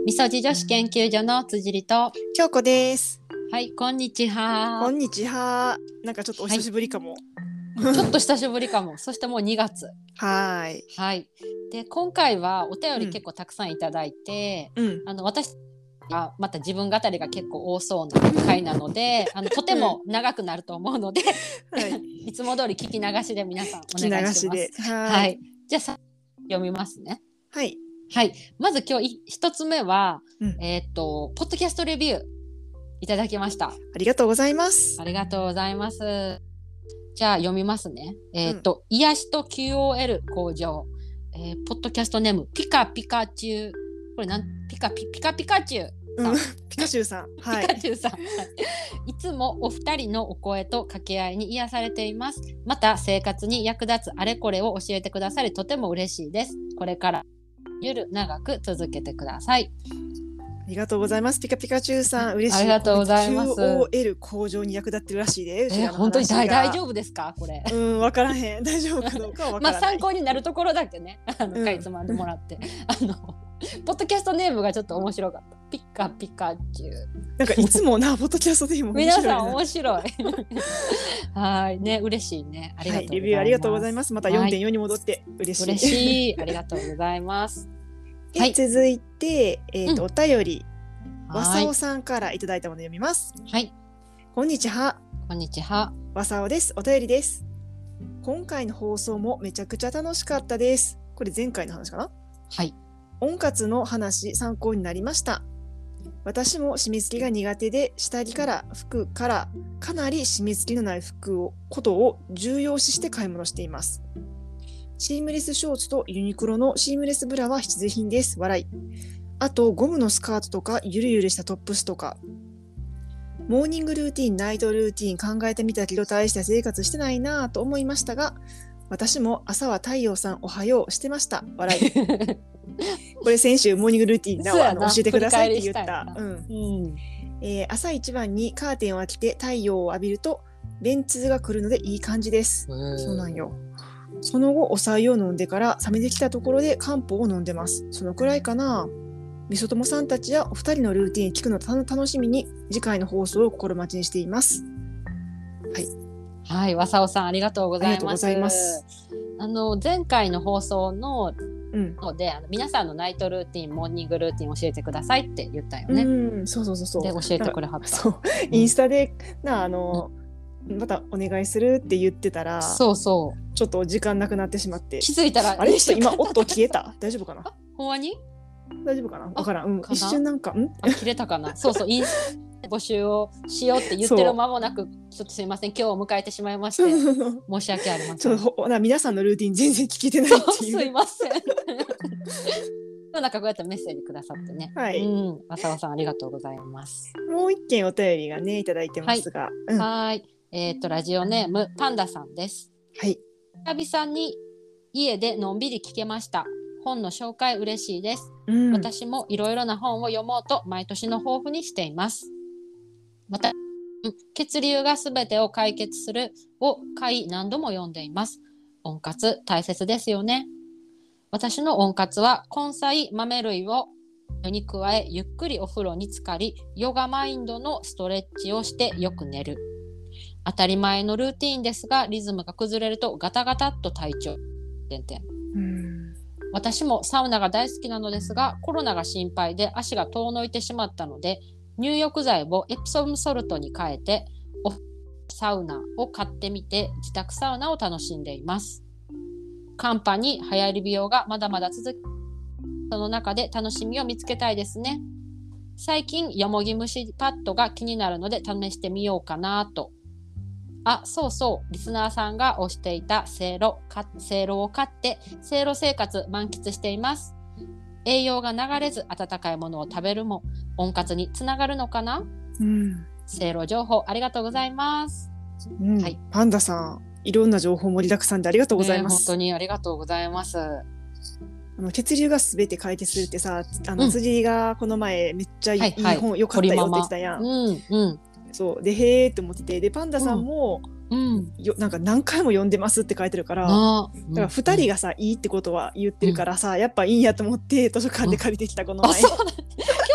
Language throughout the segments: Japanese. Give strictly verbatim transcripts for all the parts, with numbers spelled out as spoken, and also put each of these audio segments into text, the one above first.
みそじ女子研究所の辻里と、 京子です。 はい、こんにちは。 こんにちは。なんかちょっとお久しぶりかも。 はい、ちょっと久しぶりかも。そしてもうにがつ。 はい。 はい。で、今回はお便り結構たくさんいただいて、うん、あの私がまた自分語りが結構多そうな回なので、あのとても長くなると思うので、はい、いつも通り聞き流しで皆さんお願いします。聞き流しで。はい。はい、じゃあさ読みますね。 はい。 はい、まず今日一つ目は、うん、えー、っとポッドキャストレビューいただきました。ありがとうございます。 ありがとうございます。じゃあ読みますね。えー、っと、うん、癒しと キューオーエル 向上、えー、ポッドキャストネームピカピカチュウ、これなんピカピピカピカチュウ、 うん、ピカチュウさん、 はい、ピカチュウさん、はい、いつもお二人のお声と掛け合いに癒されています。また生活に役立つあれこれを教えてくださりとても嬉しいです。これからゆる長く続けてください。 ありがとうございます。ピカピカチュウさん、嬉しい。 ありがとうございます。 キューオーエル 向上に役立ってるらしいで。 えー、本当に大丈夫ですかこれ。 うん、わからへん。大丈夫かどうかはわからない。 まあ参考になるところだけね、あの、うん、かいつまんでもらって、あのポッドキャストネームがちょっと面白かった。ピカピカチュウ。 なんかいつもなポッドキャストネーム面白いな。 皆さん面白い。はいね、嬉しいね。ありがとうございます。はい、 レビューありがとうございます。また よんてんよん に戻って嬉しい。 嬉しい。ありがとうございます。 はい、続いて、えーとうん、お便り、わさおさんからいただいたものを読みます。 はい。 こんにちは。 こんにちは。 わさおです。お便りです。今回の放送もめちゃくちゃ楽しかったです。これ前回の話かな。 はい。 温活の話参考になりました。私も締め付けが苦手で、下着から服からかなり締め付けのない服をことを重要視して買い物しています。シームレスショーツとユニクロのシームレスブラは必需品です。笑い。あとゴムのスカートとかゆるゆるしたトップスとか。モーニングルーティン、ナイトルーティン考えてみたけど大した生活してないなぁと思いましたが、私も朝は太陽さんおはようしてました。笑い。これ先週モーニングルーティンなあの教えてくださいって言った。うんうんえー、朝一番にカーテンを開けて太陽を浴びると便通が来るのでいい感じです。そうなんよ。その後お茶湯を飲んでから冷めてきたところで漢方を飲んでます。そのくらいかな。みそともさんたちやお二人のルーティン聞くのを楽しみに次回の放送を心待ちにしています。はい。 はい、わさおさんありがとうございます。 ありがとうございます。 あの前回の放送のので、うん、あの皆さんのナイトルーティン、モーニングルーティン教えてくださいって言ったよね。 うん、そうそうそうそう。 で教えてくれはった。 そう、インスタでなあの。うんまたお願いするって言ってたらそうそうちょっと時間なくなってしまって気づいたらあれ今音消えた大丈夫かなほんまに大丈夫かなわからん、うん、一瞬なんかんあ切れたかなそうそうインスタ募集をしようって言ってる間もなくちょっとすいません今日を迎えてしまいまして申し訳ありません。 ちょっとな皆さんのルーティン全然聞けてないっていうすいませんなんかこうやってメッセージくださってね、 はい、 うん、わさわさんありがとうございます。 もう一件お便りがねいただいてますが、 はい、うん、はいえー、とラジオネームパンダさんです。 はい。 久々に家でのんびり聞けました。本の紹介嬉しいです。うん、私もいろいろな本を読もうと毎年の抱負にしています。また血流がすべてを解決するを回何度も読んでいます。温活大切ですよね。私の温活は根菜豆類をに加えゆっくりお風呂に浸かりヨガマインドのストレッチをしてよく寝る。当たり前のルーティーンですがリズムが崩れるとガタガタっと体調うん私もサウナが大好きなのですがコロナが心配で足が遠のいてしまったので入浴剤をエプソムソルトに変えてオフサウナを買ってみて自宅サウナを楽しんでいます。寒波に流行り美容がまだまだ続きその中で楽しみを見つけたいですね。最近よもぎ虫パッドが気になるので試してみようかなと。あ、そうそう、リスナーさんが推していたせいろ、せいろを買ってせいろ生活満喫しています。栄養が流れず温かいものを食べるも温活につながるのかな、うん、せいろ情報ありがとうございます、 うんはい、パンダさんいろんな情報盛りだくさんでありがとうございます、 ね、本当にありがとうございます。 あの血流がすべて解決するってさあの、うん、辻がこの前めっちゃいい、はいはい、本よかったよって言ってたやん、うんうんそうでへーって思っててでパンダさんも、うんうん、よなんか何回も読んでますって書いてるからだからふたりがさ、うん、いいってことは言ってるからさ、うん、やっぱいいんやと思って図書館で借りてきたこの前、うん、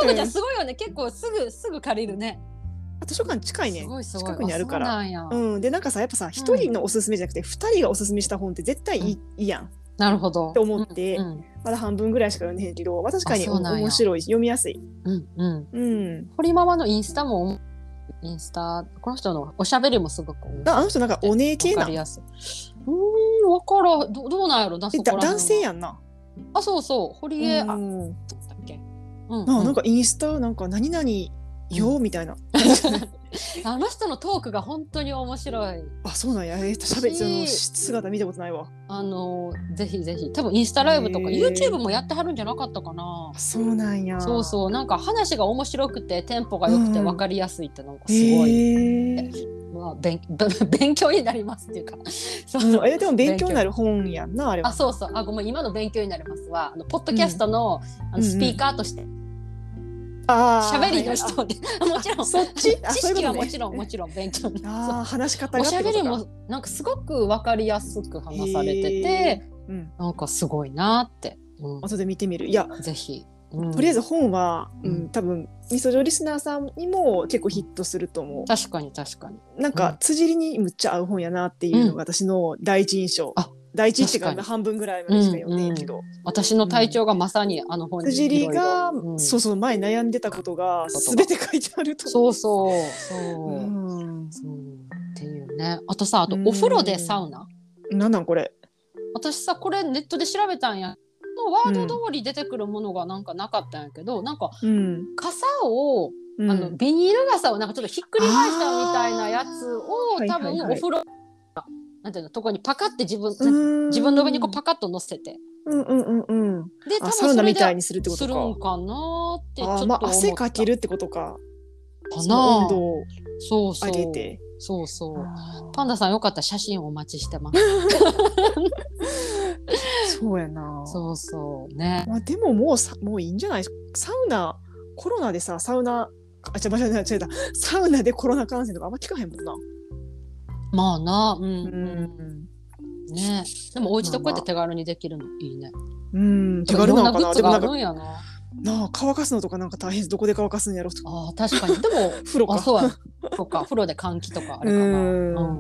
こちゃんすごいよね。結構すぐすぐ借りるね。 図書館近いね。 すごいすごい。 近くにあるから。 あ、そうなんや。 うん、でなんかさやっぱさ一人のおすすめじゃなくて二人がおすすめした本って絶対いい、うん、いいやん。 なるほど。 って思って、 うんうん、 まだ半分ぐらいしか読んでへんけど、まあ、確かに面白い読みやすい。 うんうんうん。 堀ママのインスタもインスタこの人のおしゃべりもすごく面白い。 あの人なんかお姉系な。 わかりやすい。うーんわからん ど, どうなんやろなそこら辺は。 男性やんな。 あそうそう堀江あだっけ。うんうん、 な, なんかインスタなんか何々よ、うん、みたいな。 あの人のトークが本当に面白い。 あ、そうなんや。えー、しゃべその姿見たことないわ。 あのぜひぜひ多分インスタライブとか YouTube もやってはるんじゃなかったかな。 そうなんや。 そうそうなんか話が面白くてテンポが良くて分かりやすいってのがすごい、うんまあ、勉, 勉強になりますっていうかそう、うん、えでも勉強になる本やんなあれは。 あそうそうあごめん今の勉強になりますはあのポッドキャスト の,、うん、あのスピーカーとして、うんうん喋りの人でもちろんそっち知識はもちろんもちろん勉強あ話し方がおしゃべりもなんかすごく分かりやすく話されてて、うん、なんかすごいなって、 うん、後で見てみる。いやぜひ、 うん、とりあえず本は、うん、多分みそじょリスナーさんにも結構ヒットすると思う。 確かに確かになんか辻りにむっちゃ合う本やなっていうのが私の第一印象、うん、あ第一っていうか半分ぐらいまでしか読んでんけど、うんうん、 私の体調がまさにあの本に辻りが、うん、そうそう前悩んでたことが全て書いてあるとそうそうそう、うん、そうっていうね。あとさあとお風呂でサウナ、 うん、なんなんこれ私さこれネットで調べたんやのワード通り出てくるものがなんかなかったんやけど、うん、なんか、うん、傘を、うん、あのビニール傘をなんかちょっとひっくり返したみたいなやつを多分お風呂、はいはいはい、なんていうのとこにパカって自分自分の上にこうパカッと乗せて、 うんうんうんうん、 で多分サウナみたいにするってことか。 するんかなってちょっと思った。 あ、まあ、汗かけるってことか。 かな温度をそう上げて。 そうそうそうパンダさんよかったら写真お待ちしてますそうやな。 そうそうね。 まあ、でももうさもういいんじゃない。サウナコロナでさサウナあちゃ間違えた間違えたサウナでコロナ感染とかあんま聞かへんもんな。 まあなうん、うんね、でもお家でこうやって手軽にできるのいいね。 うん手軽なのかな。 でもなんかグッズがあるんやな。 なあ乾かすのとかなんか大変。どこで乾かすんやろと。 あ確かにでも風呂か。 あそうやそうか風呂で換気とかあれかな。うんうんうん、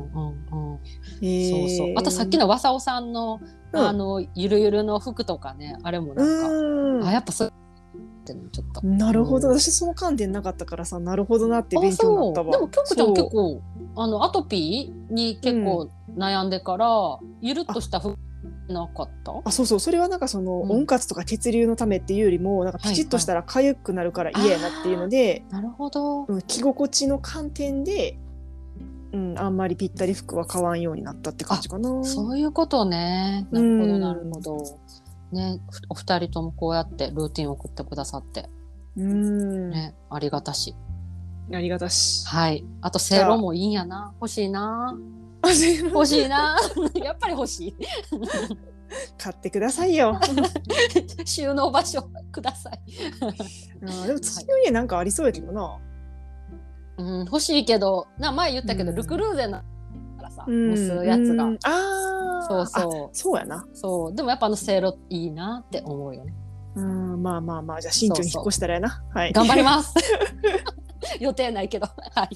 えー、そうそうあとさっきのわさおさんの、うん、あのゆるゆるの服とかねあれもなんかうんあやっぱそうってちょっとなるほど、うん、私その観点なかったからさなるほどなって勉強になったわ。 でも京子ちゃん結構あのアトピーに結構悩んでから、うん、ゆるっとした服なかった？ あそうそうそれはなんかその、うん、温活とか血流のためっていうよりもなんかピチッとしたら痒くなるから嫌やなっていうので、はいはい、 なるほど、 うん、着心地の観点で、うん、あんまりぴったり服は買わんようになったって感じかな。 そういうことね。なるほどなるほど、うん、ねお二人ともこうやってルーティンを送ってくださってうんねありがたしありがたしはいあとせいろもいいんやな欲しいな欲しいなやっぱり欲しい買ってくださいよ収納場所くださいあでも土の家なんかありそうやけどな、はいうん、欲しいけどな前言ったけど、うん、ルクルーゼなからさ蒸すやつが、うん、 あそうそうそうやな。 そうでもやっぱあのせいろいいなって思うよね。 うんまあまあまあじゃあ新居に引っ越したらやな。 そうそう、 はい、 頑張ります予定ないけどはい、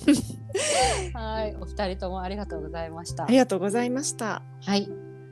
はい、お二人ともありがとうございました。 ありがとうございました。 はい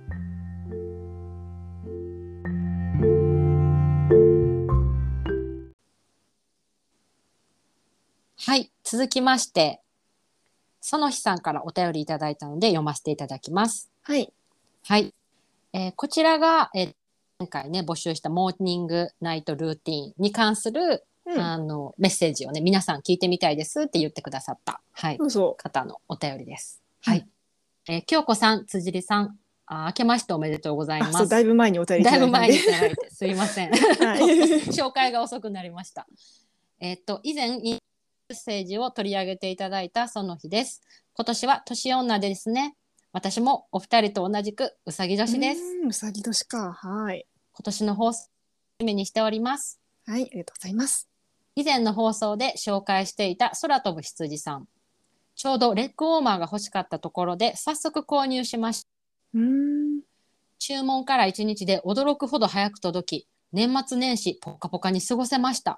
はい続きまして園日さんからお便りいただいたので読ませていただきます。 はい、 はいえー、こちらが、えー、今回ね募集したモーニングナイトルーティンに関する、うん、あのメッセージをね皆さん聞いてみたいですって言ってくださった、はい、 そうそう方のお便りです。はい、うんえー、京子さん辻里さんあ明けましておめでとうございます。 だいぶ前にお便りいただいたんでだいぶ前にいただいてすいません、はい、紹介が遅くなりました。えー、っと以前メッセージを取り上げていただいたその日です。今年は年女ですね。私もお二人と同じくうさぎ年です。 うさぎ年か。はい。 今年の放送目にしております。 はい、ありがとうございます。 以前の放送で紹介していた空飛ぶ羊さん。ちょうどレッグウォーマーが欲しかったところで早速購入しました。 うーん注文からいちにちで驚くほど早く届き、年末年始ポカポカに過ごせました。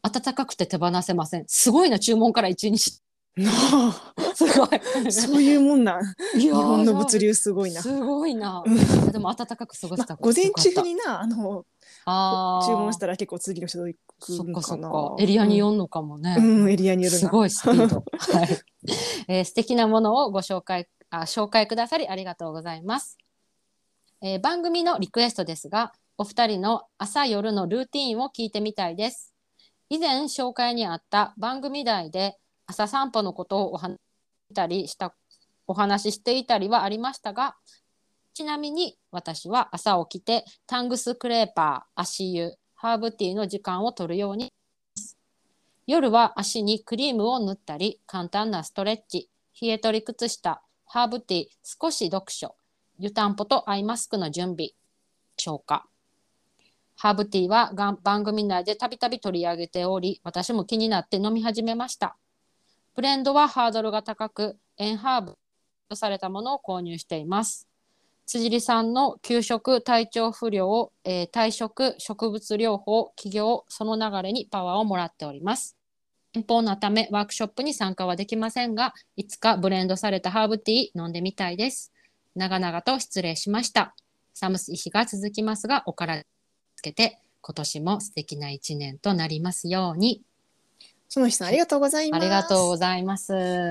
暖かくて手放せません。すごいな、注文から一日。 なあすごい。 そういうもんなん。 いやー日本の物流すごいな。 すごいな。 うんでも暖かく過ごしまあ、 た。 午前中よかった。 になあの注文しああ、 たら結構次の人行くそっかそんかな。 っか。エリアにうん、 よんのかもね。 うん、エリアによるな。 すごいスピード。はい。えー素敵なものをご紹介、あ、紹介くださりありがとうございます。えー番組のリクエストですが、お二人の朝夜のルーティーンを聞いてみたいです。以前紹介にあった番組内で朝散歩のことをお話したりしたお話ししていたりはありましたが、ちなみに私は朝起きてタングスクレーパー、足湯、ハーブティーの時間を取るように。夜は足にクリームを塗ったり、簡単なストレッチ、冷え取り靴下、ハーブティー、少し読書、湯たんぽとアイマスクの準備、消化。ハーブティーはが番組内でたびたび取り上げており、私も気になって飲み始めました。ブレンドはハードルが高く、エンハーブとされたものを購入しています。辻里さんの給食、体調不良、えー退職、植物療法、起業、その流れにパワーをもらっております。遠方のためワークショップに参加はできませんが、いつかブレンドされたハーブティー飲んでみたいです。長々と失礼しました。寒い日が続きますが、お体つけて今年も素敵な一年となりますように。 その日さんありがとうございます。 ありがとうございます。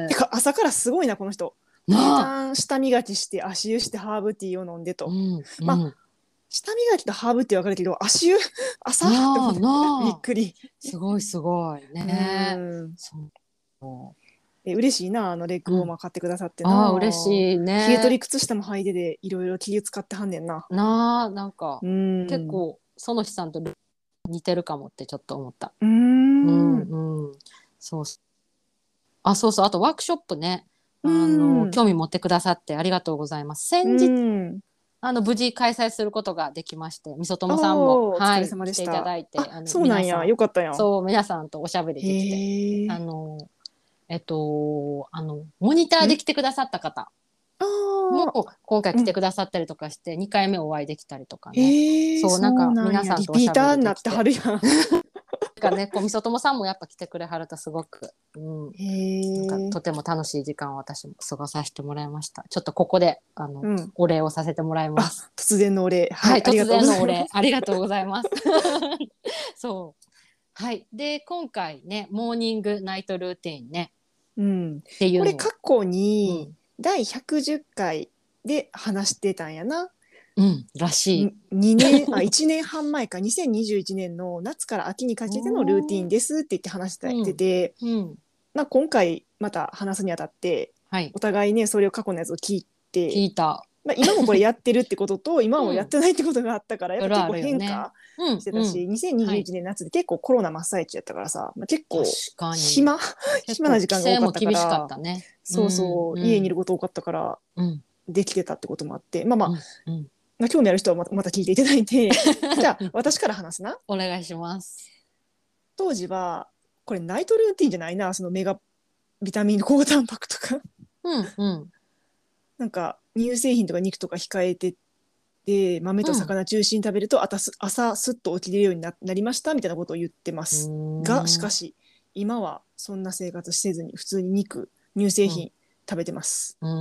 てか朝からすごいなこの人。 なあ、 タン下磨きして足湯してハーブティーを飲んでと。 うんうん、 まあ下磨きとハーブティー分かるけど足湯朝なあってなあびっくり。 すごいすごいね。 うんそうえ嬉しいなあのレッグウォーマー買ってくださってな、 ああ嬉しいね。 冷え取り靴下も履いてでいろいろ気使ってはんねんな。 なあなんかうん結構園日さんと似てるかもってちょっと思った。 うーうんんうん。そうあそうそうあとワークショップね。あの興味持ってくださってありがとうございます。先日うんあの無事開催することができまして、みそともさんもおはい疲れ様でした。 来ていただいて、 ああのそうなんや皆さんよかったやん。 そう皆さんとおしゃべりできて、 へえ。 あのえっとあのモニターで来てくださった方あもあ今回来てくださったりとかして、にかいめお会いできたりとかね。 へえそうなんかなん皆さんやリピーとおしゃべターになってりできて。 はるやん。 かね、こうみそともさんもやっぱ来てくれはるとすごく、うん、 へえ。 なんかとても楽しい時間を私も過ごさせてもらいました。ちょっとここであの、 うん。 お礼をさせてもらいまあす。 突然のお礼はい、 あり突がとうございます。 然のお礼ありがとうございます。そうはいで今回ねモーニングナイトルーティンねうんっていうのをこれ過去にうんだいひゃくじゅっかいで話してたんやな。 うんらしい。 にねんあいちねんはん前かにせんにじゅういちねんの夏から秋にかけてのルーティンですって言って話してて、 うんまあ、今回また話すにあたってはいお互いねそれを過去のやつを聞いて、 聞いた。 まあ、今もこれやってるってことと今もやってないってことがあったからやっぱ結構変化うんしてたし、 うんにせんにじゅういちねん夏で結構コロナ真っ最中やったからさ、まあ、結構確かに暇暇な時間が多かったか規制も厳しからったね。 そうそう、 うん家にいること多かったからうんできてたってこともあってまあまあ、 うんうんまあ、興味ある人はまたまた聞いていただいてじゃあ私から話すな。 お願いします。 当時はこれナイトルーティンじゃないなそのメガビタミン高タンパクとかうんうんなんか乳製品とか肉とか控えてて豆と魚中心に食べると朝す朝すっと起きれるように な, なりましたみたいなことを言ってますがしかし今はそんな生活せずに普通に肉乳製品食べてます、 うん、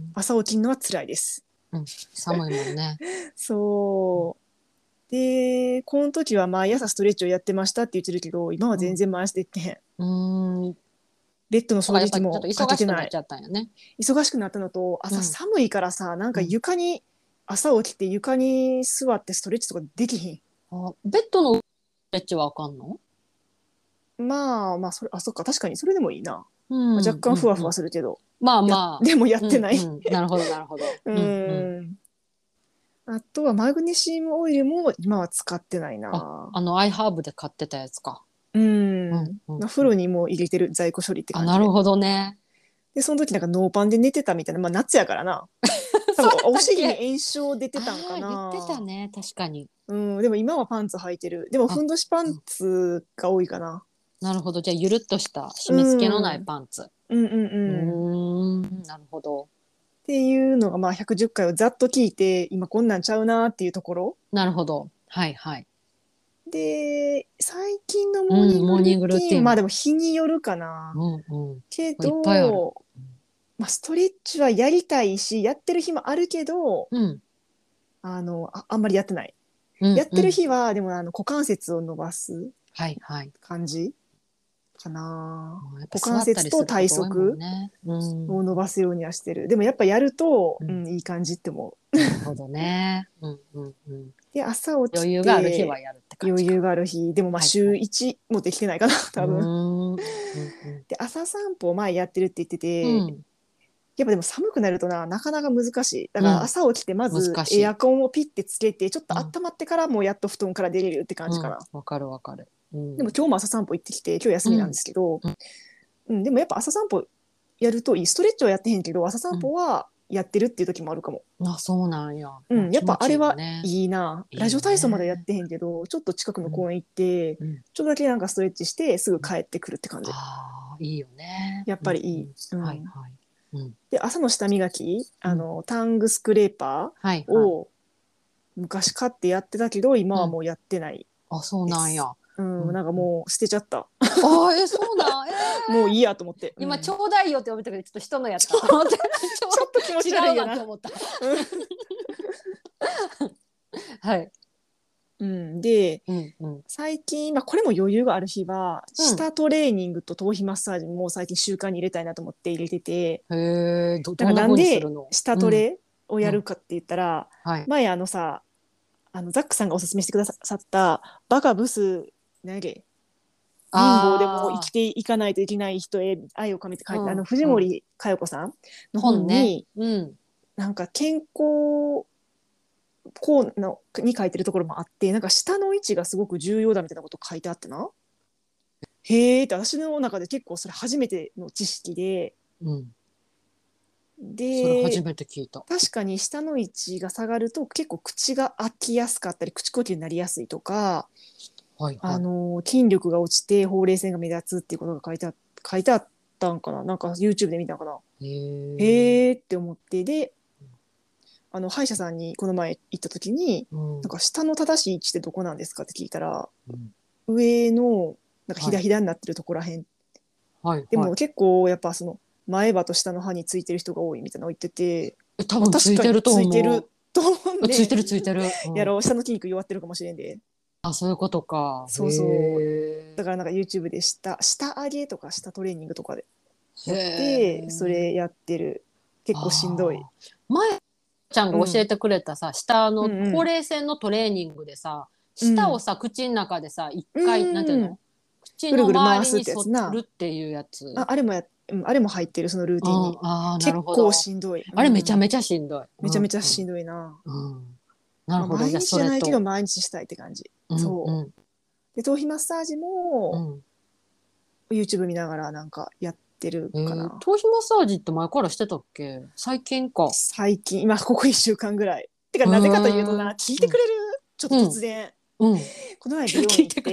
朝起きるのは辛いです、 うん、寒いもんね。 そうでこの時は毎朝ストレッチをやってましたって言ってるけど今は全然回していってへん、 うんベッドの掃除機もやっぱりちょっと忙かけなしてくないっちゃったんよね。 忙しくなったのと朝寒いからさ、うん、なんか床に朝起きて床に座ってストレッチとかできひん。 あベッドのストレッチはあかんの？ まあまあそれあそっか確かにそれでもいいな、 うんまあ、若干ふわふわするけど、 うん、まあまあでもやってない、 うんうん、なるほどなるほどうんうんあとはマグネシウムオイルも今は使ってないなああのアイハーブで買ってたやつか。 うん、 うんうん、 風呂にもう入れてる在庫処理って感じで。 あなるほどね。 でその時なんかノーパンで寝てたみたいな、まあ夏やからな多分お尻に炎症出てたんかな。 言ってたね確かに、 うん、でも今はパンツ履いてる。でもふんどしパンツが多いかな。 なるほどじゃあゆるっとした締め付けのないパンツ、 うん、うんうんうんうんなるほどっていうのがまあひゃくじゅっかいをざっと聞いて今こんなんちゃうなっていうところなるほどはいはいで最近のモーニングルーティン、うん、モーニングルーティンまあでも日によるかな、 うんうん、 けど、まあ、ストレッチはやりたいしやってる日もあるけど、 うん、 あの あ, あんまりやってない、うんうん、やってる日はでもあの股関節を伸ばす感じ、はいはい、かな。股関節と体側を伸ばすようにはしてる、うん、でもやっぱやると、うんうん、いい感じって思う。 なるほどね、うんうんうん、 で朝起きて余裕がある日はやるって感じか。 余裕がある日でもまあ週いちもできてないかな、はいはい、多分、 うんうん、 で朝散歩を前やってるって言ってて、うん、やっぱでも寒くなるとななかなか難しい。だから朝起きてまずエアコンをピッてつけてちょっと温まってからもうやっと布団から出れるって感じかな。わ、 うん、かるわかる、うん、 でも今日も朝散歩行ってきて今日休みなんですけど、うんうん、でもやっぱ朝散歩やるといい。ストレッチはやってへんけど朝散歩はやってるっていう時もあるかも、 うん、あそうなんや、 うん、やっぱあれはいいな、いいね、ラジオ体操までやってへんけどちょっと近くの公園行って、うん、ちょっとだけなんかストレッチしてすぐ帰ってくるって感じ、うん、 あいいよね、 やっぱりいい、 うんうん、はいはい、 うん、で朝の舌磨きあの、うん、タングスクレーパーを昔買ってやってたけど今はもうやってないです、 うん、あそうなんや、 うん、なんかもう捨てちゃった。 あえそうなん、えー、 もういいやと思って。 今、うん、ちょうだいよって思ったけどちょっと人のやった。ちょっと気持ち悪いよな。 違うなと思った。はい。 うん、で、うんうん、最近、まあ、これも余裕がある日は、うん、舌トレーニングと頭皮マッサージも最近習慣に入れたいなと思って入れてて。 へえ、どんな風にするの？ なんで舌トレをやるかって言ったら、 うんはい、 前あのさあのザックさんがおすすめしてくださったバカブス何やげ貧乏でも生きていかないといけない人へ愛を込めて書いて、うん、あの藤森佳代子さんの本に、ねうん、なんか健康こうのに書いてるところもあってなんか舌の位置がすごく重要だみたいなこと書いてあってな。へーって私の中で結構それ初めての知識で、うん、でそれ初めて聞いた。 確かに舌の位置が下がると結構口が開きやすかったり口呼吸になりやすいとか、はいはい、あの筋力が落ちてほうれい線が目立つっていうことが書いてあ、書いてあったんかな、なんか YouTube で見たのかな。へーへーって思ってであの歯医者さんにこの前行った時に、うん、なんか舌の正しい位置ってどこなんですかって聞いたら、うん、上のなんかひだひだになってるところらへん、はい、でも結構やっぱその前歯と下の歯についてる人が多いみたいなのを言ってて、 多分ついてると思う。 ついてると思うんでついてるついてる、 うん、やろう下の筋肉弱ってるかもしれんで。 あそういうことか。 そうそうだからなんか YouTube で下下上げとか下トレーニングとかでやってそれやってる。結構しんどい。 前ちゃんが教えてくれたさ、うん、下のほうれい線のトレーニングでさ、うんうん、舌をさ口の中でさ一回、うん、なんていうの口の周りに沿るっていうやつ。 あ, あれもやあれも入ってるそのルーティンに。あ結構しんどい、 うん、あれめちゃめちゃしんどい、 めちゃめちゃしんどいな、 うんうん、なるほど、 まあ、毎日じゃないけど毎日したいって感じ、うん、そう、うん、で頭皮マッサージも、うん、YouTube 見ながらなんかやってるかな、えー、 頭皮マッサージって前からしてたっけ？最近か。 最近今ここいっしゅうかんぐらいてかなぜかというとな聞いてくれる、うん、ちょっと突然、うん、この前美容院行って、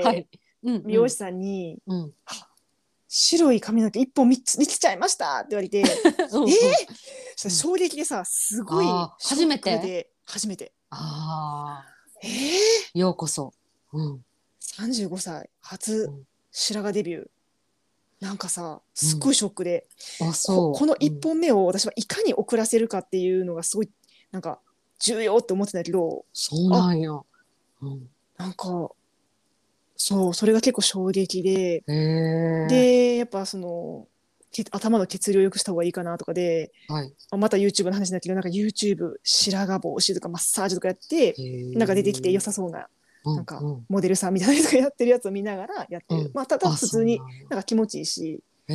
はいうんうん、美容師さんに、うん白い髪の毛一本見つちゃいましたって言われてうん、えー、衝撃でさすごい初めて初めてあえー、ようこそ、うん、 さんじゅうごさい初白髪デビュー、なんかさすっごいショックで、うん、あそうこ、このいっぽんめを私はいかに遅らせるかっていうのがすごいなんか重要って思ってたけど、 そうなんや、 うん、なんかそうそれが結構衝撃で、でやっぱその頭の血流を良くした方がいいかなとかで、はい、また YouTube の話だけどなんか YouTube 白髪防止とかマッサージとかやってなんか出てきて良さそうな、なんかモデルさんみたいな人がやってるやつを見ながらやってる、うん、まあただ普通になんか気持ちいいし、うん、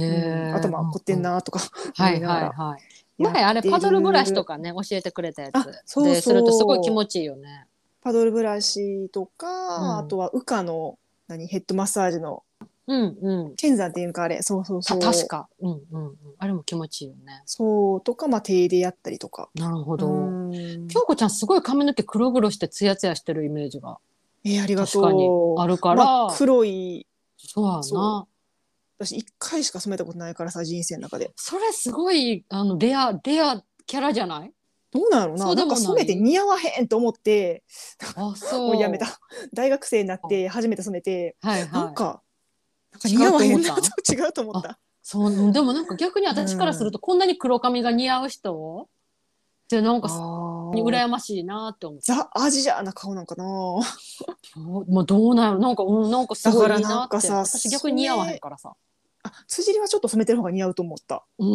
頭凝ってんなとか思いながら、はいはいはい、 前あれパドルブラシとかね教えてくれたやつそうそうでするとすごい気持ちいいよね。 パドルブラシとか、うん、あとはウカの何ヘッドマッサージの、 うんうん、 剣山っていうかあれそうそうそう確か、うんうんうん、あれも気持ちいいよね。 そうとかまあ手でやったりとか。 なるほど。京子ちゃんすごい髪の毛黒々してツヤツヤしてるイメージが、 えー、ありがとう確かにあるから、まあ、黒いそうやな。 私いっかいしか染めたことないからさ人生の中で。 それすごいあのレアレアキャラじゃない？ どうなのな、なんかそうでもない染めて似合わへんと思って、 あ、そう。 もうやめた。大学生になって初めて染めて、 はいはい。 なんか、なんか似合わへんなと、 違違うと思っあ、 た。 そう、でもなんか逆に私からすると、こんなに黒髪が似合う人ってなんかああ、 羨ましいなって思って。 ザ・アジアな顔なんかな。 そうまあ、どうなるなんか、うん、なんかすごいだからないいなって。 んかさ、 私逆に似合わへん染め、 からさ。 あ、辻りはちょっと染めてる方が似合うと思った。 うん、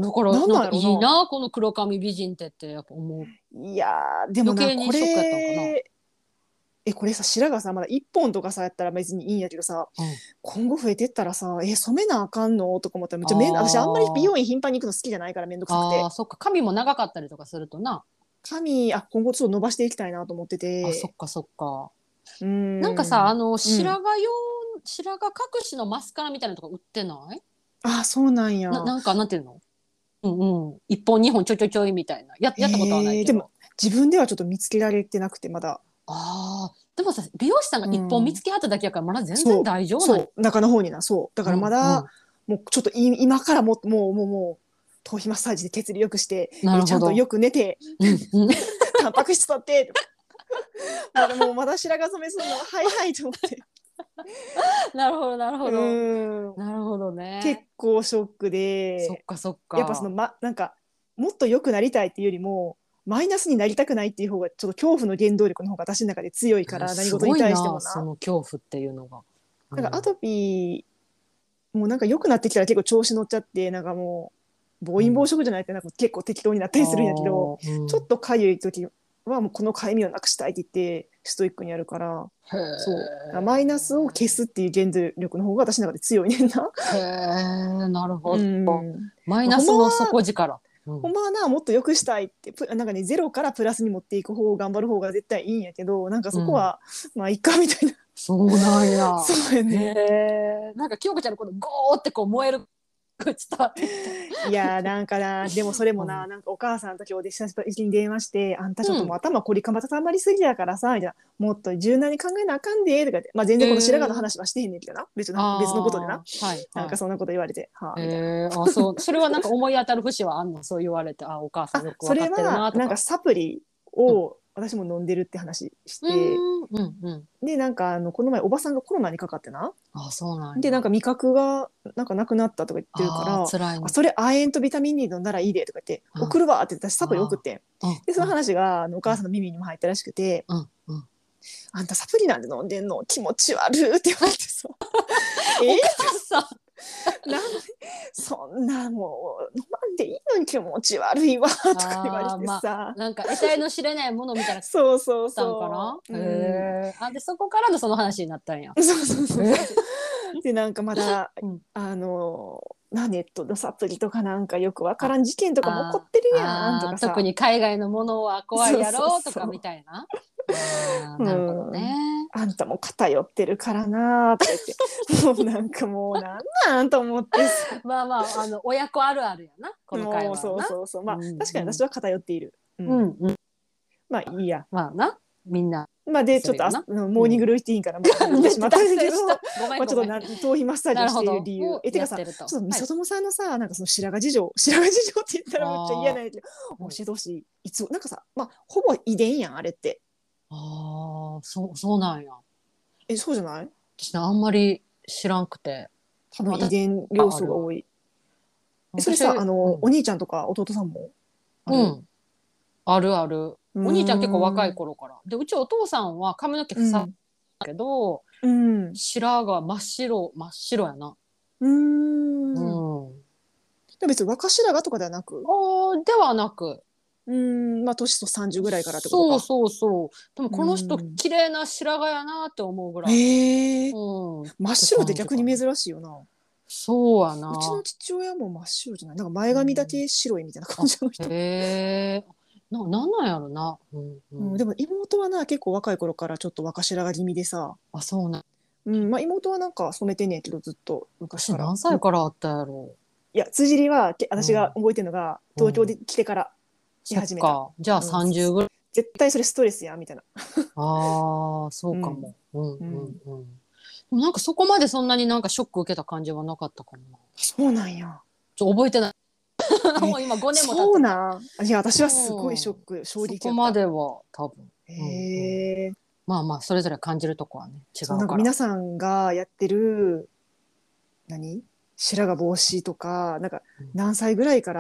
だからなんなんかなんやろな。 いいな、この黒髪美人ってってやっぱ思う。 いやー、でもな、こ余計にショックやったんかな。 れ、え、これさ、白髪さ、まだいっぽんとかさ、やったら別にいいんやけどさ、 うん。 今後増えてったらさ、え、染めなあかんのとか思ったらめっちゃめん、私あんまり美あ容院頻繁に行くの好きじゃないからめんどくさくあ、ああ、 て。 そっか、髪も長かったりとかするとな。 髪、あ、今後ちょっと伸ばしていきたいなと思ってあ、そって。 かそっか。 うーなんかさ、あん。 の、 うん。 白髪用、白髪隠しのマスカラみたいなのとか売ってないあ、そうなんな、 や。 なんか、なんていうのうんうん。一本二本ちょいちょいちょいみたいな。や、やったことはないへえ、でもけど。 自分ではちょっと見つけられてなくて、まだ。 ああ、でもさ、美容師さんがう一本見つん。 けはっただけやから、まだ全然そう、 大丈夫なんや。 そう、中の方にな、そう。だからまだ、 うんうん。 もうちょっとい今からも、もう、もう、もう、頭皮マッサージで血流良くして、えーちゃんとよなるほど。 く寝て、 うんうん。 タンパク質取って、まだもうまだ白髪染めするの、はいはいと思って。 なるほど、なるうほど。 ーん、 なるほど結ね。 構ショックで、 そっかそっやっぱその、 か。 ま、なんか、もっと良くなりたいっていうよりも、マイナスになりたくないっていう方が、ちょっと恐怖の原動力の方が私の中で強いえーから、何す事に対してごいな、 もな。 その恐怖っていうのが。うん。 なんかアトピー、もうなんか良くなってきたら結構調子乗っちゃって、なんかもう、暴飲暴うん、 食じゃないってなんか結構適当になったありするんやけど、 ーうちょっん。 とかゆい時はもうこのかゆみをなくしたいって言ってストイックにやるから、 へそう。マイナスを消すっていう原動力の方が私の中で強いねんな。 え。へえ、なるほうど。 ん。 マイまあ、ほんまナスのは、 底力。うん。 ほんまはな、もっと良くしたいって、プなんかね、ゼロからプラスに持っていく方を頑張る方が絶対いいんやけど、なんかうん。 そこは、まあ、いっか、みたいな。 そうなんや。 そうやへね。 え。なんか京子ちゃんのこのゴーってこう燃える伝わってきた。 いやーなんかな、でもそれもうん。 な、なんかお母さんと今日で久しぶりに電話して、あんたちょっうん。 ともう頭こりかまたたまりすぎやからさ、みたいな、もっと柔軟に考えなあかんで、とか言って、まあ全へ然この白髪のえ。 話はしてへんねんけどな、別の、別のことでな、 ああ、はいはなんかそんなこと言われて、はあ、 い。へみたいな。 え。あ、そう。それはなんか思い当たる節はあんのそう言われて。あ、お母さんあ、 よくそわかってるれは、 なとか。 なんかサプリうん。 を私も飲んでるって話しうて、 んうんうん。 で、なんかあの、この前おばさんがコロナにかかってな、 あ、そうなんで、 や。 なんか味覚がなんかなくなったとか言ってるかああ、 ら、あ、 辛いね。 それ亜鉛とビタミン D 飲んだらいいでとか言って、 うん。 送るわって私サプリ送っあてん。 あ。 で、そのうん話があのおうん母さんの耳にも入ったらしくて、 うんうん。 あんたサプリなんで飲んでんの気持ち悪いって言われてさ、えー、 お母さん。 なんでそんなもう飲まんでいいのに気持ち悪いわとか言われああ、まあ、 てさ、 なんか得体の知れないものみたいなそうそうたんかな。 そう、 へうん、 え。あ、で、そこからのその話になったんや。 そうそうそうえそうそう。で、なんかまだ、 うん。 あの、な、ネットのサプリとかなんかよくわからん事件とかも起こあってるやんとあー、特かさ、 に海外のものは怖いそうやそうろとかみそう。 たいな。ああ、 うなるほどん。 ね。 あんたも偏ってるからなとか言って、もうなんかもうなんなんと思ってさ。 まあまあ、あの、親子あるあるやな、この会もう話はな。 そうそうそう。まあうんうん。 確かに私は偏っている。うん。 うんうん。 まあいいや。 まあな、みんなまあで、ちょっとあするよな。 モーニングうん。 ルーティーンからまた外れてしまった脱んだけど、 線した。ごめんごめん。 まあちょっとな頭皮マッサージをしているなるほど。 理由。 をえ、てかさ、 やってると。 ちょっとみはい。 そともさんのさ、なんかその白髪事情、白髪事情って言ったらめっちゃ嫌ああ。 なんやけど、教うんえてほしい。いつ、なんかさ、まあほぼ遺伝やん、あれって。 ああ、そう、そうなんや。 え、そうじゃない？ 私ね、あんまり知らんくて。 多分遺でも私伝要はあるわ。 素が多い。え、それ私、 さ、あの、おうん。 兄ちゃんとか弟さんもある？ うん。あるある。 うーお兄ちゃん結構若いん。 頃から。で、うちお父さんは髪の毛ふさだうん。 けど、 うん。 白髪真っ白、真っ白やな。 ううーん。 ん。 でも別に若白髪とかではなく、 あーではなく、 うーん、まあ年とさんじゅうぐらいからってことか。 そうそうそう。でもうこの人ーん。 綺麗な白髪やなって思うぐらい。 へえ。 うん。っ真って白って逆感じかな。 に珍しいよな。 そうやうちのな。 父親も真っ白じゃない。なんか前髪だうん。 け白いみたいな感あ、 じの人。 へえ。な、なんなんやろな。うんううん、 ん。 でも妹はな、結構若い頃からちょっと若白髪気味でさ、 あ、そうなん。 うん、まあ妹はなんか染めてんねんけど、ずっと昔から。 私何歳からあったやろいや、辻りは、けう。うん。 私が覚えてるのが、東京うん。 で来てからしそっ始めた。 か。じゃあうん、 さんじゅうぐらい。 絶対それストレスや、みたいな。 ああ、そうん。 うかも。うんうん。 うんうん。でもなんかそこまでそんなになんかショック受けた感じはなかったかもな。 そうなんや。 ちょ、覚えてない。 もう今ごねんも経ってた。 そうなん。いや私はすごいショック、衝撃やった。 そこまでは多分。 へえ、 うんうん、まあまあそれぞれ感じるとこはね違うから。 そうなんか皆さんがやってる何白髪防止とかなんか何歳ぐらいから、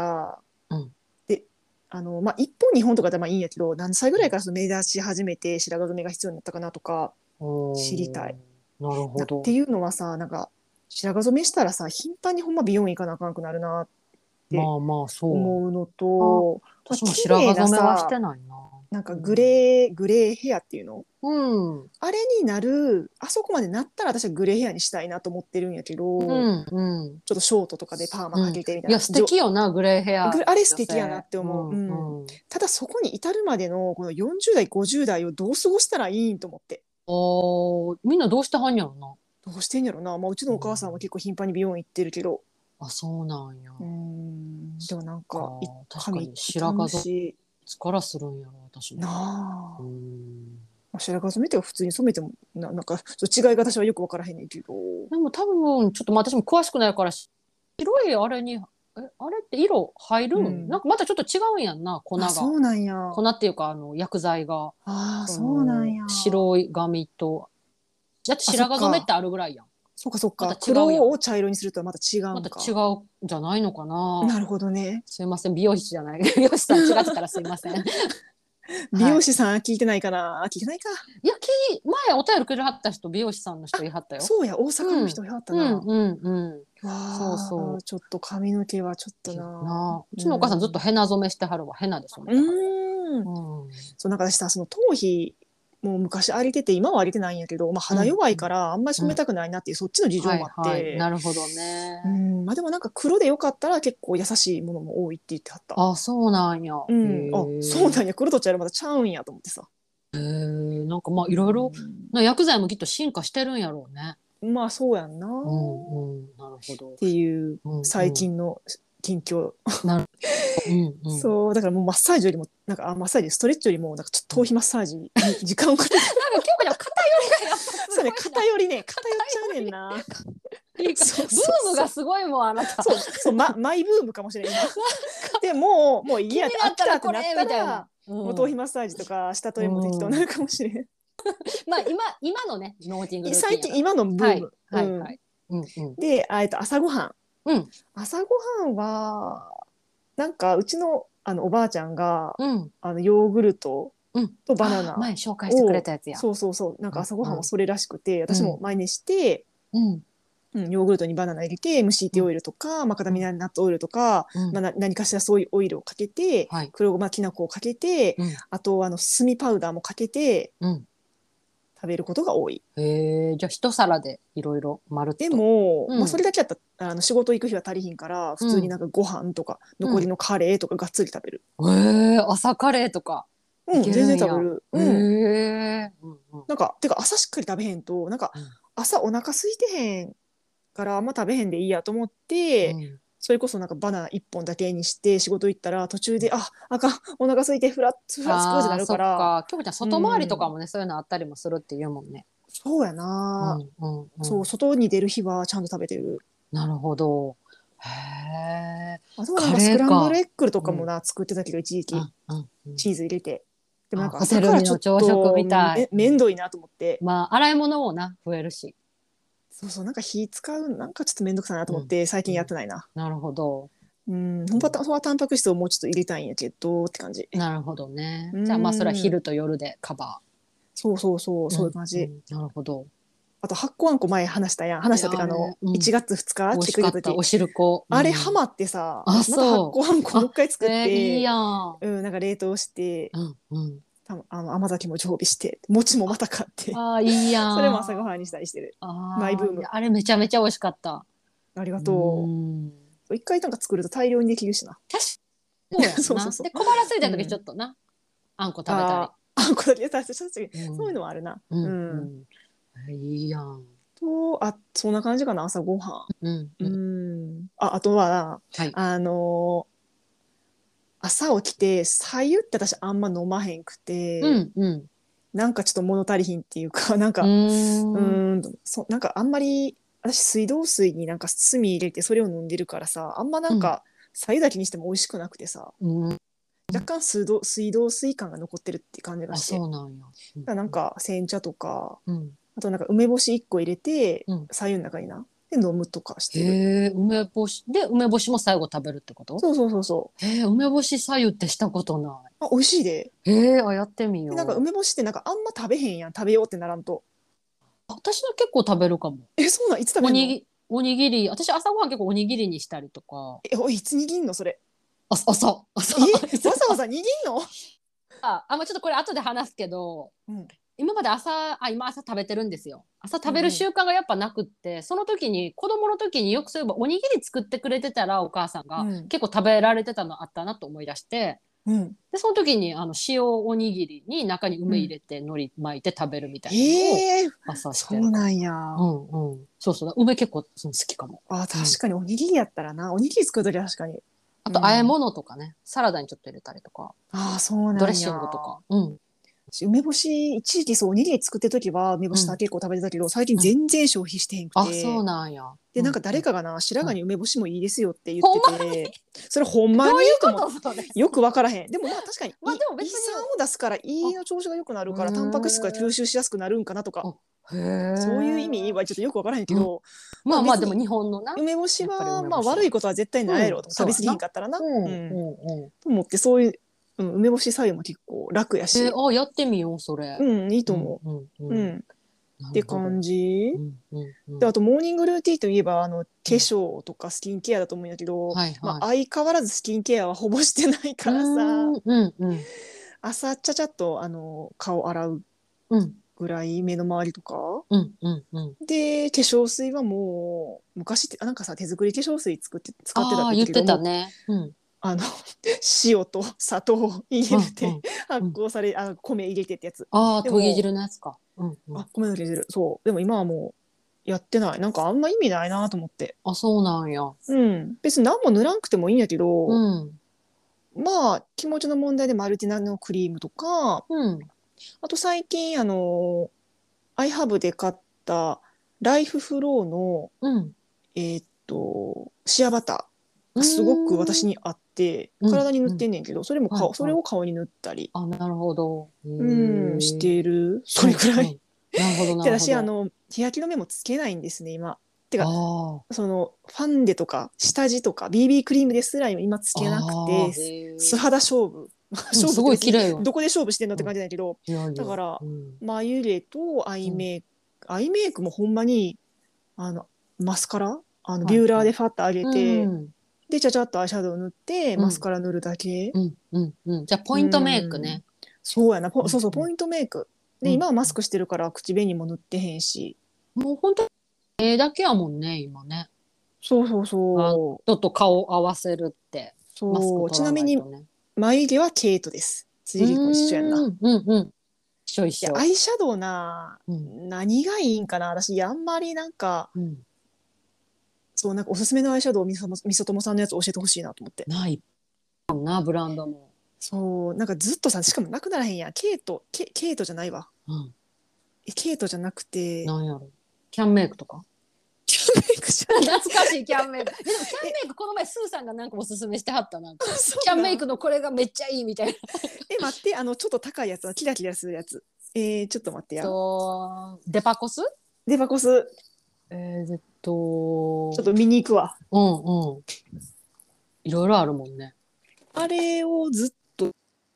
うん、 であのまあいっぽんにほんとかでまあいいんやけど何歳ぐらいからその目立ち始めて白髪染めが必要になったかなとか知りたい。 なるほど。 っていうのはさなんか白髪染めしたらさ頻繁にほんま美容院行かなあかんくなるなってまあまあそう思うのと、まあ、 私も綺麗な白髪染めはしさてないな。 なんかグレー、グレーヘアっていうのうんあれになるあそこまでなったら私はグレーヘアにしたいなと思ってるんやけど、 うんうん、 ちょっとショートとかでパーマかけてみたいな、 うん、いや素敵よなグレーヘア。 あれ素敵やなって思う、ううんんうん、 ただそこに至るまでのこのよんじゅう代ごじゅう代をどう過ごしたらいいんと思って。 おみんなどうしてはんやろな。 どうしてんやろな、まあ、うちのお母さんは結構頻繁に美容院行ってるけど、 あそうなんや。 うんでもなんかか確かに白髪染めいつからするんやろ私も。 なあ、 うん白髪染めって普通に染めても な, なんか違いが私はよく分からへんねんけど。 でも多分ちょっと私も詳しくないから白いあれにえあれって色入るん、うん、なんかまたちょっと違うんやんな粉が。 あそうなんや。 粉っていうかあの薬剤が。 あそうなんや。 白い髪とだって白髪染めってあるぐらいやん。 そうかそうか、ま、 黒を茶色にするとはまた違うのか。 また違うんじゃないのかな。 なるほどね。 すいません美容師じゃない美容師さん違ってたらすいません美容師さん聞いてないかな、はい、聞いてないか。 いやき前お便りくれはった人美容師さんの人いはったよ。 そうや大阪の人いはったな。 うんうんうん、 わそうそうちょっと髪の毛はちょっとな。 なうちのお母さんずっとヘナ染めしてはるわ。ヘナで染めてはる。うん、 そうなんか私さその頭皮もう昔荒れてて今は荒れてないんやけど、まあ、肌弱いからあんまり染めたくないなっていう、うん、そっちの事情もあって、はいはい、 なるほどね。 うんまあ、でもなんか黒でよかったら結構優しいものも多いって言ってはった。 あそうなんや、 うん、あそうなんや黒と茶色またちゃうんやと思ってさ。 へえなんかまあいろいろな薬剤もきっと進化してるんやろうね。 まあそうやんな、 うんうん、なるほどっていう最近の近況、 うんうんうんうん、 そうだからもうマッサージよりもなんかあマッサージストレッチよりもなんかちょっと頭皮マッサージに時間をかけてなんか今日から偏りがやっぱそうね偏りね偏っちゃうねんなそうブームがすごいもんあなたそうそう、ま、マイブームかもしれないでももういいやって飽きたってなったらもう頭皮マッサージとか下トレも適当になるかもしれん、うん、 まあ今今のねノーティングルーティン最近今のブーム、 はいはいはい、うんうん、 でえっと朝ごはん、 うん、 朝ごはんはなんかうちのあのおばあちゃんが、うん、あのヨーグルトとバナナ、うん、 前紹介してくれたやつや。 そうそうそうなんか朝ごはんはそれらしくて、うん、私も真似して、 うんうん、ヨーグルトにバナナ入れて蒸し炒てオイルとか、うん、マカダミアナッツオイルとか、うんまあ、何かしらそういうオイルをかけて、はい、黒ごまきな粉をかけて、うん、あとあの炭パウダーもかけて、うん、食べることが多い。 へえじゃあ一皿でいろいろ丸っと。 でも、うんまあ、それだけやったらあの仕事行く日は足りひんから普通になんかご飯とか、うん、残りのカレーとかがっつり食べる。 へえ朝カレーとか。 うん全然食べる。 うん、へえ、 うんうん、なんかてか朝しっかり食べへんとなんか、うん、朝お腹空いてへんからあんま食べへんでいいやと思って、うん、それこそなんかバナナいっぽんだけにして仕事行ったら途中で、うん、ああかんお腹空いてフラッフラッツクってなるから。 そっかきょうちゃん外回りとかもね、うん、そういうのあったりもするって言うもんね。 そうやな、うんうんうん、そう外に出る日はちゃんと食べてる。 なるほど。へえ。 あとはなんかスクランブルエッグとかもな、うん、作ってたけど一時期、うんうんうん、チーズ入れてでもなんか朝からちょっとホテルの朝食みたい。 めんどいなと思って。 まあ洗い物もな増えるし。 そうそうなんか火使うなんかちょっとめんどくさいなと思って、うん、最近やってないな。 なるほど。 うん本当はタンパク質をもうちょっと入れたいんやけどって感じ。 なるほどね。じゃあまあそれは昼と夜でカバー。 そうそうそうそういう感じ。 うんうん、なるほど。 あと発酵あんこ前話したやん話したってかあの、うん、いちがつふつかチェック入れた時お汁粉、 うん、あれハマってさ、 あまた発酵あんこもう一回作って、 えー、いいやん、 うん、なんか冷凍して、 うんうんあの甘酒も常備して餅もまた買ってあいいやんそれも朝ごはんにしたりしてる。マイブーム。 あれめちゃめちゃ美味しかった。 ありがとう。一回なんか作ると大量にできるしな。 確かにそうそうそうで小腹空いた時ちょっとな、うん、あんこ食べたりあんこだけ食べたり、うん、そういうのもあるな。 うんうんうん、いいやんとあそんな感じかな朝ごはん。 うんうん、 ああとはな、 はい、 あのー朝起きて白湯って私あんま飲まへんくて、 うんうん、 なんかちょっと物足りひんっていうかなんかうーんそなんかあんまり私水道水になんか炭入れてそれを飲んでるからさあんまなんか白湯だけにしても美味しくなくてさ、 うん、 若干水道水道水感が残ってるって感じがあ、 して、 そうなんや。 だからなんか煎茶とか、 うん。 あとなんか梅干しいっこ入れて、 うん。 白湯の中になで飲むとかしてる。 へえ、梅干しで梅干しも最後食べるってこと？ そうそうそうそへえ、梅干し白湯ってしたことなう。あ、美味しいで。 い。へえ、あ、やってみでなんかよう。 梅干しってなんかあんま食べへんやん、食べようってならんと。 私は結構食べるかも。 え、そうなん、いつ食べんの？ おにぎ、おにぎり、私朝ごはん結構おにぎりにしたりとか。 え、おい、いつ握んのそれ？ あ、朝、朝、 え、わざわざ握んの？ あ、あ、まあ、ちょっとこれ後で話すけど、 うん。 今まで朝、あ、今朝食べてるんですよ。朝食べるうんうん。 習慣がやっぱなくって、その時に、子供の時によくそういえばおにぎり作ってくれてたらお母さんがうん結構食べられてたのあったなと思い出して、 うん。 で、その時にあの塩おにぎりに中にうん。 梅入れて海苔巻いて食べるみたいなのをへえ、 朝しそうなてるかも。 んや。 うんうん。そうそう。梅結構好きかも。 あ、 うん。 確かにおにぎりやったらな。おにぎり作るときは確かに。 あと、和えうん。 物とかね。サラダにちょっと入れたりとか。 ああ、そうドレッなんや。 シングとか。うん。 梅干し、一時期そうおにぎり作ってるときは梅干うん。 し結構食べてたけど、最近うん。 全然消費してへんくあ、そうて。 なんや。 で、なんかうんうん誰かがな、白うん。 髪に梅干しもいいですよって言ってほんまて、それほんまどういうにと思って、 ことそれ。 よくわからへん。でもまあ確かにまあ胃、胃でも別に、 酸を出すから胃あ、 の調子が良くなるへから、タンパク質が吸え。 収しやすくなるんかなとか、 あ、へそういう意え。 味はちょっとよくわからへんけうん。 ど、ままあまあでもあ別に日本のな。 梅干しやっぱりはまあ梅干しは。 悪いことは絶対ないやうん。 ろと、食べ過ぎひんそうやな。 かったらな。 うんううん。 んうん。 と思ってそういう、うん、梅干し作用も結構楽やえー、 し、 あ、やってみよう、それ。 うん、いいと思うんうんうう。うん。 ん。ってなるほど。 感じ。 うんうんうで、あん。 と、モーニングルーティンといえば、あの、化うん。 粧とかスキンケアだと思うんだけど、まあ、 はいはい。 相変わらずスキンケアはほぼしてないうからさ、 ーん、うんうん。 朝ちゃちゃっと、あの、顔洗ううん、 ぐらい、目の周りとか。 うん、うん、うん。 で、化粧水はもう、昔って、あなんかさ、手作り化粧水作って、使ってたっああ、言ってて言ったけど、もう、 たね。うん、 あの、塩と砂糖を入うん、うれて、 ん。 発うん。 酵され、あ、米入れてってやつ。 ああ、 でも、 研ぎ汁のやつか。うん、うん。 あ、米入れてる。そう。でも今はもう、やってない。なんかあんま意味ないなと思って。 あ、そうなんや。 うん。別に何も塗らんくてもいいんやけうど、 ん、 まあ、気持ちの問題でマルティナのクリームとか、 うん、 あと最近、あの、アイハブで買ったライフフローの、 うん、 えーっと、シアバターうがすごくーん、 私に合って、 うん、 体に塗っうん。 てんねんけど、それも顔、それはいはい。 を顔に塗ったり、 あ、なるほど。へうん、しえ。 てる。そうん、 れくらい。 うん。なるほど、 で、私、あなるほど。 の、日焼け止めもつけないんですね、今。てか、 あその、ファンデとか、下地とか、ビービー クリームですら今つあ、 けなくて、 ああ、へえ。 素肌勝負。 うん、 勝負すごいって別に綺麗よ。 どこで勝負してんのってうん。 感じだけど、 いやいや。 だから、 うん。 眉毛とアイうん。 メイク、アイメイクもほんまに、あの、マスカラあの、 はいはい。 ビューラーでファッと上げうて、 ん。 で、ちゃちゃっとアイシャドウ塗って、マスうん。 カラ塗るだけ。 うん。うん。うん。じゃあ、ポうイントメイクん。 ね。 そうやな。ポそうそう、 うん。 ポイントメイク。で、 うん。 今はマスクしてるから口紅も塗ってへんし。 もう本当に絵だけやもんね、今ね。 そうそうあ、 そう。 ちょっと顔合わせるって。マスクそう。 取らちなみに、 ないとね。 眉毛はケイトです。 う辻里子一緒やんな。 ーん。うん。うん。一緒一いや、ア緒。 イシャドウな、 うん。 何がいいんかな私、あんまりなんか、 うん。 そう、なんかおすすめのアイシャドウをみそみそともさんのやつ教えてほしいなと思って。 ない。な、ブランドも。 そう、なんかずっとさ、しかもなくならへんやん。ケイト、ケ、ケイトじゃないわ。 うん。 え、ケイトじゃなくて、 なんやろ。キャンメイクとか。 キャンメイクじゃない。 懐かしいキャンメイク。え、でもキャンメイクこの前スーさんがなんかおすすめしてはったなんか。 そうなん。 キャンメイクのこれがめっちゃいいみたいな。 え、待って、あの、ちょっと高いやつ、キラキラするやつ。えー、ちょっと待ってや。 と、デパコス。 デバコス、 えー、えっと、 ちょっと見に行くわ。 うんうん。いろいろあるもんね。 あれをずっと、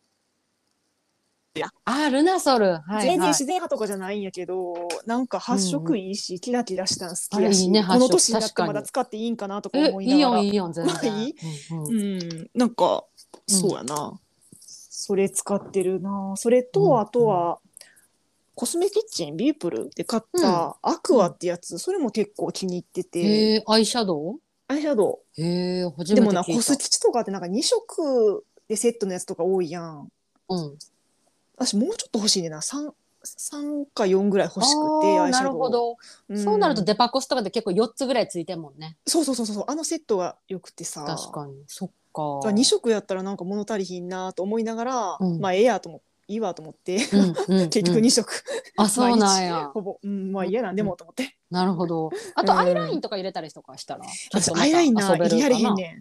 あ、ルナソル。はい全然はい。 自然派とかじゃないんやけど、なんか発うんうん。 色いいし、キラキラしたの好きあれいいね、 やし、こ発色。 の年になって確かに。 まだ使っていいんかなとかえ、 思いいいながら。 よいいよ、 ま全然。 あいい。 うんうん。 うん、なんか、 うん。 そうやな。それ使ってるな。それと、 うんあとうん。 は、コスメキッチン、ビュープルで買っうん。 たアクアうん。 ってやつ、それも結構気に入ってて、 へえ、アイシャドウ。 アイシャドへえ、初ウ。でめもな、コスて聞いた。 キチとかってなんかに色でセットのやつとか多いやん。 うん。 私もうちょっと欲しいねんな。さん、さんかよんぐらい欲しくて、 ああ、 アイなシャドるほど。 ウ。 そうなるとうん。 デパコスとかで結構よっつぐらいついてんもんね。 そうそうそうそう、あのセットが良くてさ、 確かに。そっにか。 色やったらなんか物足りひんなと思いながら、 うん。 まあええやと思って、いいわと思ってうんうん結局うん。 に色あ、そうなん毎日や。 ほぼ、うん、まあうん嫌なんでうん。 もと思って。 なるほど。あうとアイラインん。 とか入れたりとかしたら、ちょっ私、 とまアイライた遊べナー入れられるかな。 へんねん。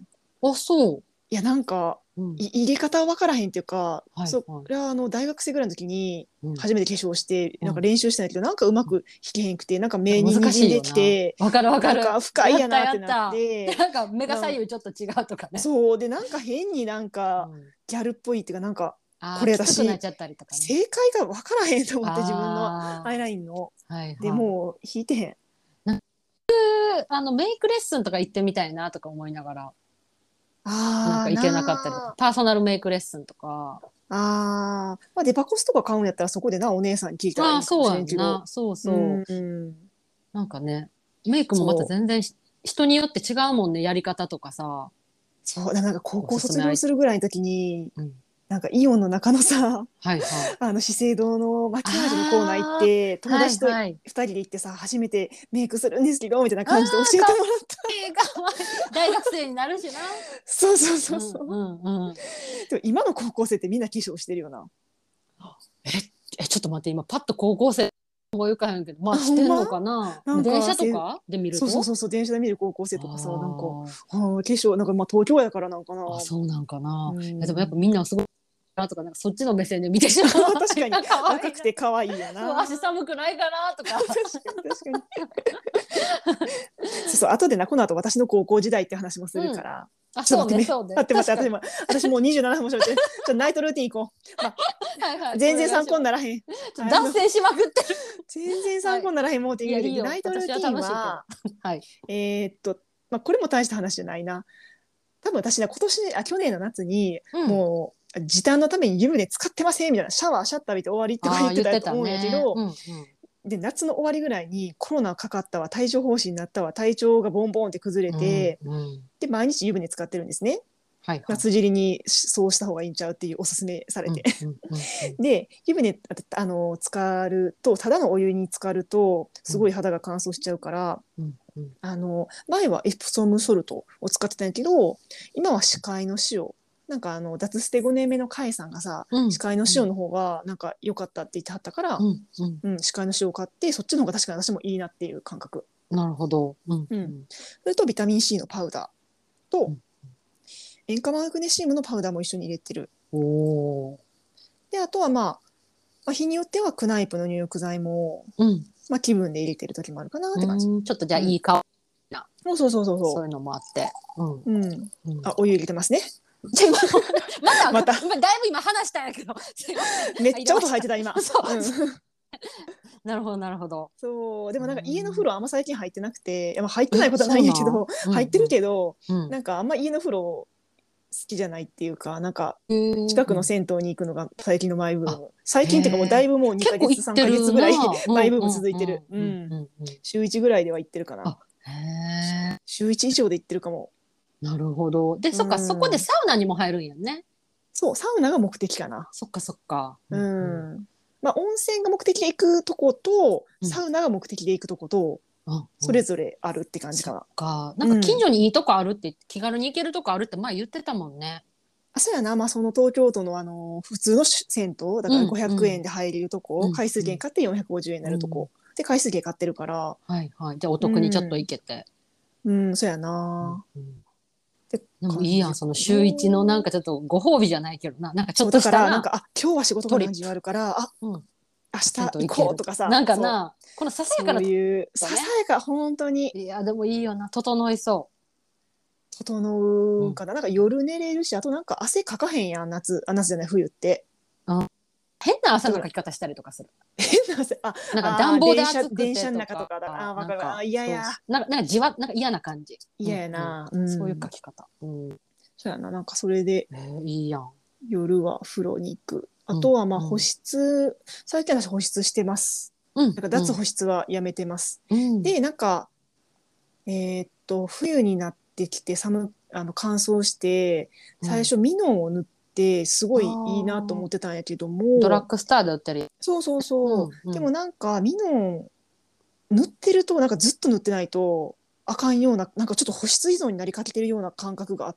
あ、そう。 いやなんか、 うん、 い入れ方分からへんっていうか、 はい、はい。 それはあの大学生ぐらいの時にうん、 初めて化粧してうん。 なんか練習したんだけど、なんかうまく弾けへんくて、なんか目になんか難滲んでしいよな。 きて、 わかるわかなんる。 か不快ややったなってなっやった。で、 て、 なんか目がなん左右ちょっと違うとかね。 そうで、なんか変になんかうん。 ギャルっぽいっていうか、なんかこああ、 れきつくなっ私ちゃったりとかね。 正解が分からへんと思って、自分のアイあラインの。 あ、はいではい。 もう弾いてへん。 なんかあのメイクレッスンとか行ってみたいなとか思いながら、なんあーか行けなかったりとか、 なパーソナルメイクレッスンとか。 あー、まあ、デパコスとか買うんやったらそこでなお姉さんに聞いたらいああ、 いんかもしそうれんけど、 やんな。そううそう。 ーん、 なんかね、メイクもまたそう全然し人によって違うもんね、やり方とかさ。 そうだ、なんか高おすすめ校卒業アイテム。 するぐらいの時にうん。 なんかイオンの中のさ、 はいはい。 あの資生堂のマキアージュのコーナー行っああ、 て、友はい達とはい。 ふたりで行ってさ、初めてメイクするんですけどみたいなああ、 感じで教えてかわもらった。 いい、かわいい。大学生になるしな。 そうそうそうんうそう。 うんうん。 でも今の高校生ってみんな化粧してるよな。 え、え、ちょっと待って、今パッと高校生思い浮かへんけど、まあ、 あしほんま。 てんのかな。 なん電かせ車とかで見ると。 そうそうそうそう、電車で見る高校生とかさ、なんか、はああ、化粧なんか、まあ東京やからなんかな。 あ、あ、そうなんかうな。え、でもやっぱん。 みんなすごいなとか、なんかそっちの目線で見てしまう。 確かに可愛いな。 若くて可愛いよそう、 な。 足寒くないかなとか。 確かに確かに。そうそう、後でな、この後私の高校時代って話もするうん。 から。 あ、そうね、 ちょっと待ってね。 そうね。 待って待って、 確かに。 私も、私もうにじゅうななふんもしゃべってる。ちょっとナイトルーティン行こう。まあ、 はいはい、お全然参願いします。 考にならへん。 ちょっとあの、 脱線しまくってる。 全然はい。 参考にならへんもうっていや、 言うて、で、 いいよ。 ナイトルー私はティン楽しいけど。 は、 はい。 えーっと、まあ、これも大した話じゃないな。多分私ね、今年、あ、去年の夏に、 うん。 もう、時短のために湯船使ってませんみたいな、シャワーシャッター浴びて終わりとかああ、 言って言ってたたと思うんやけね。 ど、 うんうん。 で、夏の終わりぐらいにコロナかかったわ、帯状疱疹になったわ、体調がボンボンって崩れうんて、 うん。 で、毎日湯船使ってるんですね。 はいはい。 夏尻にそうした方がいいんちゃうっていうおすすめされて。 うんうんうんうん。 で、湯船ああの浸かると、ただのお湯に浸かると、すごい肌が乾燥しちゃうから、 うんうん。 あの前はエプソムソルトを使ってたんやけど、今は歯科医の塩。なんかあの脱ステごねんめの甲斐さんがさ、 うん歯科医のうん塩の方がなんか良かったって言ってはったから、 うんうん。 うん、歯科医の塩を買って、そっちの方が確かに私もいいなっていう感覚。 なるほど。うんうん。 うんそれとビタミン C のパウダーとうん。 塩化マグネシウムのパウダーも一緒に入れてる。 おお。 で、あとはまあ、まあ、日によってはクナイプの入浴剤も、 うん。 まあ、気分で入れてる時もあるかなって感じ。 うん。ちょっとじゃあうん。 いい香りな。 そうそうそうそうそそういうのもあって。うん。 う。うん。 うん。 あ、お湯入れてますね。 ちょ今また、 また。 今だいぶ今話したんやけど、すいません。 めっちゃ入れました。 音入ってた、今。 そう。 うん。 なるほど、なるほど。 そう。でうもなんか家の風ん。 呂あんま最近入ってなくて、いやまあ入ってないえ、 ことはなそうなん。 いんやけど、 う入ってるんけど、 うん。 なんかあんま家の風呂好きじゃないっていうか、なんかうん。へえ。 近くのうん。 銭湯に行くのが最近のマイブーあ、 ム。最へ近っていうかもうだいえ。 ぶもう2 結構ヶ月、3 行ってるヶ月ぐらいな。うマイんうブーム続いてる。 んうんうん。 うんうんうん。 週いちぐらいでは行ってるかな。 あ、へえ。 週いち以上で行ってるかも。 なるほど。で、 うそっか、そこでん。 サウナにも入るんやね。 そう、サウナが目的かな。 そっかそっか。ううんうん。 ん。まあ、温泉が目的で行くとこと、 うん。 サウナが目的で行くとこと、 あ、うん。 それぞれあるって感じそっかな。 か。なんかうん。 近所にいいとこあるって、気軽に行けるとこあるって前言ってたもんね。 あ、そうやな。まあ、その東京都のあの、普通の銭湯、だから500 うんうん円で入れるとこ、 うん回数券うん買ってよんひゃくごじゅうえんになうん。 るとこ。で、回数券買ってるから、 はいはい。じゃあおう得にちょっとん。 行けて。 うん、そうやうんな。 うん。 ってでもいいやん、その感じか週一のなんな。 かちょっとご褒美じゃないけどな。なんかちょっそう、 とだから、なんしたな、 か、あ、今日は仕事がトリップ。 何時あるから、あ、 うん。 明日銭湯行行けるとか。 こうとかさ、 なんかそう、 な、このささやかそうなという、 とね。 ささやか、本当に、 いや、でもいいよな。整いそ整う。うん。 うんかな。なんか夜寝れるし、あとなんか汗かかへんやん、夏。あ、夏じゃない、冬って。 あ、変な汗だから、 のかき方したりとかする。 変な汗、あ、 なんかあー、 暖房で電車、 暑く電車のてとか、 中とかだな。あー、わかる。あなんか、 ー、嫌や。 そう、なんか、なんかじわ、なんか嫌な感じ。う嫌んうん。 やな。うそういうん。 書き方。うん。 そうやな。なんかそれでえー、いいやん。 夜は風呂に行く。あうとはまあ保んうん。 湿、最近私保湿してます。 うんなんか脱保うん。 湿はやめてます。 うん。 で、なんか、えーっと、冬になってきて寒、あの乾燥して、 うん。 最初ミノンを塗ってすごあいいいなと思あ、 ってたんやけどドラッも、 グストアで売ってる。 そうそうそう。 うんうん。 でもなんかミノン塗ってるとなんかずっと塗ってないとあかんような、なんかちょっと保湿依存になりかけてるような感覚があって、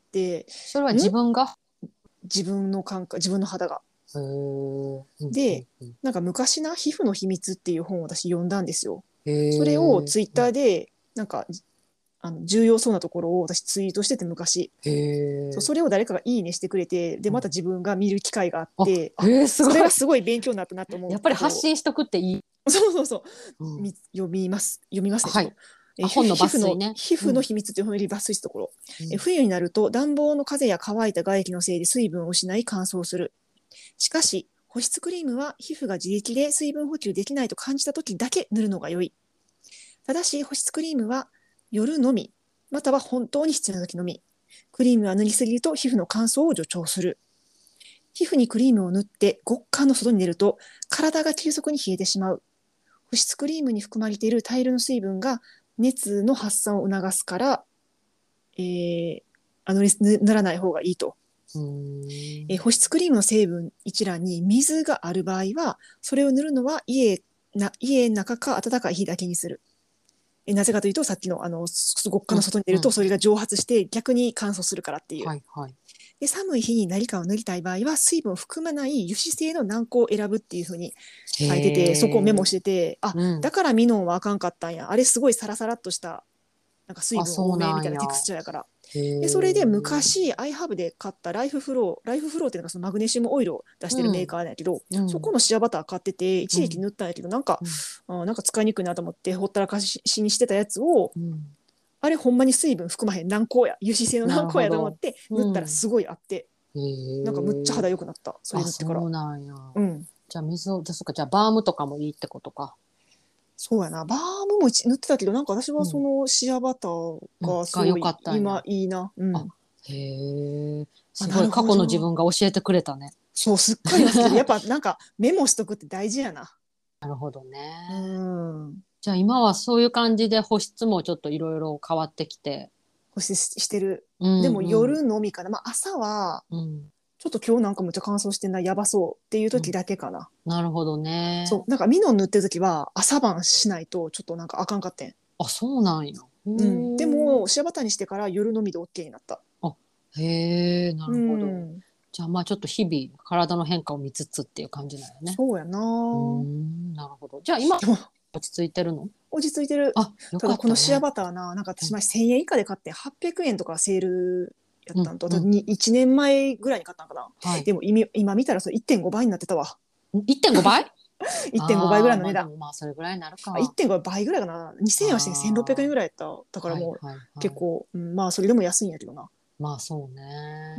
それはん自分が。 自分の感覚、自分の肌が。 へえ。うんうんで、 うん。 なんか昔な皮膚の秘密っていう本を私読んだんですよ。 へそれをツイッタえ。 ーでなんかあの重要そうなところを私ツイートしてて昔。 へえ。 そうそれを誰かがいいねしてくれて、でまた自分が見る機会があっあ、 て、あへえ、すごい。 それがすごい勉強になったなと思う。 やっぱり発信しとくっていい。 そうそうそう、 うん、 み読みます読みますね。 はい。 ちょっとえあ、本の皮膚の抜粋ね。 皮膚の秘密という本より抜粋したところ、 うんえ冬になると暖房の風や乾いた外気のせいで水分を失い乾燥する。しかし保湿クリームは皮膚が自力で水分補給できないと感じた時だけ塗るのが良い。ただし保湿クリームは夜のみ、または本当に必要な時のみ。クリームは塗りすぎると皮膚の乾燥を助長する。皮膚にクリームを塗って極寒の外に出ると体が急速に冷えてしまう。保湿クリームに含まれている大量の水分が熱の発散を促すから、えー、あの塗らない方がいいと。 うーんえー保湿クリームの成分一覧に水がある場合はそれを塗るのは家な家の中か暖かい日だけにする。えーなぜかというとさっきのあの極寒の外に出るとそれが蒸発して逆に乾燥するからっていう。 はいはい。 で寒い日に何かを塗りたい場合は水分を含まない油脂性の軟膏を選ぶっていう風に書いてて、そこをメモしてて、あ、 うん、 だからミノンはあかんかったんや。あれすごいサラサラっとしたなんか水分あそう多めなんやみたいなテクスチャーやから。 へでそれで昔アイハブで買ったライフフローライフフローっていうのがそのマグネシウムオイルを出してるメーカーなんやけど、 うん、 そこのシアバター買ってて一時期塗ったんやけど、なんか、 うん、 あなんか使いにくいなと思ってほったらかしにしてたやつを、 うん、 あれほんまに水分含まへん軟膏や油脂性の軟膏やと思って塗ったらすごいあって、 うん、 なんかむっちゃ肌良くなった。それ塗ってから。 あ、そうなんや。 うん。 じゃあ水を、じゃあそっか、じゃあバームとかもいいってことか。 そうやな。バームも塗ってたけど、なんか私はそのシアバターがすごい、 うんが良かったんや今いいな。うん。 あへえ。すあなるほどごい過去の自分が教えてくれたね。 そう、すっかり忘れてる。やっぱなんかメモしとくって大事やな。 なるほどね。 うん。 じゃあ今はそういう感じで保湿もちょっといろいろ変わってきて。 保湿してる。 うんうん、 でも夜のみかな。まあ朝は、 うんちょっと今日なんかむっちゃ乾燥してんな、やばそうっていう時だけかな。 うん、なるほどね。 そう。なんかミノン塗ってる時は朝晩しないとちょっとなんかあかんかってん。 あ、そうなんや。 うん。でもシアバターにしてから夜のみで OK になった。 あ、へえ、なるほど。 うん、 じゃあまあちょっと日々体の変化を見つつっていう感じなんよね。 そうやな。 うん、なるほど。じゃあ今でも落ち着いてるの？ 落ち着いてる。 あ、よかったね。 ただこのシアバターな、なんか私前せんえん以下で買ってはっぴゃくえんとかセールやったんと、 うんうん、 いちねんまえぐらいに買ったんかな。 はい、 でも今今見たらそれいってんごばいになってたわ。 いってんごばい？ いってんごばいぐらいの値段。 まあ、まあそれぐらいになるか。 あ、いってんごばいぐらいかな。にせんえんはしてせんろっぴゃくえんぐらいやった。だからもう、 はいはいはい、 結構、うん、まあそれでも安いんやけどな。 まあそうね。 うん。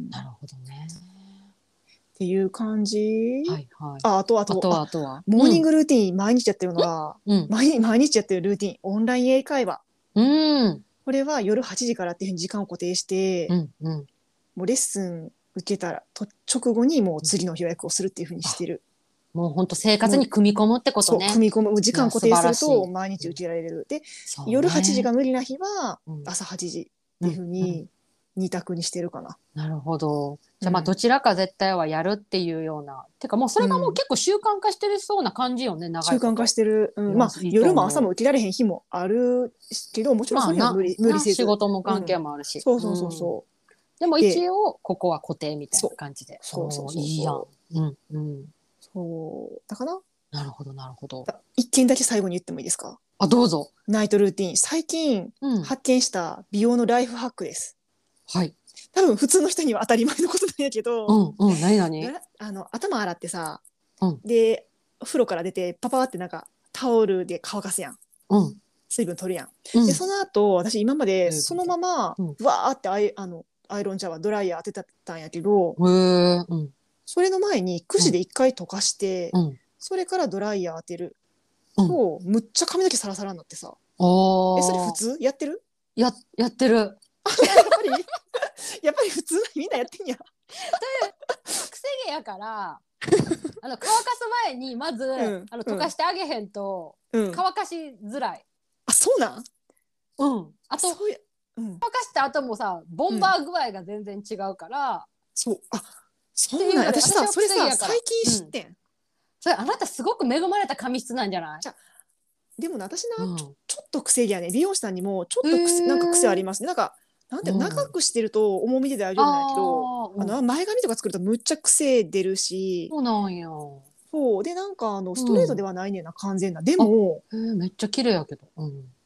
なるほどね。 っていう感じ。 はいはい。 あ、あとあと、 あとはあとは。 モーニングルーティン毎日やってるのは、 うん、 毎日毎日やってるルーティン、オンライン英会話。 うん、 これは夜はちじからっていうふうに時間を固定して、 うんうん、 もうレッスン受けたらと直後にもう次の予約をするっていうふうにしてる。 もう本当生活に組み込むってことね。 そう、組み込む。時間固定すると毎日い受けられる。で、 ね、 夜はちじが無理な日はうん朝はちじっていうふうにに択にしてるかな。 なるほど。じゃあまあどちらか絶対はやるっていうような。てかもうそれがもう結構習慣化してるそうな感じよね、長いこと。 習慣化してる。うん、 いやまあいいと思う夜も朝も受けられへん日もあるけど、もちろんそれは無理、 まあな無理せず。 仕事も関係もあるし。 うんそうそうそうそう。 でも一応ここは固定みたいな感じで。 そうそうそうそう。 いいやん。うんうん。 そうだかな。 なるほどなるほど。 一件だけ最後に言ってもいいですか？ あ、どうぞ。 ナイトルーティン。最近うん発見した美容のライフハックです。 はい。 多分普通の人には当たり前のことなんやけど、 うんうん、何何？ あの頭洗ってさ、 うん、 で風呂から出てパパってなんかタオルで乾かすやん。 うん、 水分取るやん。 うん、 でその後私今までそのまま、 うん、 わーってアイあのアイロンジャワードライヤー当てたんやけど、 へー、うん、 それの前に櫛で一回溶かして、 うん、 それからドライヤー当てるうんと、むっちゃ髪の毛サラサラになってさ。 おー。 えそれ普通やってる？ ややってる。 やっぱりやっぱり普通みんなやってんや。 癖毛やからあの乾かす前にまず、うん、あの溶かしてあげへんと、うん、乾かしづらい。 あ、そうなん？ うん。あとそうや、うん、 乾かした後もさボンバー具合が全然違うから、うん、 そうあそうなん。私さそれさ最近知ってん、うん、 それあなたすごく恵まれた髪質なんじゃない？ じゃでも私な、うん、ちょ、ちょっと癖毛やね。美容師さんにもちょっと癖なんか癖ありますね。なんかなんて、うん、長くしてると重みで大丈夫なんやけど、あ、うん、あの前髪とか作るとむっちゃ癖出るし。 そうなんや。 そうでなんかあのストレートではないねんな、うん、完全な。でもへめっちゃ綺麗やけど、うん、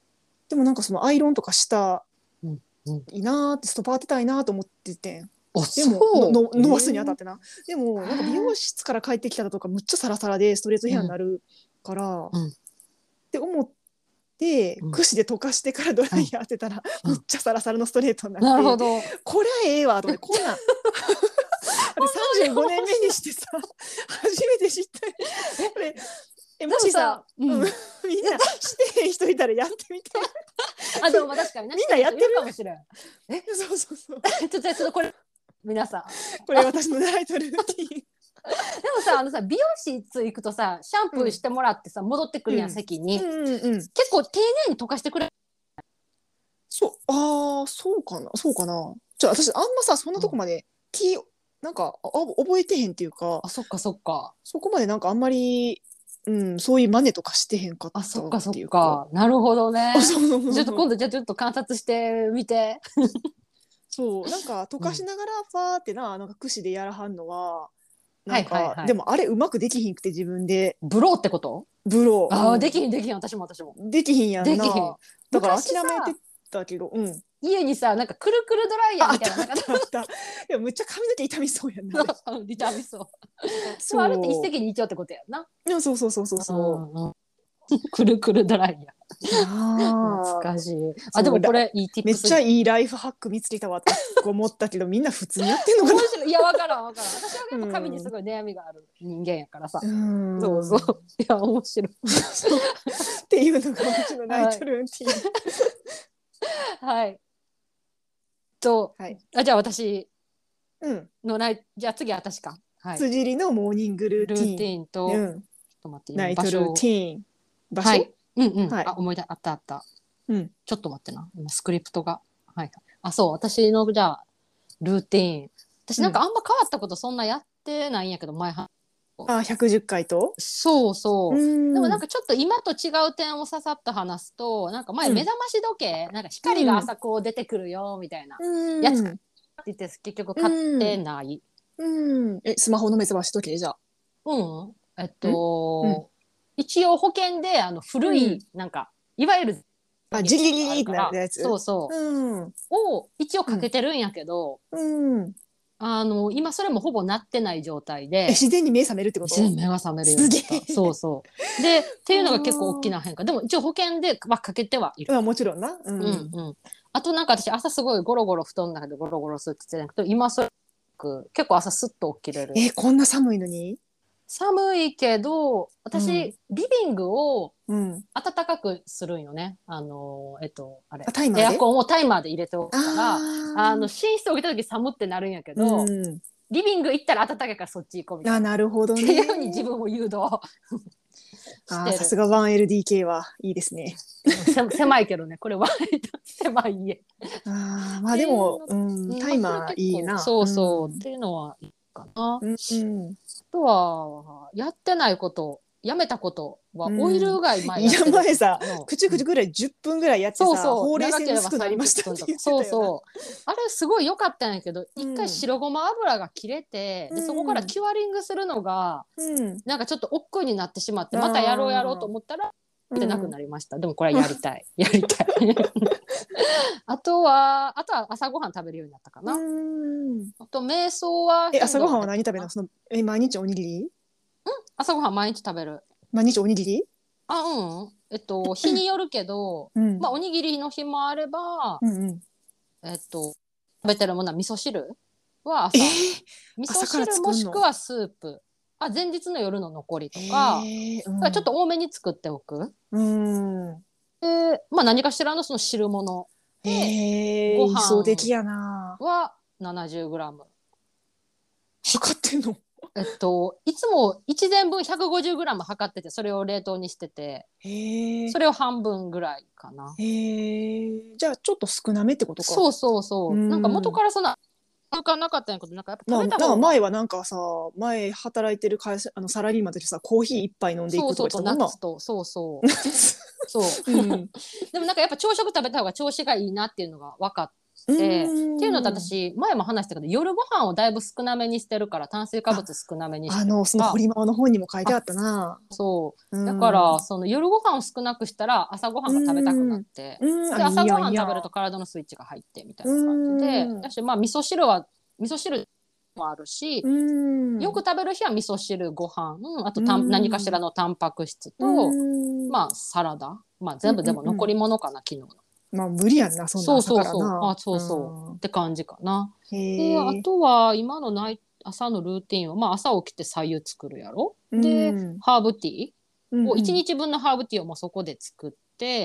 でもなんかそのアイロンとかしたうんうん、 いいなーってストパー当てたいなと思っててん。 あ、 でもそうのの伸ばすにあたってな。でもなんか美容へ室から帰ってきたらとかむっちゃサラサラでストレートヘアになるから、 ーうんって思ってうん櫛で溶かしてからドライヤー当てたら、 うんむっちゃサラサラのストレートになって、 なるほど。 これはええわと思ってこんなん。さんじゅうごねんめにしてさ初めて知ったよ。これえもしさ、 でもさうんうんみんなしてへん人いたらやってみて。 あ、でもまあ確かにね、 みんなやってるかもしれん。 そうそうそう。 ちょっとちょっとこれ皆さん。 これ私のナイトルーティン。 でもさ、あのさ、美容室行くとさ、シャンプーしてもらってさ、戻ってくるやん、 うん席に。 うんうん。 結構丁寧に溶かしてくれる。 そうああそうかなそうかな。じゃあ私あんまさそんなとこまで気なんかあ覚えてへんっていうか、 あ、そっかそっか。 そこまでなんかあんまり、うん、そういう真似とかしてへんかったあ、そっかそっていうっか。なるほどね。 あそうそうそうちょっと今度じゃあちょっと観察してみて。 そうなんか溶かしながらファーってな、なんか櫛でやらはんのはなんか、 はいはいはいでもあれうまくできひんくて自分でブローってこと？ ブロー、 ああ、 うんできひんできひん、私も私も。 できひんやんな。 できひん。 だから昔さ諦めてたけど、うん。 家にさ、なんかくるくるドライヤーああったあみたいな。 ったあった。でもむっちゃ髪の毛痛みそうやんな。あれビタミンそう。 そそううあれって一石二鳥ってことやんな。 いやそうそうそうそうそう。 うんうんくるくるドライヤー。 あ懐かしい。 そうあ、でもこれいいティップス。 めっちゃいいライフハック見つけたわって思ったけどみんな普通にやってんのかな。 面白い。いや、わからんわからん。私はやっぱ髪にすごい悩みがある人間やからさ。 うんそうそう。いや、面白い。 っていうのが私のナイトルーティン。 はい。と、 はい。 あ、じゃあ私うん。 のナイ、じゃあ次は私か。はい。 辻りのモーニングルーティン。 ルーティーンと、ちょっうん。 と待って、 ナイトルーティィン。場所。 はい。うんうん。 はいあ、思い出あったあった。 うん。 ちょっと待ってな。今スクリプトが。はい。あ、そう。私のじゃあルーティーン。私なんかあんま変わったことそんなやってないんやけど、前は。 あ、ひゃくじゅっかいと。 そうそう。 うん。 でもなんかちょっと今と違う点をささっと話すと、なんか前うん目覚まし時計、なんか光が朝こう出てくるよみたいなうん。 やつって言って結局買ってない。 うん。え、スマホの目覚まし時計じゃあ。 うん。えっと、 うん一応保険であの古い、 うんなんかいわゆるあ、ジリリリってなるやつ。 そうそう、 うん。 を一応かけてるんやけど、 うん。 あの今それもほぼなってない状態え、 で。 自然に目覚めるってこと？ 自然に目が覚めるようになった。 すげえそうそうでっていうのが結構大きな変化でも一応保険ではかけてはいる。 うん、もちろんな。うん。 うんうん、あとなんか私朝すごいゴロゴロ布団の中でゴロゴロするって言ってたけど、今それ結構朝スッと起きれる。 え、こんな寒いのに？ 寒いけど私、 うんリビングをうん。 暖かくするんよね。あのえっとあれあタイマーでエアコンをタイマーで入れておくから、ああの寝室起きた時寒ってなるんやけーど、 うん。 リビング行ったら暖かいからそっち行こうみたいあ、 な。 なるほどね。 っていうように自分を誘導あー、 してる。 さすが ワンエルディーケー はいいですね。 せ狭いけどね、これ割と狭い家。 あー、まあでも、うん、タイマーいいな。 そうそう、 んっていうのはいいかな。 うん。うん。 あとはやってないことやめたことはうんオイルうがい前いややってる前さのくちゅくちゅぐらいじゅっぷんぐらいやってさ、 そうそうほうれい線薄くなりましたって言ってたよな。 そうそうあれすごい良かったんやけど、 うん一回白ごま油が切れて、 うんでそこからキュアリングするのがうん。 なんかちょっと億劫になってしまって、またやろうやろうと思ったらでなくなりました、でもこれはやりたいやりたいあとはあとは朝ごはん食べるようになったかな、 うんあと瞑想はえ、朝ごはんは何食べるるの？そのえ毎日おにぎり？ 朝ごはん毎日食べる。 毎日おにぎり？ あうんえっと日によるけど、 うん。 まあおにぎりの日もあれば、 うんうん。 えっと食べてるものは味噌汁は朝、 えー、 味噌朝から汁作んのもしくはスープ、あ前日の夜の残りとか、 えーうんだからちょっと多めに作っておく。 うん。 でまあ何かしらのその汁物えー、 ご飯理想的やな。 は ななじゅうグラム。 測ってんの？ えっといつもいちぜんぶん ひゃくごじゅうグラム 測ってて、それを冷凍にしてて、 へーそれを半分ぐらいかな。 へーじゃあちょっと少なめってことか。 そうそうそう、 うんなんか元からそんな習慣なかったんやけど、なんかやっぱまあ、なんか食べた方が、 前はなんかさ、前働いてる会社あのサラリーマンの時さ、コーヒー一杯飲んでいくとそうそうか言ってたもんな。 とナッツとそうそうそう、 うんでもなんかやっぱ朝食食べた方が調子がいいなっていうのが分かっってっていうのと私前も話したけど夜ご飯をだいぶ少なめにしてるから炭水化物少なめにしてるから、 あのその堀間の本にも書いてあったな。 そうだからその夜ご飯を少なくしたら朝ごはんが食べたくなってで朝ごはん食べると体のスイッチが入ってみたいな感じでだしまあ味噌汁は味噌汁もあるしよく食べる日は味噌汁ご飯あとた何かしらのタンパク質とまあサラダまあ全部でも残り物かな昨日の。 まあ無理やんなそんな朝からな。 そうそうそうあそうそうって感じかな。であとは今のナイ朝のルーティンは、まあ、朝起きて白湯作るやろ、うん、でハーブティーをいちにちぶんのハーブティーをもうそこで作って、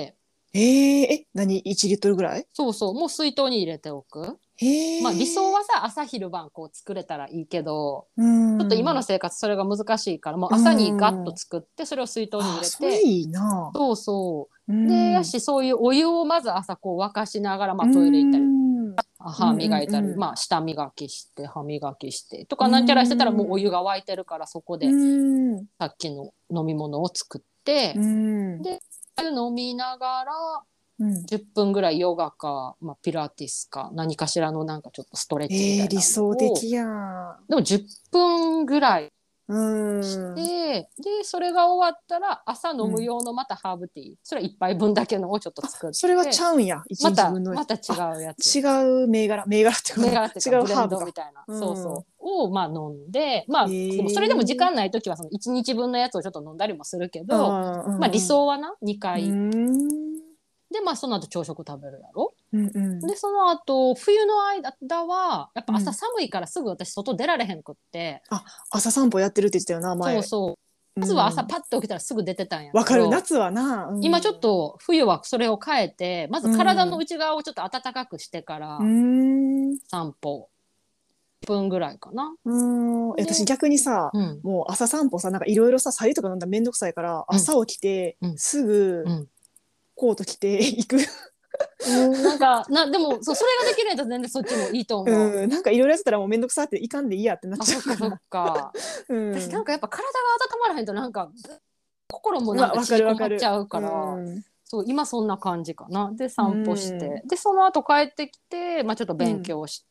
うんうん、えー、え何いちリットルぐらい？ そうそうもう水筒に入れておく。 へまあ、理想はさ朝昼晩こう作れたらいいけど、うん、ちょっと今の生活それが難しいからもう朝にガッと作ってそれを水筒に入れて、 それいいな。 そうそう、うん、でやしそういうお湯をまず朝こう沸かしながら、まあ、トイレ行ったり、うん歯磨いたり、うんうんうんまあ、舌磨きして歯磨きしてとかなんちゃらしてたらもうお湯が沸いてるからそこでさっきの飲み物を作ってで飲みながらじゅっぷんぐらいヨガか、まあ、ピラティスか何かしらのなんかちょっとストレッチみたいなのを、えー、 理想的やでもじゅっぷんぐらいしてでそれが終わったら朝飲む用のまたハーブティー、うん、それはいっぱいぶんだけのをちょっと作ってそれはちゃうんやいちにちぶんのまた、また違うやつ違う銘柄銘柄っていうか銘柄っていうか違うブレンドみたいな、うん、そうそうをまあ飲んでまあ、えー、でもそれでも時間ない時はそのいちにちぶんのやつをちょっと飲んだりもするけど、うん、まあ理想はなにかいでまあその後朝食食べるやろ、うんうん、でその後冬の間はやっぱ朝寒いからすぐ私外出られへんくって、 うん、あ朝散歩やってるって言ってたよな前。 そうそう夏は朝パッと起きたらすぐ出てたんやけどわかる夏はな、 うん、今ちょっと冬はそれを変えてまず体の内側をちょっと暖かくしてから散歩いっぷんぐらいかな。 うん私逆にさ、うん、もう朝散歩さなんかいろいろさ白湯とか飲んだらめんどくさいから朝起きて、うん、すぐ、うんコート着て行くうん、なんかなでもそそれができるんだと全然そっちもいいと思う、 うん、なんかいろいろやってたらもうめんどくさっていかんでいいやってなっちゃうから。 あそっかそっか、うん、私なんかやっぱ体が温まらへんとなんか心もなんか縮こまっちゃうから、うん、そう今そんな感じかな。で散歩して、うん、でその後帰ってきて、まあ、ちょっと勉強して、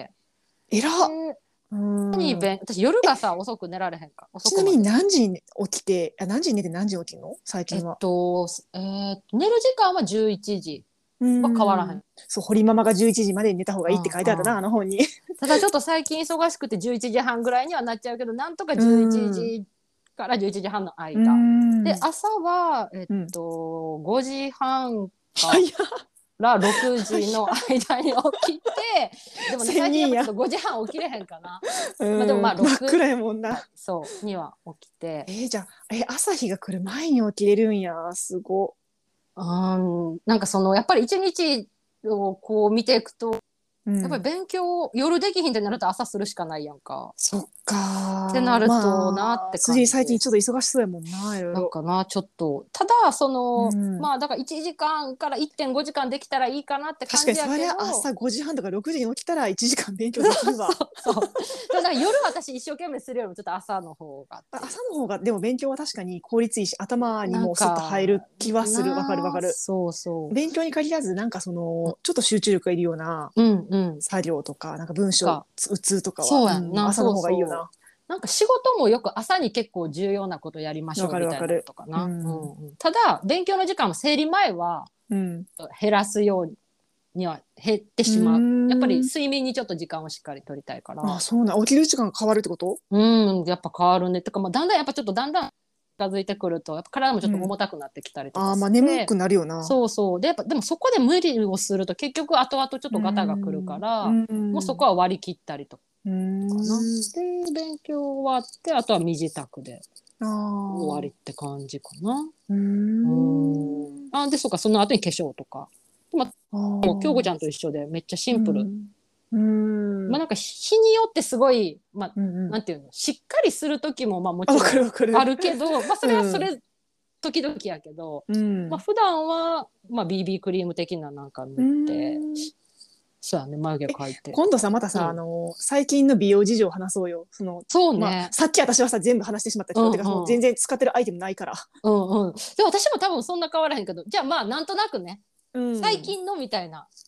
うん、えらっに私夜がさ遅く寝られへんかちなみに何時に起きてあ何時に寝て何時に起きるの最近は。 えっと、えー、寝る時間はじゅういちじは変わらへん。 そう堀ママがじゅういちじまでに寝た方がいいって書いてあったな、うんうん、あの本にただちょっと最近忙しくてじゅういちじはんぐらいにはなっちゃうけどなんとかじゅういちじからじゅういちじはんの間で朝は、えっとうん、ごじはんからろくじの間に起きてでも、ね、最近やっぱごじはん起きれへんかなまあでもまあろく真っ暗やもんなそうには起きてえー、じゃあえ朝日が来る前に起きれるんやすごうんなんかそのやっぱり一日をこう見ていくと、うん、やっぱり勉強夜できひんってなると朝するしかないやんか。 そっかってなるとなって感じ、 まあ、最近ちょっと忙しそうやもんな。いろいろなんかなちょっとただその、うん、まあだからいちじかんから いってんごじかんできたらいいかなって感じやけど確かにそれは朝ごじはんとかろくじに起きたらいちじかん勉強できるわそうそうだから夜私一生懸命するよりもちょっと朝の方が朝の方がでも勉強は確かに効率いいし頭にもスッと入る気はする。わかるわかる。 そうそう勉強に限らずなんかそのちょっと集中力がいるような作業とか、うんうん、なんか文章打つとかはそうやんな、うん、朝の方がいいよな。そうそうなんか仕事もよく朝に結構重要なことやりましょうみたいなことかな、うんうんうん、ただ勉強の時間も生理前は減らすようには減ってしまう、うん、やっぱり睡眠にちょっと時間をしっかり取りたいから。 あそうな起きる時間が変わるってこと？ うんやっぱ変わるね。てか、まあ、だんだんやっぱちょっとだんだん近づいてくるとやっぱ体もちょっと重たくなってきたりとかして、うん、あまあ眠くなるよな。 そうそうでやっぱでもそこで無理をすると結局後々ちょっとガタがくるから、うんうん、もうそこは割り切ったりとかかな。で勉強終わってあとは身支度で終わりって感じかな。うんあでそうかその後に化粧とか、まあ、もう京子ちゃんと一緒でめっちゃシンプル。うんまあなんか日によってすごい、まあうんうん、なんていうのしっかりする時もまあもちろんあるけど、まあそれはそれ、うん、時々やけど、うんまあ、普段はまあ ビービー クリーム的ななんか塗って。そうやね、眉毛描いて今度さまたさ、うん、あの最近の美容事情を話そうよ。そのそうね、 まあ、さっき私はさ全部話してしまったけど、うんうん、てかもう全然使ってるアイテムないから、 うんうん、で私も多分そんな変わらへんけどじゃあまあなんとなくね、うん、最近のみたいな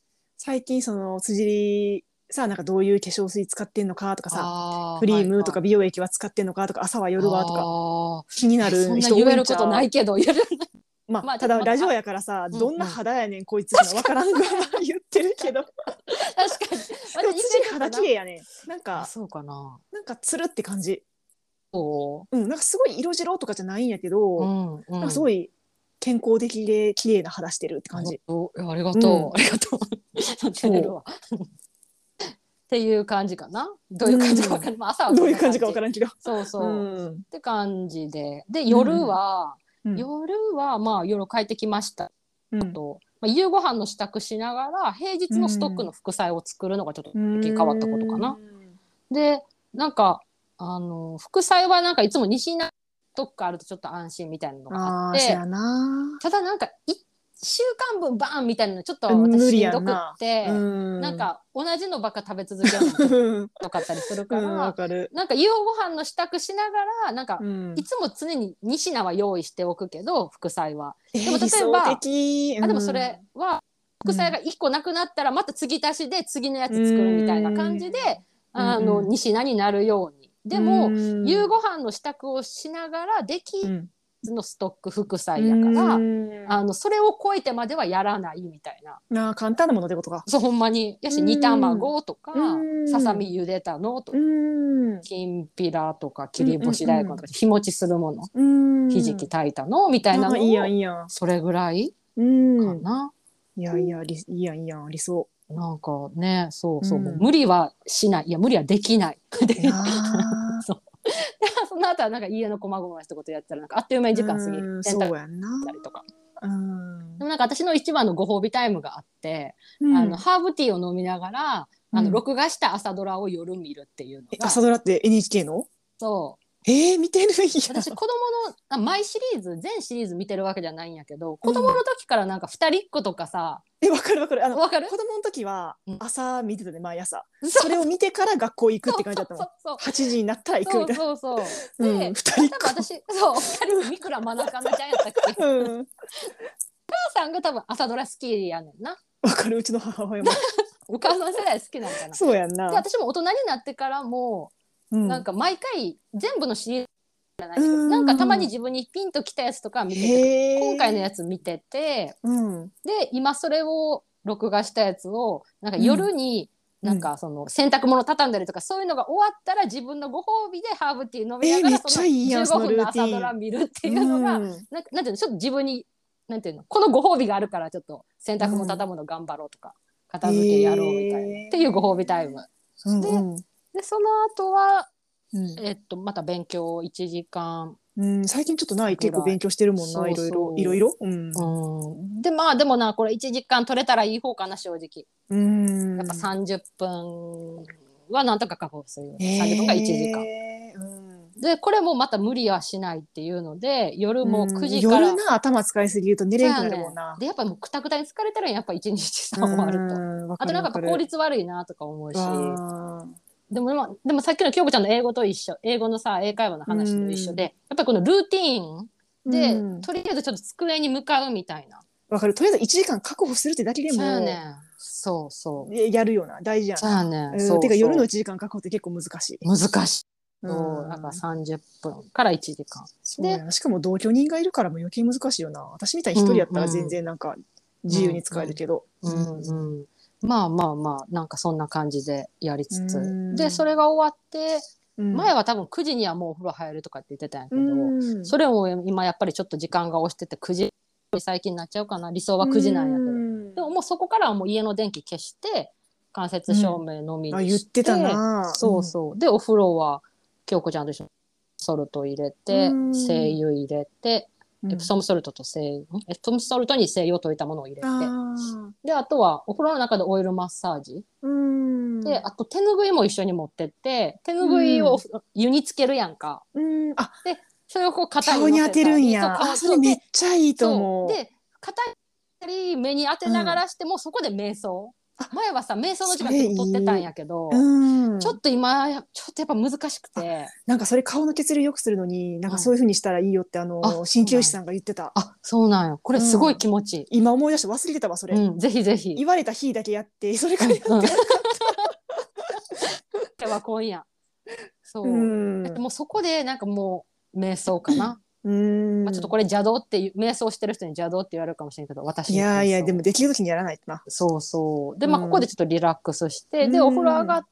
最近その辻りさ、なんかどういう化粧水使ってんのかとかさ、 あクリームとかはいはい、 美容液は使ってんのかとか、朝は夜はとかあ気になーそんなる人多いんちゃ言えることなう。 いけど言えるまあ、 まあちょただラジオっとまたやからさ、 うんうんどんな肌やねんこいつってのわからんが言ってるけど、で確かにまだ似も辻りてるかな。 肌綺麗やねん。なんかあそうかな。 なんかつるって感じ。 そうん、なんかすごい色白とかじゃないんやけう、うど、 んうん、 なんかすごい健康的で綺麗な肌してるってあ感じ。 ありがとう、 うん、 ありがとう照れるわっていう感じかな。どういう感じか分かる、まあ、朝はこんな感じ。 どういう感じかわからんけど。 そううそう、 ん、 って感じでで夜は、 うん、 夜はまあ夜帰ってきましたうん、 と、まあ、夕ご飯の支度しながら平日のストックの副菜を作るのがちょっとう最近変わったことかな。 ん、 でなんかあの副菜はなんかいつも西なストックあるとちょっと安心みたいなのがあっああ、そて、 やな。 ただなんかいっしゅうかんぶんバーンみたいなのちょっと私無理しんどくっやんな。うて、なんん。 か同じのばっか食べ続けるのちょっとうん、 よかったりするかわら、 かる。 なんか夕ご飯の支度しながらなんかうん。 いつも常にに品は用意しておくけど副菜は。でもえー、理想例えば的。 あでもそうん。 れはうん。 副菜がいっこなくなったらまた継ぎ足しで次のやうつ作るみたいな感ん。 じでうんあのうに品になるように。 ん。 でもうん。 夕ご飯の支度をしながらできうん。 のストック副う菜やからあん。 のそれを超えてまではやらないみたいな。 なあ、簡単なものってことか。 そうほんまにやうし煮ん。 卵とうかささん。 み茹でたのとうかん。 きんぴらとか切うんり干し大根とか日持ちするものうん。 ひじき炊いたのみたいなああ、いいやん、いのをいやん。 それぐらいうん。 かな。 いやいや、り、いいやん、いいやん、理想。 なんかねそうそう、もううん。 無理はしないいや無理はできないでなあ。 そうでその後はなんか家の細々したことやったらなんかあっという間に時間過ぎるうん、 洗濯しそうやんな。 たりとか。 うん。 でもなんか私の一番のご褒美タイムがあってあのうん。 ハーブティーを飲みながらあのうん。 録画した朝ドラを夜見るっていうのえ、 が朝ドラって エヌエイチケー の？ そうえー、見てるんや。 私子供のあ毎シリーズ全シリーズ見てるわけじゃないんやけど子供のうん。 時からなんか二人っ子とかさえ、わかるわかる。あの、 わかる子供の時はうん朝見てたね、毎朝。 そうそれを見てから学校行くって感じだったもん。 そうそうはちじになったら行くそうみたいな。 そうそううん、 で二人っ子。 多分私そう二人三倉真中ちゃんやったっけおうん。 母さんが多分朝ドラ好きやねんな。 わかる、うちの母親も。 お母さん世代好きなんかな。 そうやんな。 で私も大人になってからもうん。 なんか毎回全部のシリーズじゃないけどうなんかたまにん。 自分にピンときたやつとか見てて今回のへえ。 やつ見ててうん。 で今それを録画したやつをなんかうん。 夜にうん。 なんかその洗濯物畳んだりとかそういうのが終わったら自分のご褒美でハーブティー飲みなえー、めっちゃがらその15 いいやん、そのル分のーティン。 朝ドラ見るってういうのがん。 なんかなんていうのちょっと自分になんていうのこのご褒美があるからちょっと洗う濯物ん。 畳むの頑張ろうとか片付けやろうみたいなっていうご褒美タイえー。 ムで、 うんうん。 でその後はうん。 えっとまた勉強いちじかんうん、最近ちょっとない結構ぐらい。 勉強してるもんな、 そういろいろいろいそろ。うん。 う。うん。でまあでもなこれいちじかん取れたらいい方かな正直。 うやっぱん。 さんじゅっぷんはなんとか確保するよね。さんじゅっぷんがいちじかん。 えー、うんでこれもまた無理はしないっていうので夜も9 うん、 時から夜な頭使いすぎると寝れんくなるもんそうやねな。 でやっぱもうくたくたに疲れたらやっぱ一日さう終わると。 ん、わかあとなんかやっぱるわかる。 効率悪いなとか思うし。 ああ、 でも、まあ、でもさっきの京子ちゃんの英語と一緒英語のさ英会話のう話と一緒でん、 やっぱりこのルーティーンうでん、 とりあえずちょっと机に向かうみたいな。 わかる。とりあえずいちじかん確保するってだけでそうやねもんそうそうえやるような大事やそうやな。 ねんうん、てか夜のそうそいちじかん確保って結構難しい。 う難しいうそうだからん、 さんじゅっぷんからいちじかんでそうやな。しかも同居人がいるからも余計難しいよな。私みたいに一人うんやったら全うん然なんか自由にうん使えるけど。 うんうんうんまあまあまあなんかそんな感じでやりうつつでそん、 れが終わってうん、 前は多分くじにはもうお風呂入るとかって言ってたんやけうどん、 それも今やっぱりちょっと時間が押しててくじ最近になっちゃうかな理想はうくじなんやけどん、 でももうそこからはもう家の電気消して間接照明のみあ、 にし言ってたて、 な。 そうそうでお風呂は京子ちゃんと一緒にソルト入れうてん、 精油入れてうん、 エプソムソルトと精油エプソムソルトに精油を溶いたものを入れてあであとはお風呂の中でオイルマッサージー、うん、 であと手ぬぐいも一緒に持ってって手ぬうぐいをん、 湯につけるやんかうん、あ、 でそれをこう肩顔に乗せに当てるんたりそうや。あ、それ顔そうでめっちゃいいと思そうで肩に目に当てながらしても、そこで瞑想前はさ瞑想の時間結構取ってたんやけど、 うん、 ちょっと今ちょっとやっぱ難しくて、 なんかそれ顔の血流良くするのになんかそういう風にしたらいいよって、あのあ鍼灸師さんが言ってた。 あ、そうなんよ。これすごい気持ちいい。 今思い出して忘れてたわそれ、 うん、ぜひぜひ。 言われた日だけやってそれからやってなかっでは今夜。そう。 た。うんだってもうそこでなんかもう瞑想かな。 うんまあ、ちょっとこれ邪道っていう瞑想してる人に邪道って言われるかもしれないけど、私いのやいやでも瞑想できる時にやらないとな。 そうそう。でまあうんここでちょっとリラックスして、 うんでお風呂上がって、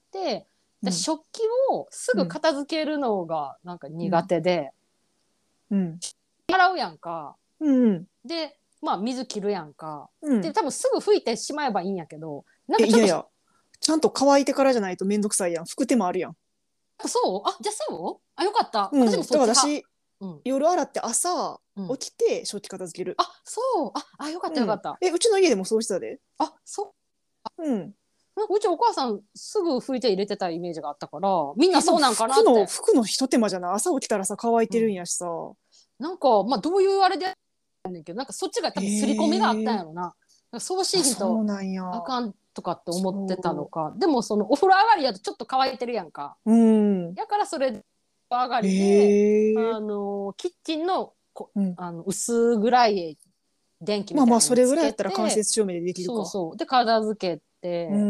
うんで食器をすぐ片付けるのがなんか苦手で、 うん洗うやんか。 うんでまあ水切るやんか。 うん、 で多分すぐ拭いてしまえばいいんやけど、なんかちょっとえいやいやちゃんと乾いてからじゃないとめんどくさいやん。拭く手もあるやん。 そうあじゃあそうあよかった。 うん、 私もそっち派。 だから私、 うん、 夜洗って朝うん、 起きて食器片付ける。 あそうああよかったよかった。 うん、えうちの家でもそうしてたで。 あそううん。 なんかうちお母さんすぐ拭いて入れてたイメージがあったからみんなそうなんかなって。 服の服のひと手間じゃない。朝起きたらさ乾いてるんやしさ。 なんかまあどういうあれでやんねんけどなんかそっちが多分刷り込みがあったんやろな。なんかそうしあひんとそうなんや。 あかんとかって思ってたのか。でもそのお風呂上がりやとちょっと乾いてるやんか。 うん。 やからそれ上がりで、 へーあのキッチンのこうん、 あの薄暗い電気みたいなのまあまあつけてそれぐらいやったら間接照明でできるか。 そうそうで片付けて、 うん。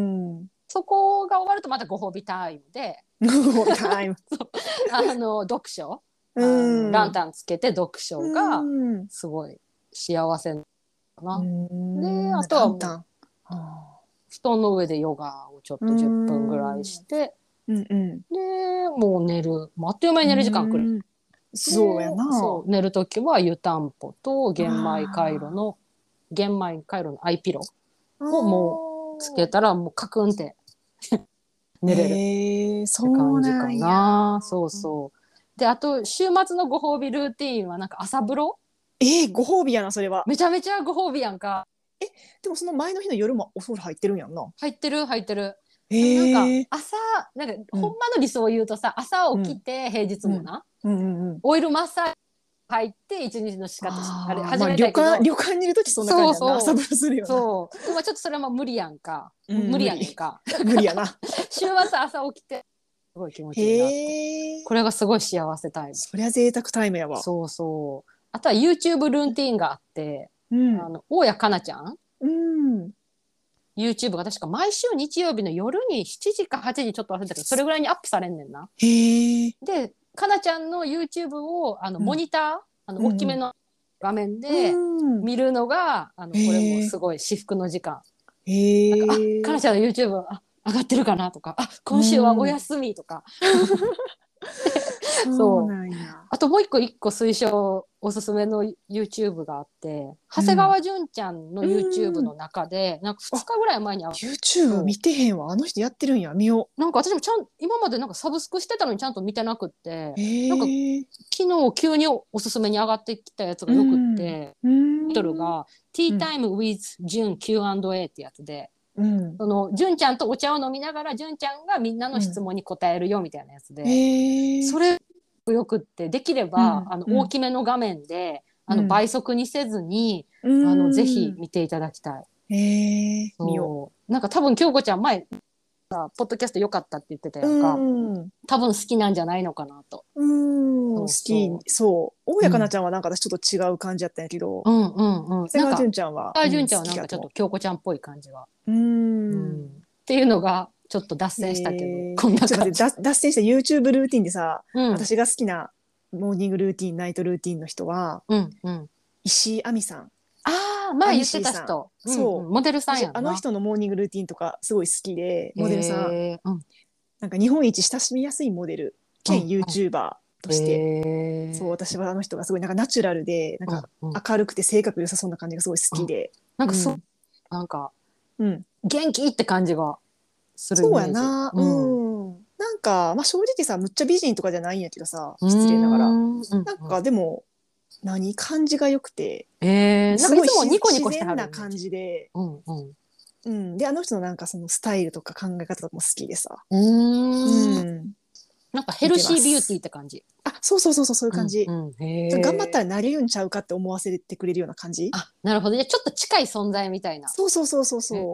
そこが終わるとまたご褒美タイムでタイム。 あの読書、あうんのランタンつけて読書がうんすごい幸せかな。 うんであとはもうランタンは布団の上でヨガをちょっとじゅっぷんぐらいしてうんうんでもう寝るもうあっという間に寝る時間来る。 うんそうやな。 そう寝るときは湯たんぽと玄米回路の玄米回路のアイピロをもうつけたらもうカクンって寝れるへーってそう感じかなんや。 な。そうそうであと週末のご褒美ルーティーンはなんか朝風呂えー、ご褒美やなそれは。 めちゃめちゃご褒美やんか。 でもその前の日の夜もお風呂入ってるんやんな。 入ってる入ってる。 へなんかー朝なんかほんまの理想を言うとさ、朝起きて平日もな、 うんうんうん。 オイルマッサージ入って一日の仕方ああれーまあ旅始めたけど、 館旅館にいるときそんな感じやんな。 そうそう朝風呂するよな。 そうでもちょっとそれはまあ無理やんか、 うん無理やねんか無理やな。 週末朝起きてすごい気持ちいいなってへえ。 これがすごい幸せタイム。 そりゃ贅沢タイムやわ。 そうそうあとは YouTube ルーティーンがあって、 うんあの大谷かなちゃんうん YouTube が確か毎週日曜日の夜にしちじかはちじちょっと忘れたけどそれぐらいにアップされんねんな。 へえ。 でかなちゃんの YouTube をあのうんモニター、あのうんうん大きめの画面でうん見るのが、あのこへーれもすごい至福の時間。 へえ。 あかなちゃんの YouTube あ上がってるかなとかあ今週はお休みとか、 そうなんや。 あともう一個一個推奨おすすめの YouTube があって長谷川純ちゃんの YouTube の中で、なんかふつかぐらい前にあ YouTube 見てへんわ。あの人やってるんや。見よなんか私もちゃん今までなんかサブスクしてたのにちゃんと見てなくってう。へなんかえ。 昨日急におすすめに上がってきたやつがよくって、 うんタイトルが Tea Time with Jun キューアンドエー ってやつで、 うん。 その純ちゃんとお茶を飲みながら純ちゃんがみんなの質問に答えるよみたいなやつで、 へえ。 それよくってできれば、 うんあのうん大きめの画面であうんの倍速にせずに、 うんあのぜひ見ていただきたい。 へえ。見よそうなんか多分京子ちゃん前さポッドキャスト良かったって言ってたう。 やんか、 うん。 多分好きなんじゃないのかなと。 うん。好そうき。そう。大谷かなちゃんはなんか私ちょっと違う感じやったんやけど、 うんうんうん。 長谷川なんか純ちゃんは。 長谷川純ちゃんはなんかちょっうと京子ちゃんっぽい感じが。 ううんん。 っていうのがちょっと脱線したけど、 えーこんなちょっと待感じ。 って脱脱線した YouTube ルーティンでさ、 うん私が好きなモーニングルーティンナイトルーティンの人はうんうん。 石井亜美さん。 ああ前言ってた人。 そうんんモデルさんやんな。 あの人のモーニングルーティンとかすごい好きで、モデルさん、 へーうんなんか日本一親しみやすいモデル兼うん YouTuber として、 へーそう私はあの人がすごいなんかナチュラルでなんかうんうん明るくて性格良さそうな感じがすごい好きで、 なんかそう、 うんなんかうん、 元気って感じがするイメそうージ。 やな、 ううんんなんか、まあ、正直さむっちゃ美人とかじゃないんやけどさうん失礼ながら、 うんうんなんかでも何感じが良くて、 えー、なんすごいかいつもニコニコしてはる自然な感じで、 うんうんうん、であの人のなんかそのスタイルとか考え方とかも好きでさ、 うーんうん、 なんかヘルシービューティーって感じ。 あそうそうそうそうそういう感じ、 うんうんへーちょっと頑張ったらなれるんちゃうかって思わせてくれるような感じ。 あなるほどねちょっと近い存在みたいな。 そうそうそうそうそへ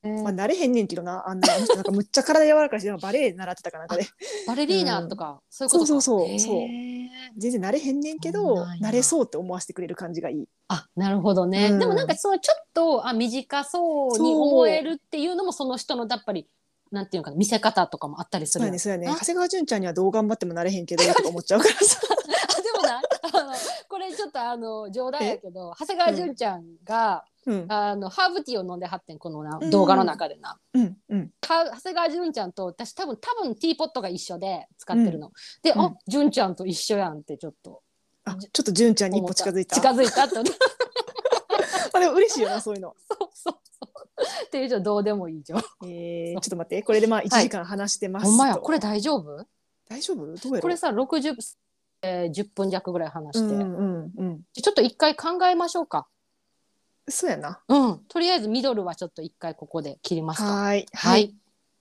まあ、慣れへんねんけどな、あんなあの人なんかむっちゃ体柔らかいしバレエ習ってたかなんかでバレリーナとか、うん、そういうことか。 そうそうそうそう全然慣れへんねんけど慣れそうって思わせてくれる感じがいい。 あ、なるほどね、うん、でもなんかそのちょっとあ短そうに思えるっていうのもその人のやっぱりなんていうか見せ方とかもあったりする。 そうやねそうやね。長谷川純ちゃんにはどう頑張ってもなれへんけどとか思っちゃうからさあでもなあのこれちょっとあの冗談やけど長谷川純ちゃんが、うん、あのハーブティーを飲んではってんこのな、うん、動画の中でな、うんうん、長谷川純ちゃんと私多分多分ティーポットが一緒で使ってるの、うん、で、うん、あ純ちゃんと一緒やんってちょっとあちょっと純ちゃんに一歩近づいた近づいたってあでも嬉しいよなそういうのそうそうそうっていうじゃどうでもいいじゃん。 えー、ちょっと待ってこれでまあいちじかん話してますと、 はい、ほんまやこれ大丈夫大丈夫どうやろこれさろくじゅう、えー、じゅっぷん弱ぐらい話して、 うんうんうん、 ちょっと一回考えましょうか。 そうやな、 うん、とりあえずミドルはちょっと一回ここで切りますか。 はいはい、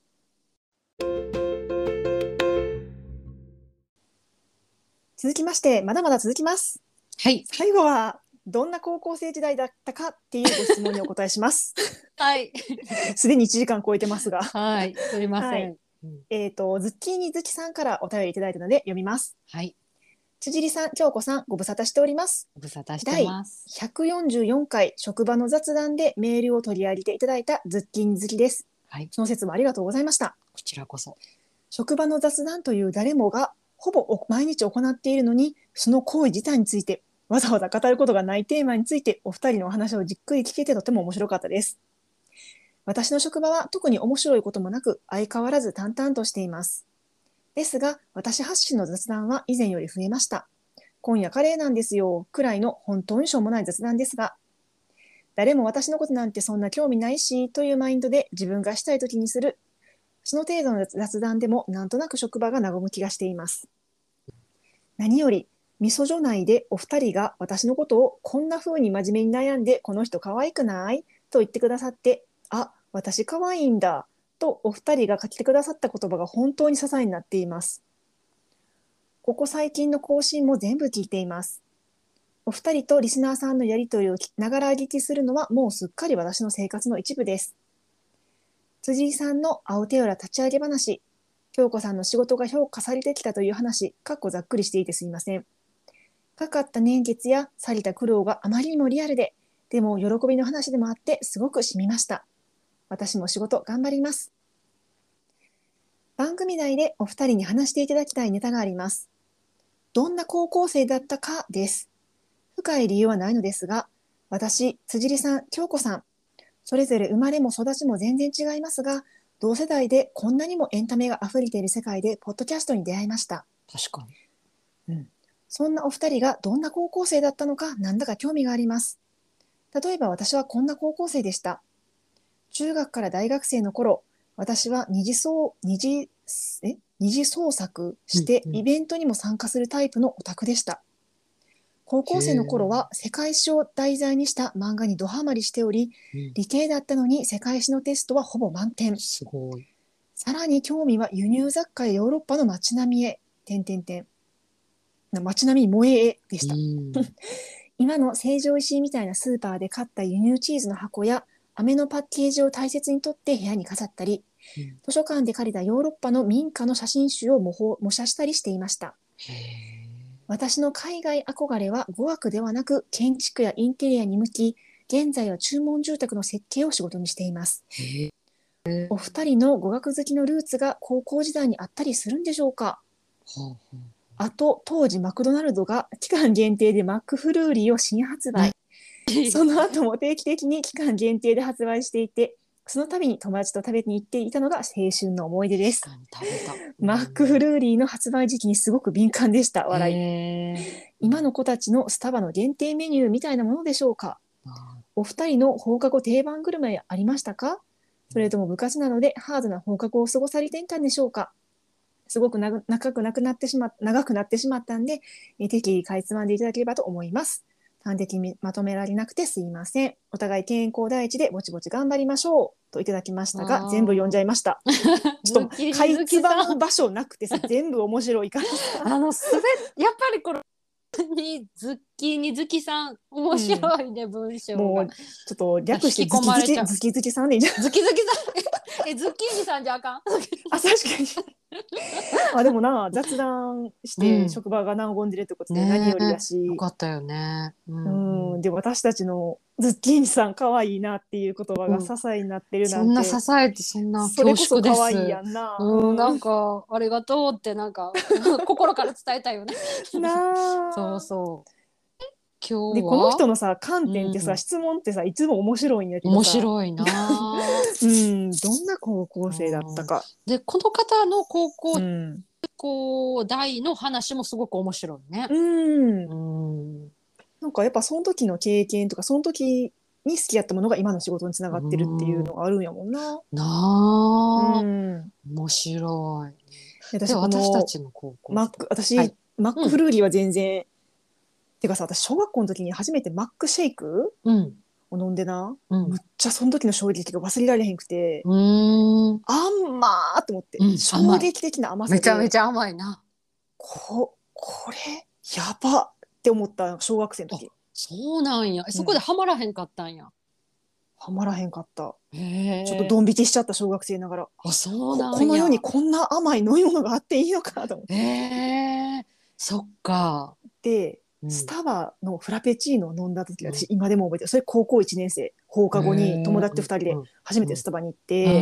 続きましてまだまだ続きます。 はい、 最後はどんな高校生時代だったかっていうご質問にお答えしますはいすでにいちじかん超えてますがはいすみません、はいうん、えっ、ー、とズッキーニ好きさんからお便りいただいたので読みます。 はい、 辻里さん京子さんご無沙汰しております。 ご無沙汰してます。 だいひゃくよんじゅうよんかい職場の雑談でメールを取り上げていただいたズッキーニ好きです、はい、その説もありがとうございました。 こちらこそ。 職場の雑談という誰もがほぼ毎日行っているのにその行為自体についてわざわざ語ることがないテーマについてお二人のお話をじっくり聞けてとても面白かったです。私の職場は特に面白いこともなく相変わらず淡々としています。ですが私発信の雑談は以前より増えました。今夜カレーなんですよくらいの本当にしょうもない雑談ですが誰も私のことなんてそんな興味ないしというマインドで自分がしたい時にするその程度の雑談でもなんとなく職場が和む気がしています。何よりみそ女内でお二人が私のことをこんな風に真面目に悩んでこの人可愛くないと言ってくださってあ、私可愛いんだとお二人が書きてくださった言葉が本当に支えになっています。ここ最近の更新も全部聞いています。お二人とリスナーさんのやりとりを聞きながら聞きするのはもうすっかり私の生活の一部です。辻井さんの青手浦立ち上げ話、京子さんの仕事が評価されてきたという話、かっこざっくりしていてすみません。かかった年月やされた苦労があまりにもリアルで、でも喜びの話でもあってすごく染みました。私も仕事頑張ります。番組内でお二人に話していただきたいネタがあります。どんな高校生だったかです。深い理由はないのですが、私、辻里さん、京子さん、それぞれ生まれも育ちも全然違いますが、同世代でこんなにもエンタメが溢れている世界でポッドキャストに出会いました。 確かに。うん。そんなお二人がどんな高校生だったのかなんだか興味があります。例えば私はこんな高校生でした。中学から大学生の頃、私は二次創二次え二次創作してイベントにも参加するタイプのオタクでした。高校生の頃は世界史を題材にした漫画にドハマりしており、理系だったのに世界史のテストはほぼ満点。 すごい。 さらに興味は輸入雑貨やヨーロッパの街並みへ。点点点。街並み萌え絵でした。今の成城石井みたいなスーパーで買った輸入チーズの箱や飴のパッケージを大切に取って部屋に飾ったり、うん、図書館で借りたヨーロッパの民家の写真集を模倣模写したりしていました。へ私の海外憧れは語学ではなく建築やインテリアに向き、現在は注文住宅の設計を仕事にしています。お二人の語学好きのルーツが高校時代にあったりするんでしょうか。あと当時マクドナルドが期間限定でマックフルーリーを新発売。その後も定期的に期間限定で発売していて、その度に友達と食べに行っていたのが青春の思い出です。 食べたマックフルーリーの発売時期にすごく敏感でした。笑い。今の子たちのスタバの限定メニューみたいなものでしょうか。お二人の放課後定番グルメありましたか。それとも部活なのでハードな放課後を過ごされていたんでしょうか。すごく長くなくなってしま長くなってしまったんで、適宜かいつまんでいただければと思います。端的にまとめられなくてすいません。お互い健康第一でぼちぼち頑張りましょうといただきましたが、全部読んじゃいました。ちょっとかいつまむ場所なくてさ全部面白いからあのすべやっぱりこのにズッキーニ好きさん面白いね、うん、文章がもうちょっと略してズキズキズキズキさんでいいじゃん。 ズキズキさんえズッキーニさんじゃあかん。あ確かにあでもな雑談して職場が和んでるってことで何よりだし、 ね、よかったよね。 うん、うんで私たちのズッキーニさん可愛いなっていう言葉が支えになってるなんて、 うん、そんな支えてそんなそれこそ可愛いやんな。 うん、なんかありがとうってなんか心から伝えたいよね。なそうそう。今日はでこの人のさ観点ってさ、うん、質問ってさいつも面白いんやけどさ面白いなうんどんな高校生だったか、 うん、でこの方の高校、うん、高大の話もすごく面白いね。うん、 うん、なんかやっぱその時の経験とかその時に好きやったものが今の仕事につながってるっていうのがあるんやもんな。 なあ、うん、面白い。 私この私たちの高校マック私、はい、マックフルーリーは全然、うん、てかさ私小学校の時に初めてマックシェイク、うんを飲んでな、うん、むっちゃその時の衝撃が忘れられへんくて、うーんあんまーと思って、うん、衝撃的な甘さでめちゃめちゃ甘いな。 ここれやばって思った小学生の時。 そうなんや、そこでハマらへんかったんや。 はまらへんかった。へちょっとドン引きしちゃった小学生ながら。 あそうなんやこ, この世にこんな甘い飲み物があっていいのかと思って。 へえそっか。 で、うん、スタバのフラペチーノを飲んだ時、うん、私今でも覚えてる。それ高校いちねん生放課後に友達とふたりで初めてスタバに行って、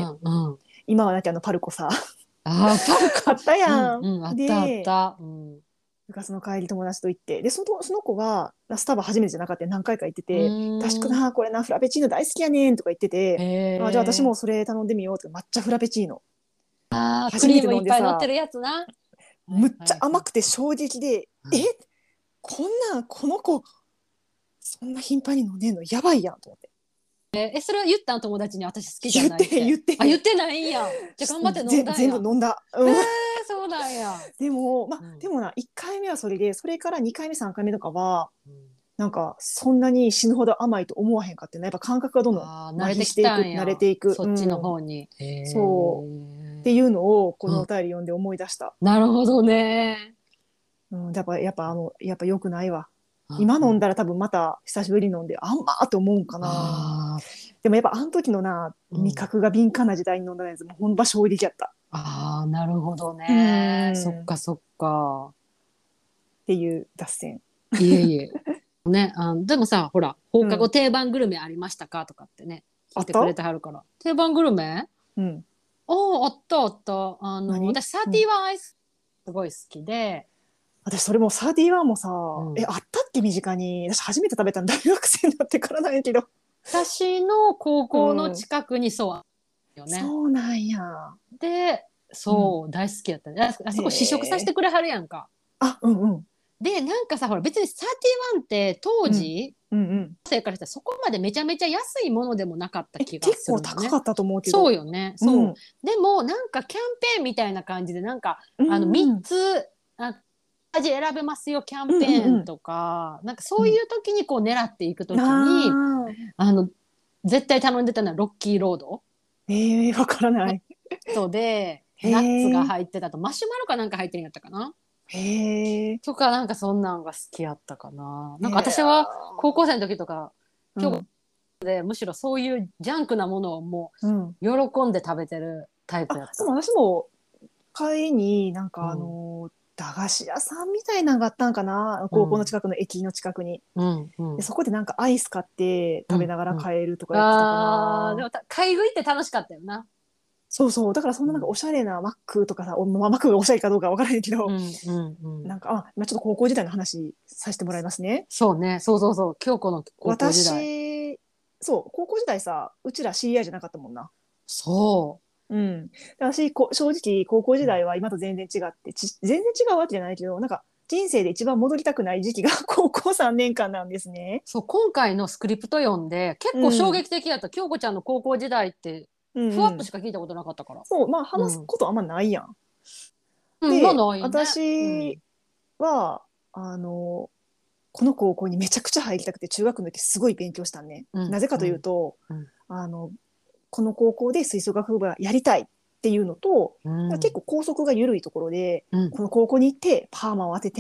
うんうん、今はなきゃあのパルコさあパルコあったやん、 うんうん、あったあった、うん部活の帰り友達と行ってでその、その子がスタバ初めてじゃなかった何回か行ってて確かなこれなフラペチーノ大好きやねんとか言っててあじゃあ私もそれ頼んでみようって抹茶フラペチーノあ初めて飲んでさクリームいっぱい乗ってるやつなむっちゃ甘くて衝撃で、はいはい、えこんなんこの子そんな頻繁に飲んでんのやばいやんと思ってえそれは言ったん友達に私好きじゃないって言って言ってあ言ってないんやじゃ頑張って飲んだんや全部飲んだ、 うん、えー、そうなんやでもまあ、うん、でもないっかいめはそれでそれからにかいめさんかいめとかは、うん、なんかそんなに死ぬほど甘いと思わへんかってねやっぱ感覚がどんどん慣れていく慣れていくそっちの方に、 うん、そうっていうのをこのお便り読んで思い出した、 うん、なるほどね、 うん、やっぱやっぱあのやっぱ良くないわ今飲んだら多分また久しぶりに飲んであんまーって思うんかなでもやっぱあの時のな味覚が敏感な時代に飲んだやつ、うん、もうほんま衝撃やったあーなるほどねそっかそっかっていう脱線いえいえねあでもさほら放課後定番グルメありましたか、うん、とかってね聞いてくれてはるから定番グルメうんああったあったあの私サーティワンアイスすごい好きで、 私それもサーティワンもさ、うん、えあったっけ身近に私初めて食べたの大学生になってからなんやけど私の高校の近くにそう、 うん、よねそうなんやでそう、うん、大好きやったねあそこ試食させてくれはるやんかあうんうんでなんかさほら別にサーティワンって当時、うんうんうん、生からしたらそこまでめちゃめちゃ安いものでもなかった気がするの、ね、 結構高かったと思うけどそうよねそう、うん、でもなんかキャンペーンみたいな感じでなんか、うん、あのみっつあ味選べますよキャンペーンとか、うんうん、なんかそういう時にこう狙っていく時に、うん、あの絶対頼んでたのはロッキーロードえー、わからないそうでナッツが入ってたとマシュマロかなんか入ってるんやったかなへとかなんかそんなんが好きやったかななんか私は高校生の時とか今日で、うん、むしろそういうジャンクなものをもう喜んで食べてるタイプやった、 うん、でも私も帰りになんかあの、うん駄菓子屋さんみたいなのがあったんかな高校の近くの駅の近くに、うんうん、でそこでなんかアイス買って食べながら帰るとかやってたかな、 うんうん、あでも買い食いって楽しかったよなそうそうだからそんななんかおしゃれなマックとかさ、うん、マックがおしゃれかどうかわからないけど、うんうんうん、なんかあ今ちょっと高校時代の話させてもらいますねそうねそうそうそう京子の高校時代私そう高校時代さうちら知り合いじゃなかったもんなそううん、私こ正直高校時代は今と全然違ってち全然違うわけじゃないけどなんか人生で一番戻りたくない時期が高校さんねんかんなんですね。 そう今回のスクリプト読んで結構衝撃的だった、うん、京子ちゃんの高校時代ってふわっとしか聞いたことなかったから、うん、 そうまあ話すことあんまないやん。 うん、 で、 まあないね、 私は、うん、あのこの高校にめちゃくちゃ入りたくて中学の時すごい勉強したんね、うん、なぜかというと、うんあのこの高校で吹奏楽部がやりたいっていうのと、うん、結構校則が緩いところで、うん、この高校に行ってパーマを当てて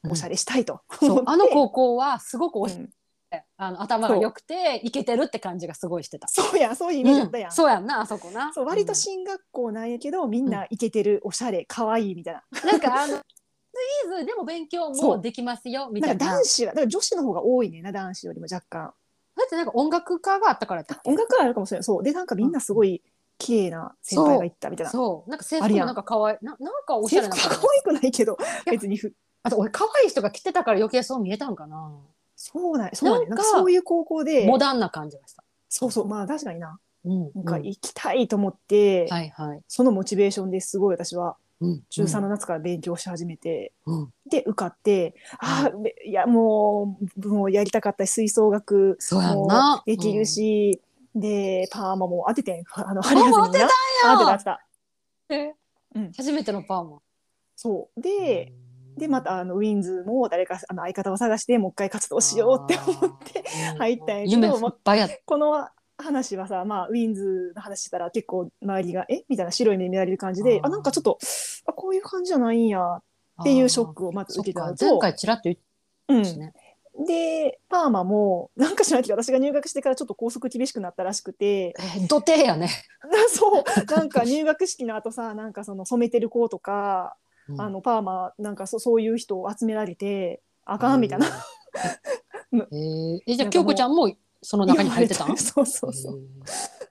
おしゃれしたいとそう思って、 あの高校はすごくおしゃれ、 うんあの頭が良くてイケてるって感じがすごいしてた。 そうやそういうイメージあったやん、 うん、そうやんなあそこな。 そう割と進学校なんやけど、みんなイケてる、おしゃれかわいいみたいな。 うん、なんかあのスイーズでも勉強もできますよみたいな。 なんか男子はだから女子の方が多いねんな、男子よりも若干。 だってなんか音楽科があったからだっけ。 音楽はあるかもしれない。そうでなんかみんなすごい綺麗な先輩が行ったみたいな。 そうなんか制服もなんか可愛いな、なんかおし制ゃれな感じ。 服は可愛くないけど別にふあと俺可愛い人が着てたから余計そう見えたんかな。 そうなんそうなんねなんかなんかそういう高校でモダンな感じがした。 そうそうまあ確かにな、 うんなんかうん、 行きたいと思って、 はいはい。 そのモチベーションですごい私はうん中さんの夏から勉強し始めて、 うん、 で受かって、ああいやもうもうやりたかった吹奏楽そうやんもな。 できるし、うん、でパーマも当ててんあのパーマ当てたんや。 当てた当てた、 え、うん、初めてのパーマ。 そうででまたあのウィンズも誰かあの相方を探してもう一回活動しようって思って入ったんやけ夢いっど、まぱいやっあ、この話はさ、まあ、ウィンズの話したら結構周りがえみたいな白い目見られる感じで、あなんかちょっとあこういう感じじゃないんやっていうショックをまず受けたのと、 前回ちらっと言ったしね、 うん、でパーマもなんか知らないけど私が入学してからちょっと校則厳しくなったらしくて、 えー、土手やね。 そうなんか入学式の後さなんかその染めてる子とか、うん、あのパーマなんか そ, そういう人を集められてあかんみたいな。 えー、えじゃあ京子ちゃんもその中に入ってたん？ そうそうそう。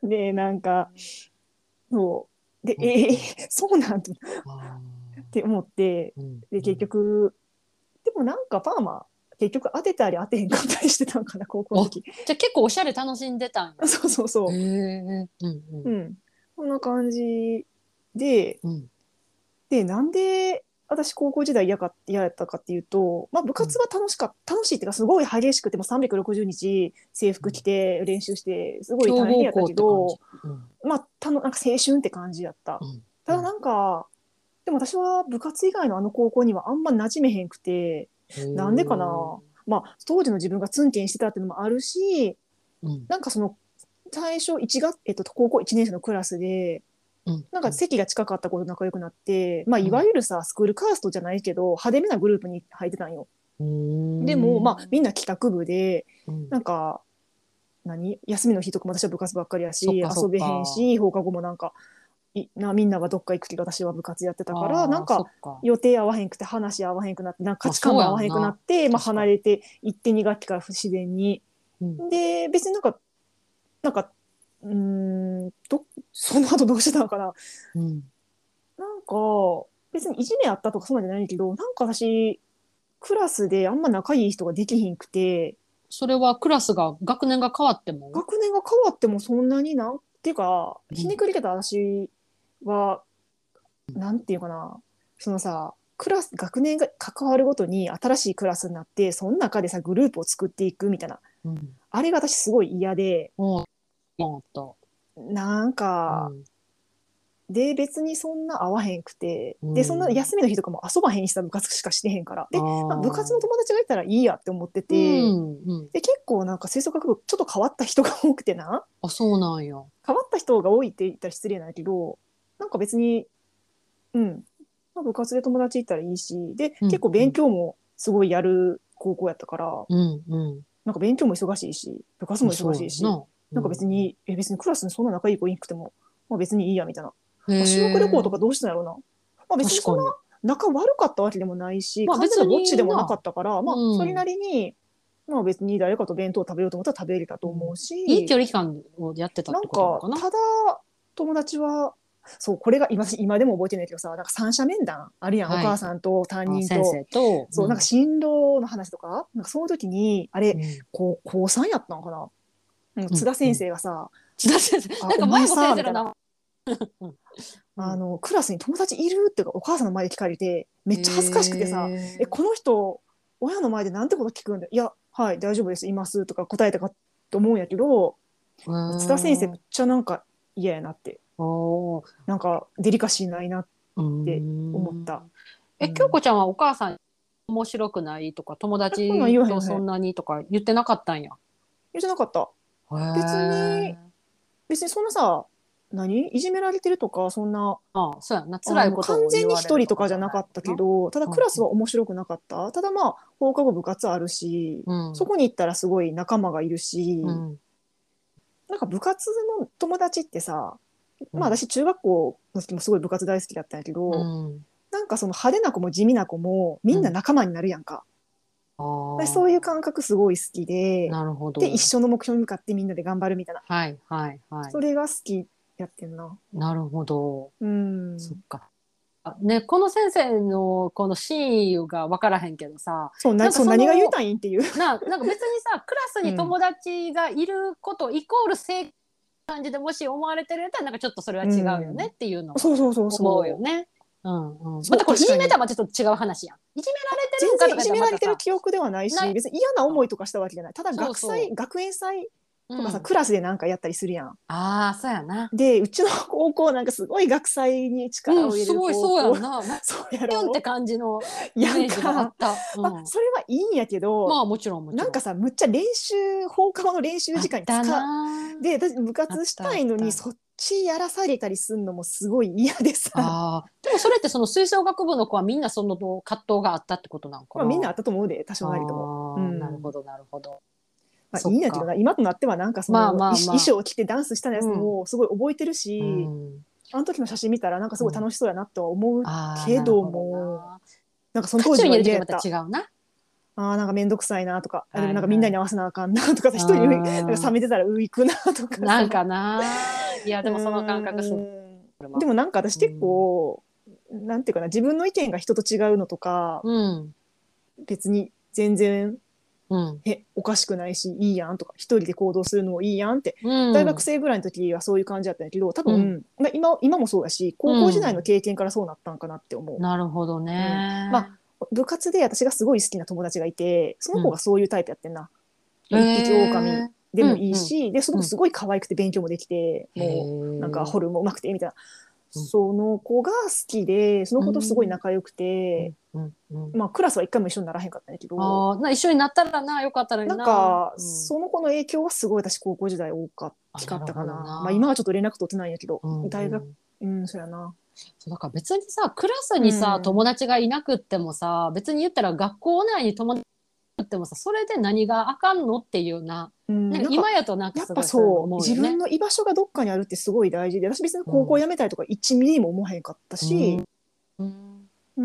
でなんかそうで、うん、えー、そうなんって思って、うん、で結局でもなんかパーマ結局当てたり当てへんかったりしてたんかな高校の時。 じゃあ結構おしゃれ楽しんでたんや。 そうそうそう。へえ、うんうん、 うん、こんな感じで、うん、でなんで私高校時代嫌か嫌やったかっていうと、まあ、部活は楽しかった、うん、楽しいっていうかすごい激しくてもさんびゃくろくじゅうにち制服着て練習してすごい大変やったけど、うん、まあたのなんか青春って感じやった、うん、ただなんかでも私は部活以外のあの高校にはあんま馴染めへんくて、なんでかな、まあ当時の自分がツンケンしてたっていうのもあるし、うん、なんかその最初いちがつ、えっと、高校いちねん生のクラスでなんか席が近かった子と仲良くなって、まあ、いわゆるさ、スクールカーストじゃないけど派手めなグループに入ってたんよ。でも、まあ、みんな帰宅部で、うん、なんか何休みの日とかも私は部活ばっかりやし遊べへんし放課後もなんかいなみんながどっか行くけど私は部活やってたからなんか予定合わへんくて話合わへんくなってなんか価値観が合わへんくなって、まあ、離れていってに学期から不自然に、うん、で別になんかなんかうーんどその後どうしてたのかな、うん、なんか別にいじめあったとかそうなんじゃないけどなんか私クラスであんま仲いい人ができひんくて。 それはクラスが学年が変わっても学年が変わってもそんなになんていうか、うん、ひねくり方私はなんていうかなそのさクラス学年が関わるごとに新しいクラスになってその中でさグループを作っていくみたいな、うん、あれが私すごい嫌で、うん、なんか、うん、で別にそんな会わへんくて、うん、でそんな休みの日とかも遊ばへんしさ部活しかしてへんからで、まあ、部活の友達がいたらいいやって思ってて、うんうん、で結構なんか吹奏楽部ちょっと変わった人が多くてなあそうなんや変わった人が多いって言ったら失礼なんだけどなんか別にうん、まあ、部活で友達いたらいいしで、うん、結構勉強もすごいやる高校やったから、うんうん、なんか勉強も忙しいし部活も忙しいし、うん、なんか別にえ別にクラスにそんな仲いい子いなくても、まあ、別にいいやみたいな、まあ、修学旅行とかどうしたんやろうな、まあ、別にそんな仲悪かったわけでもないし、まあ、完全なぼっちでもなかったから、まあ、それなりに、まあ、別に誰かと弁当食べようと思ったら食べれたと思うし、うん、 いい距離感をやってたってことなのかな。 なんかただ友達はそうこれが 今, 今でも覚えてないけどさなんか三者面談あるやん、はい、お母さんと担任と先生と、 そう、うん、なんか進路の話とかなんかその時にあれ、うん、こう高さんやったのかな、うん、津田先生がさ、うん、 津田先生なんか前も先生の名前あのクラスに友達いるっていうかお母さんの前で聞かれてめっちゃ恥ずかしくてさえこの人親の前でなんてこと聞くんだいやはい大丈夫ですいますとか答えたかと思うんやけど津田先生めっちゃなんか嫌やなってなんかデリカシーないなって思った。 え、京子ちゃんはお母さん面白くないとか友達とそんなにとか言ってなかったんや。 言ってなかった。別に別にそんなさ何いじめられてるとかそんなああ、そうやな。辛いことを完全に一人とかじゃ言われるなかったけど、ただクラスは面白くなかった。ただまあ放課後部活あるし、 うん、 そこに行ったらすごい仲間がいるし、 うん、 なんか部活の友達ってさ、 うん、 まあ私中学校の時もすごい部活大好きだったんやけど、 うん、 なんかその派手な子も地味な子もみんな仲間になるやんか。 あ私そういうあ、 感覚すごい好きで、 なるほど。 で一緒の目標に向かってみんなで頑張るみたいな。 はいはいはい。 それが好きやってんな。 なるほど。 うん。 そっか。あね、この先生のこの真意が分からへんけどさ、 そう、な、そう、 なんかその、 何が言うたんいんっていう。 な、なんか別にさ、クラスうん。 に友達がいることイコール正感じでもし思われてるんだったら、なんかちょっとそれはう違うよねん。 っていうのはそうそうそう思うよそう。 ね。うんうん。まそう、 たこれい確かに。 じめたはちょっと違う話やん。いじめられて全るんかとか言っ然いじめられたらまたさ、 てる記憶ではないし、 ない別に嫌な思いとかしたわけじゃない。ただ学祭、 そうそ学園祭う。うとかさ、 ん。 クラスでなんかやったりするやん。 ああ、そうやな。 で、うちの高校なんかすごい学祭に力うん、 を入れるすごい高校、 そうやんな。マそうやリオンってろ感じのイやんメージがあか。 った。 まあ、 うん。 それはいいんやけど、 まあもちろんもちろん。 なんかさ、むっちゃ練習、放課後の練習あっ時間に使たう。 なで、私部あ。あっ活したたあった。 いのにそっちやらされたりすんのもすごい嫌でさ。 ああ。でもそれってその吹奏楽部の子はみんなその葛藤があったってことなのかな。 まあみんなあったと思うで、多あ少なりとも。うあ、なるほん。 どなるほど。 まあいそっか。 いんやけどな、今となってはなんかそまあの衣まあまあ。 衣装を着てダンスしたやつうん。 もすごい覚えてるうし、 ん。 あの時の写真見たらなんかすごいうん。 楽しそうやなとは思うああ、 けどなるほども、 な。 なんかその渦中当時はにいる時はまた嫌やった。 違うな。 ああ、なんかめんどくさいなとか、あ、でもなんかみんなはいはい。 に合わせなあかんなとかさ、 う一人なんか冷ーん。 めてたらう行くなとかさ。 なんかな。いや、 うでもその感覚すごいーん。 あるわ。 でもなんか私結うん。 構、なんていうかな、自分の意見が人と違うのとか、 うん。 別に全然うん。 えおかしくないしいいやんとか一人で行動するのもいいやんってう大学ん。 生ぐらいの時はそういう感じだったんやけど多うん。 分、まあ、今今もそうだしう高校時代のん。 経験からそうなったんかなって思なるほどう、うん、まね。 あ部活で私がすごい好きな友達がいてその子がうん。 そういうタイプやってんな。 え一匹狼えでもうんうんいいしでそのうん。 子すごい可愛くて勉強もできてへもうなんかえ。 掘るもうまくてみたいなうん。 その子が好きでそのう子とすごいん。 仲良くてうん。うん。うん。 まあクラスは一回も一緒にならへんかったんやけどああ、な、一緒になったらな、よかったのになんな。 か、 うん。 その子の影響はすごい私高校時代多かあ、 かったかなるほどな。まあ今な。 はちょっと連絡取ってないんやけど、 うん大学、 うん。 うん、そうやな。 そうだから別にさ、クラスうにさ、友ん。 達がいなくってもさ、別に言ったら学校内に友達がいなくってもさ、それで何があかんのっていうな。 うん、 なんかなんか、 今やとなんかやっぱすごいそういうのそう、自思うよね。 分の居場所がどっかにあるってすごい大事で、私別にうん。 高校辞めたいとかいちミリも思わへんかったうん。 し、 うん。 うん、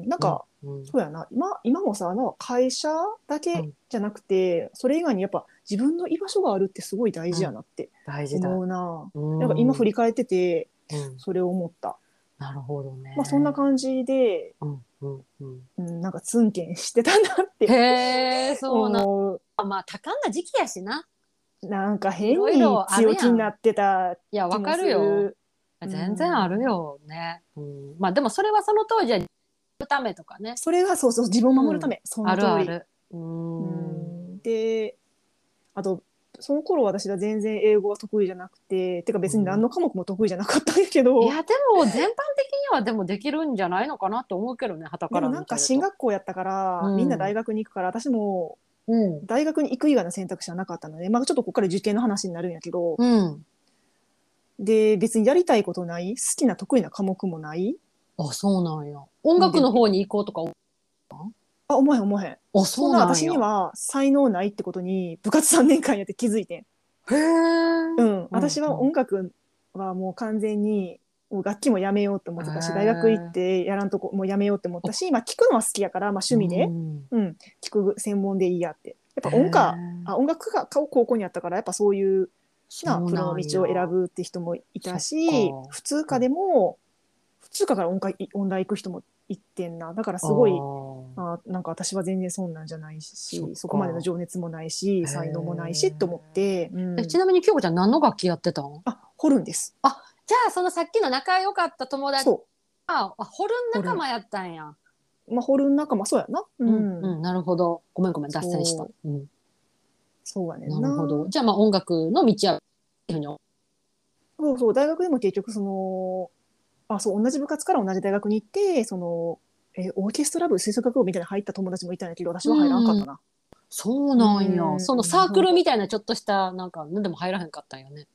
なんうん。 か、 うん。 そうやな、今、今もさ、なんか会社だけうん。 じゃなくて、それ以外にやっぱ自分の居場所があるってすごい大事やうんなって大事だ。 思うな。 うなんか今振ん。 り返ってて、 うん。 それを思った。 なるほどまあそんなね。 感じで、 うん。うん。うん。 うん、なんかツンケンしてたなってへえ、そうな。 思う。 まあ、多感な時期やしな。 なんかいろい変にろある強気やん。 になってたいや、わか気もするよ。 る。う全然あるん。 よね。うん、まあ、でもそれはその当時は、ためとかね。 それがそうそう自分を守うん。 るため、そあの通り。 るある。ううん。 ん。で、あと、その頃私は全然英語は得意じゃなくて、てか別に何うん、 の科目も得意じゃなかったんやけど、 いや、でも、全般的にはでもできるんじゃないのかなと思うけどね、傍からでもなんか進見てると。 学校やったかうら、みんな大ん。 学に行くから、私もうん。 大学に行く以外の選択肢はなかったので、まあちょっとここから受験の話になるんやけど、 うん。 で、別にやりたいことない、好きな得意な科目もない、 あ、そうなんや。音うんで、 楽の方に行こうとか。 あ、思えへん思えへん。 あ、 そんそうな私になんや。 は才能ないってことに部活さんねんかんやって気づいてん。 へえ。 うん。 うんうん。 私は音楽はもう完全にもう楽器もやめようって思へってたし、大学行っえ。 てやらんとこもうやめようって思っあ、 たし、まあ聞くのは好きやから、まあ趣う味で、 ん。 うん、聞く専門でいいやって。やっへぱ音楽、 え。 あ、音楽が高校にあったから、やっぱそういうなそうプロのなんや。 道を選ぶって人もいたそっし、 か。 普通科うん、 でも、普通科から音階音大行く人もいってんな。だからあすごい、 あ、 あ、なんか私は全然そんなんじゃないそっし、そこまでのか。 情熱もないし、 へ才能もないしと思って、うえ。え、 ん。 ちなみに京子ちゃん何の楽器やってたん？ あ、掘るんです。 あ、じゃあそのさっきの仲良かった友達そは、あ、ホルンう、掘る。 仲間やったんや。 まあ、掘る仲間、そうやな。ううんん。 うん、なるほど。ごめんごめん、脱線した。 そう、 うん。 そうやねんなるほど。 な。 じゃあまあ音楽の道は、っていうふうに思そうそう、大学でも結局その、あ、そう、同じ部活から同じ大学に行って、その、え、オーケストラ部、吹奏楽部みたいなの入った友達もいたんやけど、私う。 は入らんかっうん。 たな。 そううなんや。 ん、 そのサークルそう、 みたいなちょっとした、なんか、なんでも入らへんかったんよね。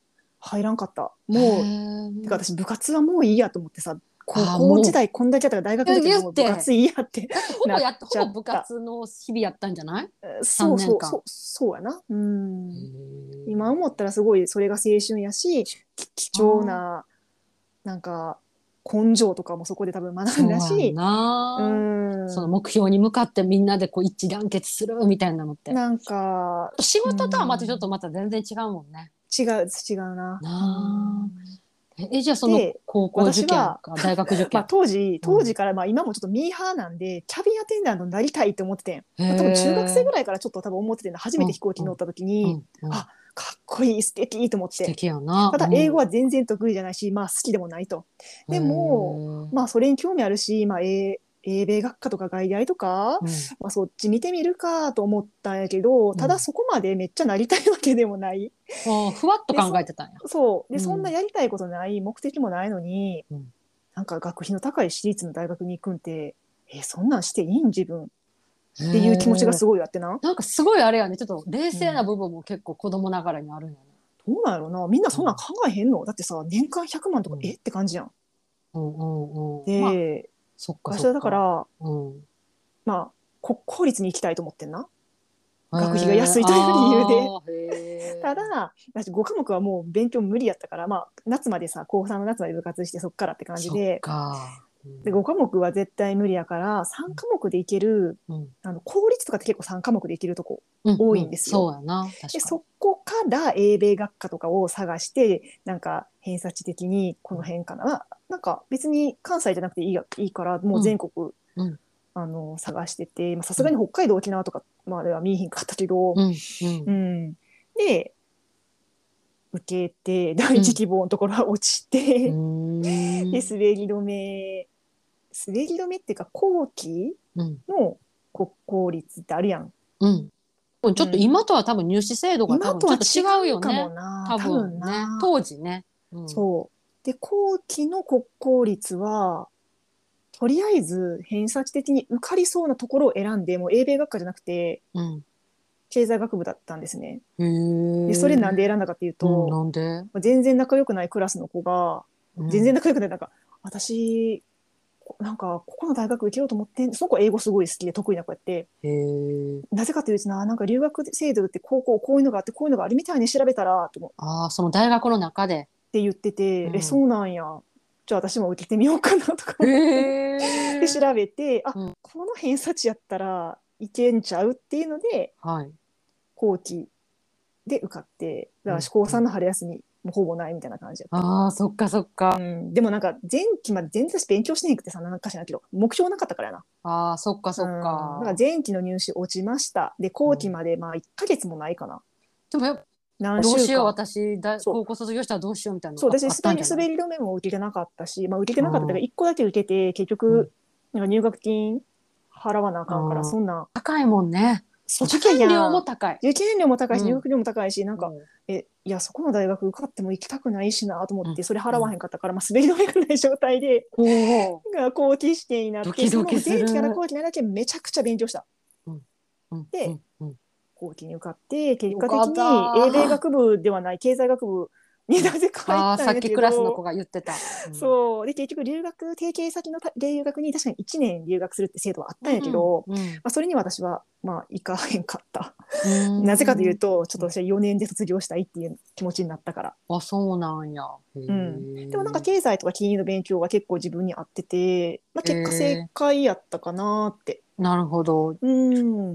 入らんかった。 へもうーてか私部活はもういいやと思ってさ、高あーもう校時代こんだけやったから大学の時はもう部活いいやってほぼやっなっちゃほぼ部った。 活の日々やったんじゃない？ そう 3年間。 そうそうそうやな。うへん。 ー今思ったらすごいそれが青春やし、き貴重ななんか根性とかもそこで多分学んだそうやんし、うな。そのん。 目標に向かってみんなでこう一致団結するみたいなのって。 なんか、 仕う事とはまたちょっとん、 また全然違うもんね。 違う違うな。うなん。 あ。え、じゃあそので、 高校受私は、 験か大学受まあ、 験。 当時、 うん。 当時から、まあ、今もちょっとミーハーなんで、キャビンアテンダントになりたいって思っててん。 へまあ、多分中学生ぐえ。 らいからちょっと多分思っててんの。初うんめて飛行機に乗った時に、 うんうん。 あ、かっこいい、素敵と思って。 素敵やな。 ただ、英語うん。 は全然得意じゃないし、まあ、好きでもないと。 へでも、 え。 まあ、それに興味あるし、まあ、英英米学科とか外大とか、 うん。 まあ、そっち見てみるかと思ったんやけど、ただうん。 そこまでめっちゃなりたいわけでもない。 ああ、ふわっとで、そ、 考えてたんや。 そう。で、そんなうん。 やりたいことない、目的もないのに、 うん。 なんか学費の高い私立の大学に行くんって、え、そんなんしていいん自分っへていう気持ちがえ。 すごいあってな。 なんかすごいあれやね。ちょっと冷うん。 静な部分も結構子供ながらにあるんやね。 どうなんやろな。みんなうん。 そんなん考えへんのだってさ、年間ひゃくまんとか、えうん。 って感じやん。 うんうんうん。まあ、 で、 そっか私はだかそっか。 ら、 うん。 まあ、国公立に行きたいと思ってんな。 へ学費がえ。 安いという理由で。 ああ、へたえ。 だ、私ご科目はもう勉強無理やったから、まあ、夏までさ、高さんの夏まで部活してそっからって感じそっで、 か。うで、ごん。 科目は絶対無理やから、さん科目でいける、 うん。 あの、公立とかって結構さん科目でいけるとこうんうん。 多いんですよ。 そうやな。 で、 確かに。 そこから英米学科とかを探して、なんか偏差値的にこの辺かな。なんか別に関西じゃなくていいやいいから、もううん。 全国、 うん。 あの、探してて、まあさすうん。 がに北海道、沖縄とかまでは見えへんかったけど、 うん。うん。 うん。で、受けて、第うん。 一希望のところは落ちうて、で、 ーん。 滑り止め、滑り止めっていうか、後期うん。 の国公立ってあるやん。 うん。ちょっとうん。 今とは多分入試制度が多今とは違分ちょっと違ううかもよね。 な。 多多分分ね。 な。 当時ね。うん。 そう。で、後期の国公立は、とりあえず偏差値的に受かりそうなところを選んで、もう英米学科じゃなくて、 うん。 経済学部だったんですね。 へで、それなんでえ。 選んだかっていううん。 と、 なんで？ 全然仲良くないクラスの子が、全然うん。 仲良くない、なんか、私、なんか、ここの大学受けようと思ってん、その子英語すごい好きで得意な子やって、 へえ。 なぜかというとな、なんか留学制度って高校こういうのがあって、こういうのがあるみたいに調べたら、と思っああ、その大学の中で。 て言ってて、え、そうん。 うなんや。じゃあ私も受けてみようかなとかへ思って。で、調え。 べて、あ、 うん。 この偏差値やったらいけんちゃうっていうので、 はい。 後期で受かって、だからうん。 高うん。 さんの春休みもほぼないみたいな感じやった。 ああ、そっかそっか。 うん、でもなんか前期まで全然私勉強してへんくてさ、なんかしらんけど、目標なかったからやな。 ああ、そっかうそっん、だからか。 前期の入試落ちました。で、後期うん。 までまあいっかげつもないかな。 でもやっぱ何どうしよう、 週間。 私、大そう。 高校卒業したらどうしようみたいなのそう、 あ、あ私滑り、 ったんじゃない？ 滑り止めも受けてなかったし、まあ受けてなかったからうん。 いっこだけ受けて、結うん。 局、なんか入学金払わなあかんから、 うん。 そんな、 高いもんね。 そう、 受高いや験料もん。 高い。 受験料も高いし、入うん。 学料も高いし、なんか、 うん。 え、いや、そこの大学受かっても行きたくないしなと思って、 うん。 それ払わうん。 へんかったから、まあ、滑り止めがない状態で、 おお、 が後期試験になって、 ドキドそのキする。 前期から後期になるだけめちゃくちゃ勉強した。 うん。うん。うで、 ん。うん。 後期に受かって、結果的よかったに英米ー。 学部ではない経済学部にうん。 なぜか入っああ、 たんやさっきけど、 クラスの子が言ってた。うん。 そう。で、結局留学、提携先の留学に確かにいちねん留学するって制度はあったんやけうん。 ど、 うん。 まあ、それに私は、まあ、行かへんかった。 うなぜかというーん。 と、ちょっと私はよねんで卒業したいっていう気持ちになったから。 あ、そうなんや。へうん。でもなんかえ。 経済とか金融の勉強が結構自分に合ってて、まあ、 へ結果正え。 解やったかなって。 なるほど。 うん。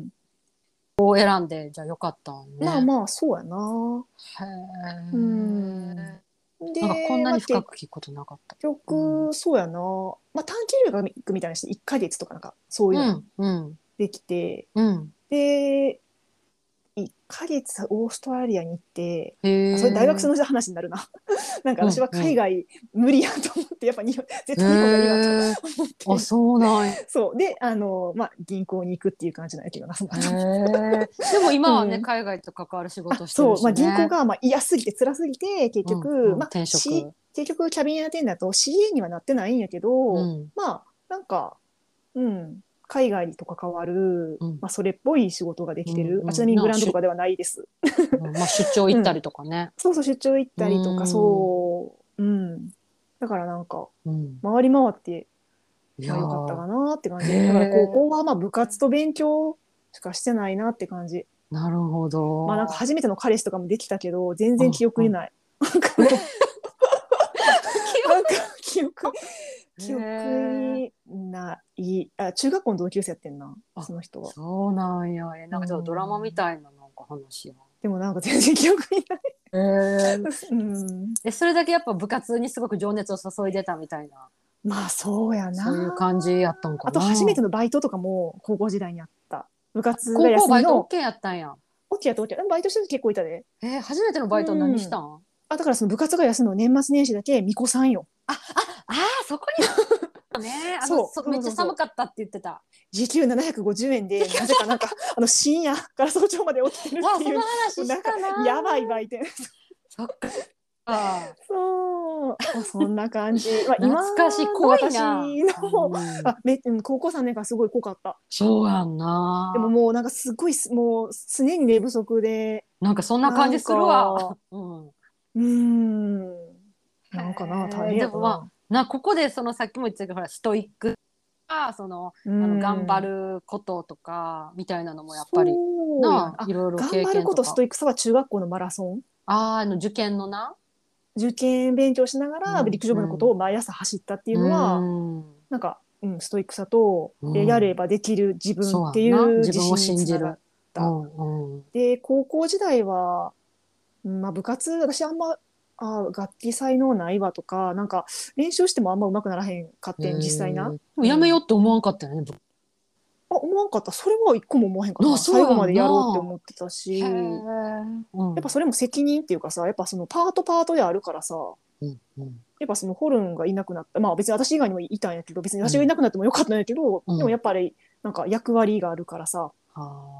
こう選んで、じゃあよかったんね。 まあまあ、そうやな。 へうえ。 ん。 なんかこんで、 なにまあ結深く聞くことなかった。うん。 局、そうやな。まあ短期留学みたいなしていっかげつとかなんかそういうのがうん。うん。 できて、 うん。 で、いっかげつオーストラリアに行って、 へあ、それ大学生え。 の話になるな。なんか私はうん。うん。 海外無理やと思って、やっぱ日本絶へ対日本がいいわとえ。 思っあ、 て。 そうなんや。 そう。で、あの、まあ、銀行に行くっていう感じなんやけどな、そのへ後。 え。でも今はね、 うん。 海外と関わる仕事あ、 してるそう。まあ、銀行しね。 が、まあ、嫌すぎて辛すぎて、結うん。 局、 うん。 まあ、 転 C、 職。 結局、キャビンアテンダント シーエー にはなってないんやけど、 うん。 まあ、なんか、うん。 海外と関わる、 うんまあ、それっぽい仕事ができてる、 うんうんあちなみにブランドとかではないです。 うんまあ、出張行ったりとかね。 そうそう、出張行ったりとか、 うんそう、うん、だからなんかうん回り回っていやまあ良かったーかなって感じ。 へーだから高校はまあ部活と勉強しかしてないなって感じ。 なるほど。 まあなんか初めての彼氏とかもできたけど、全然記憶にない。なんか記憶、記憶にない。あ、中学校の同級生やってんな、その人は。 そうなんや。えなんかちょっとドラマみたいななんか話や。 でもなんか全然記憶にない。 えー、 うんえそれだけやっぱ部活にすごく情熱を注いでたみたいな。 まあそうやな。 そういう感じやったんかな。 あと初めてのバイトとかも高校時代にあった。部活が高校休みの。 バイト OK やったんや。 OK やった OK やった。バイトしてる人結構いたで。 えー、初めてのバイト何したん、うん、 あだからその部活が休むの年末年始だけ巫女さんよ。 あああそこにねあのそめっちゃ寒かったって言ってた。 時給ななひゃくごじゅうえんでなぜかなんかあの深夜から早朝まで起きてるっていう。 あその話したな。 やばい売店。 そっか。あそうそんな感じ、まあ、今懐かしい濃いな私の、うん、あめ高校さんねんからすごい濃かった。 そうやんな。 でももうなんかすごいもう常に寝不足でなんかそんな感じするわ。 うんうんなんかな大変やったな。でもまあなここでそのさっきも言ってたけどほらストイックあその、あの頑張ることとかみたいなのもやっぱりないろいろ経験とか。 頑張ることストイックさは中学校のマラソンああの受験のな受験勉強しながら陸上部のことを毎朝走ったっていうのは、うん、なんか、うん、ストイックさと、うん、やればできる自分っていう自信につながった。うんうん、で高校時代は、まあ、部活私あんまあ楽器才能ないわとかなんか練習してもあんま上手くならへんかってん実際な。 もうやめようって思わんかったよね。 あ思わんかった。それは一個も思わへんかった。最後までやろうって思ってたし、うん、やっぱそれも責任っていうかさやっぱそのパートパートであるからさ、うんうん、やっぱそのホルンがいなくなったまあ別に私以外にもいたんやけど別に私がいなくなってもよかったんやけど、うん、でもやっぱりなんか役割があるからさ、うん、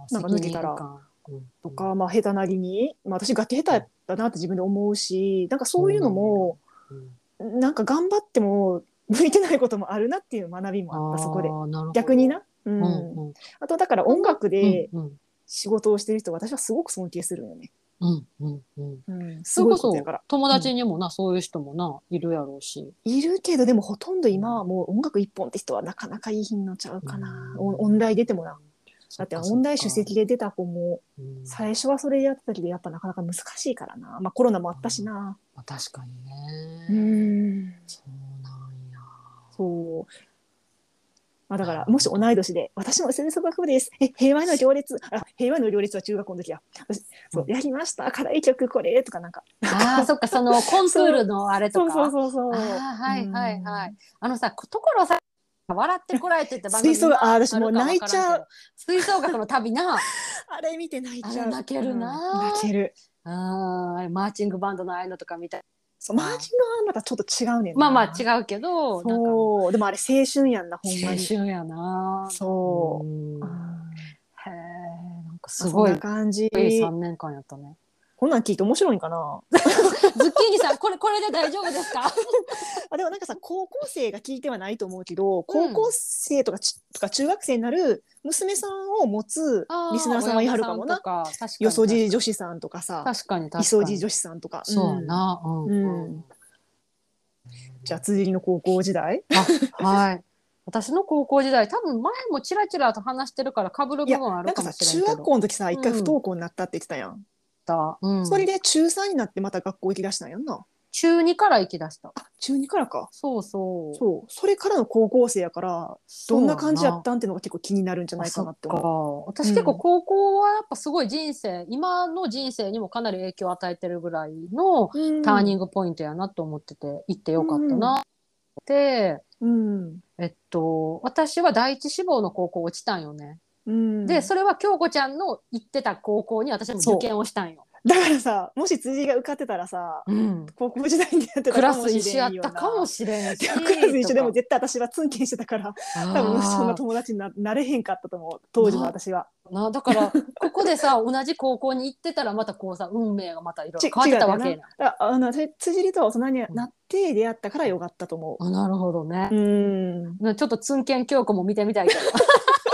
なんか抜けたらとか、まあ、下手なりに、まあ、私楽器下手やったなって自分で思うしなんかそういうのも、うん、なんか頑張っても向いてないこともあるなっていう学びもあったそこで逆にな、うんうん、あとだから音楽で仕事をしてる人私はすごく尊敬するよね。うんうんうんうん、すごいことやから友達にもな、うん、そういう人もないるやろうしいるけどでもほとんど今はもう音楽一本って人はなかなかいい品のちゃうかな、うん、音大出てもなだって音大首席で出た子も最初はそれやってたけどやっぱなかなか難しいからな、まあ、コロナもあったしな、 まあ、確かにねうんそうなんやそう、まあ、だからもし同い年で私も吹奏楽部ですえ平和の行列あ平和の行列は中学校の時や私そう、うん、やりました課題曲これとかなんかあそっかそのコンクールのあれとかそうそうそうそうあはいはいはいあのさ所さ笑ってこられてって番組吹奏楽あ私もう泣いちゃう吹奏楽の旅なあれ見て泣いちゃう泣けるな、 うん、泣けるあマーチングバンドのああいうのとか見たいそうマーチングはまたちょっと違うねんなまあまあ違うけどそうなんかでもあれ青春やんなほんまに青春やなそう、うん、 へえなんかすごいそんな感じさんねんかんやったねこんなん聞いて面白いんかなズッキーニさんこれこれで大丈夫ですかあでもなんかさ高校生が聞いてはないと思うけど、うん、高校生とかちとか中学生になる娘さんを持つリスナーさんはいはるかもなよそじ女子さんとかさ確かに確かにいそじ女子さんとかそうな、うんうんうん、 じゃあ辻の高校時代はい私の高校時代多分前もチラチラと話してるから被る部分あるかもしれないけど中学校の時さ一回不登校になったって言ってたやん、うん、それで中さんになってまた学校行きだしたんやんな中にから行きだしたあ中にからかそうそうそうそれからの高校生やからどんな感じやったんっていうのが結構気になるんじゃないかなって思う私結構高校はやっぱすごい人生、うん、今の人生にもかなり影響を与えてるぐらいのターニングポイントやなと思ってて行ってよかったなって、うんうん、えっと私は第一志望の高校落ちたんよね、うん、でそれは京子ちゃんの行ってた高校に私も受験をしたんよだからさもし辻が受かってたらさ、うん、高校時代にやってたかもしれんよなクラス一緒やったかもしれんしクラス一緒でも絶対私はツンケンしてたから多分そんな友達に な, なれへんかったと思う当時の私はなだからここでさ同じ高校に行ってたらまたこうさ運命がまたいろいろ変わってたわけなあの辻里とは大人になって出会ったからよかったと思う、 うん、あなるほどねうんちょっとツンケン京子も見てみたいけど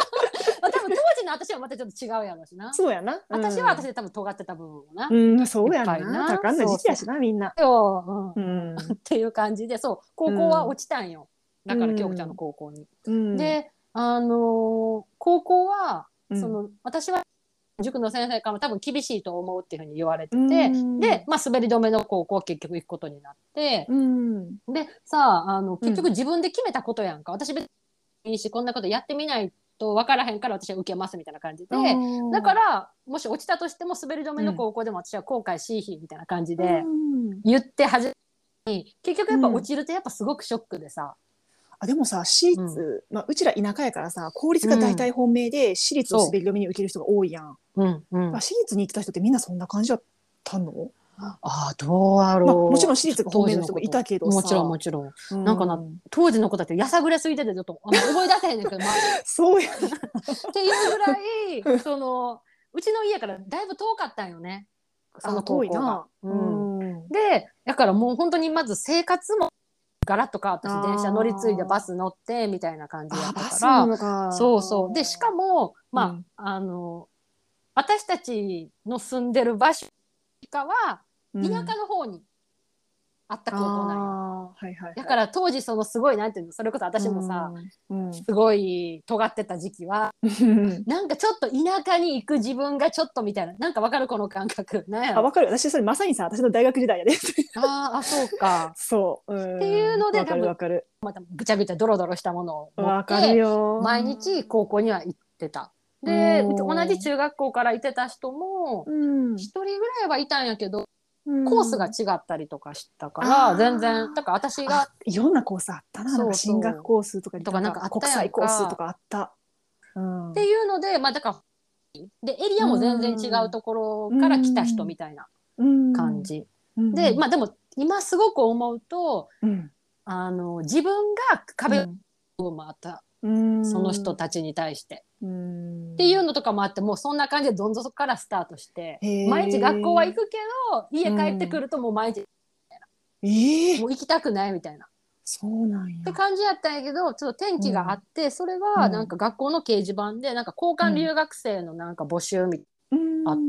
私はまたちょっと違うやろしな。 そうやな、うん、 私は私で多分尖ってた部分もな、 うん、そうやな、 な多感な時期やしな、みんな。 そう、うんうん、 っていう感じで、そう高校は落ちたんよ、だから京子ちゃんの高校に、 うん、 であのー高校はうん、 その私は塾の先生からも多分厳しいと思うっていうふうに言われてて、 うん、 で、まあ、滑り止めの高校結局行くことになって、 うん、 でさあの結局自分で決めたことやんか、私別にいいしこんなことやってみないと分からへんから私は受けますみたいな感じで、だからもし落ちたとしても滑り止めの高校でも私は後悔しいひみたいな感じで言って始めに、結局やっぱ落ちるってやっぱすごくショックでさ、 あでもさ私立、うんまあ、うちら田舎やからさ公立が大体本命で、うん、私立を滑り止めに受ける人が多いやん、うんうん、私立に行ってた人ってみんなそんな感じだったの？ ああどうやろう、 まあ、もちろん私立が本命の人もいたけどさ、 もちろんもちろん、うん、なんかな当時の子だってやさぐれすぎててちょっとあんま覚え出せへんねんけど、まあ、 そうやっていうぐらいそのうちの家からだいぶ遠かったんよね、その高校が、うん、でだからもう本当にまず生活もガラッと変わったし、電車乗り継いでバス乗ってみたいな感じだったから、そうそうでしかもまあ、うん、あの私たちの住んでる場所かは田舎の方にあった高校なんよ、うんはいはいはい、だから当時そのすごいなんていうの、それこそ私もさ、うんうん、すごい尖ってた時期はなんかちょっと田舎に行く自分がちょっとみたいな、なんか分かるこの感覚なんやろ。 あ分かる、私それまさにさ私の大学時代やでああそうかそう、うん、 っていうので分かる分かる、 またぐちゃぐちゃドロドロしたものを持っ分かるよ毎日高校には行ってた。で同じ中学校から行ってた人も一人ぐらいはいたんやけど、うん、コースが違ったりとかしたから全然だから私がいろんなコースあったな、なんか進学コースとかとかなんか国際コースとかあった、 うん、っていうのでまあだからでエリアも全然違うところから来た人みたいな感じ、うんうん、でまあでも今すごく思うと、うん、あの自分が壁を部分もあった、うん、その人たちに対してうんっていうのとかもあって、もうそんな感じでどん底からスタートして毎日学校は行くけど家帰ってくるともう毎日、うんえー、もう行きたくないみたいなそうなんやって感じやったんやけど、ちょっと転機があって、うん、それがなんか学校の掲示板でなんか交換留学生のなんか募集みたいなのあって、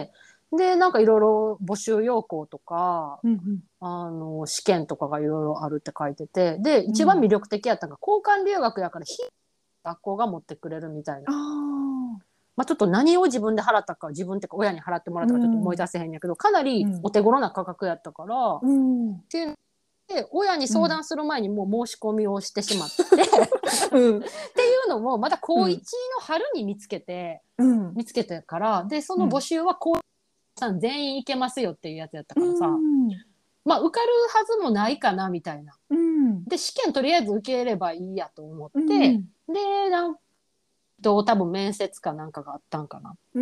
うん、でなんかいろいろ募集要項とか、うんうん、あの試験とかがいろいろあるって書いてて、で一番魅力的やったのが交換留学やから非学校が持ってくれるみたいな。まあ、ちょっと何を自分で払ったか自分ってか親に払ってもらったかちょっと思い出せへんやけど、かなりお手頃な価格やったから、うん、っていうで親に相談する前にもう申し込みをしてしまって、うん、っていうのもまだ高いちの春に見つけて、うん、見つけてからでその募集は高いちさん全員行けますよっていうやつやったからさ、うん、まあ受かるはずもないかなみたいな、うん、で試験とりあえず受ければいいやと思って、うん、でなんと多分面接かなんかがあったんかな、うん、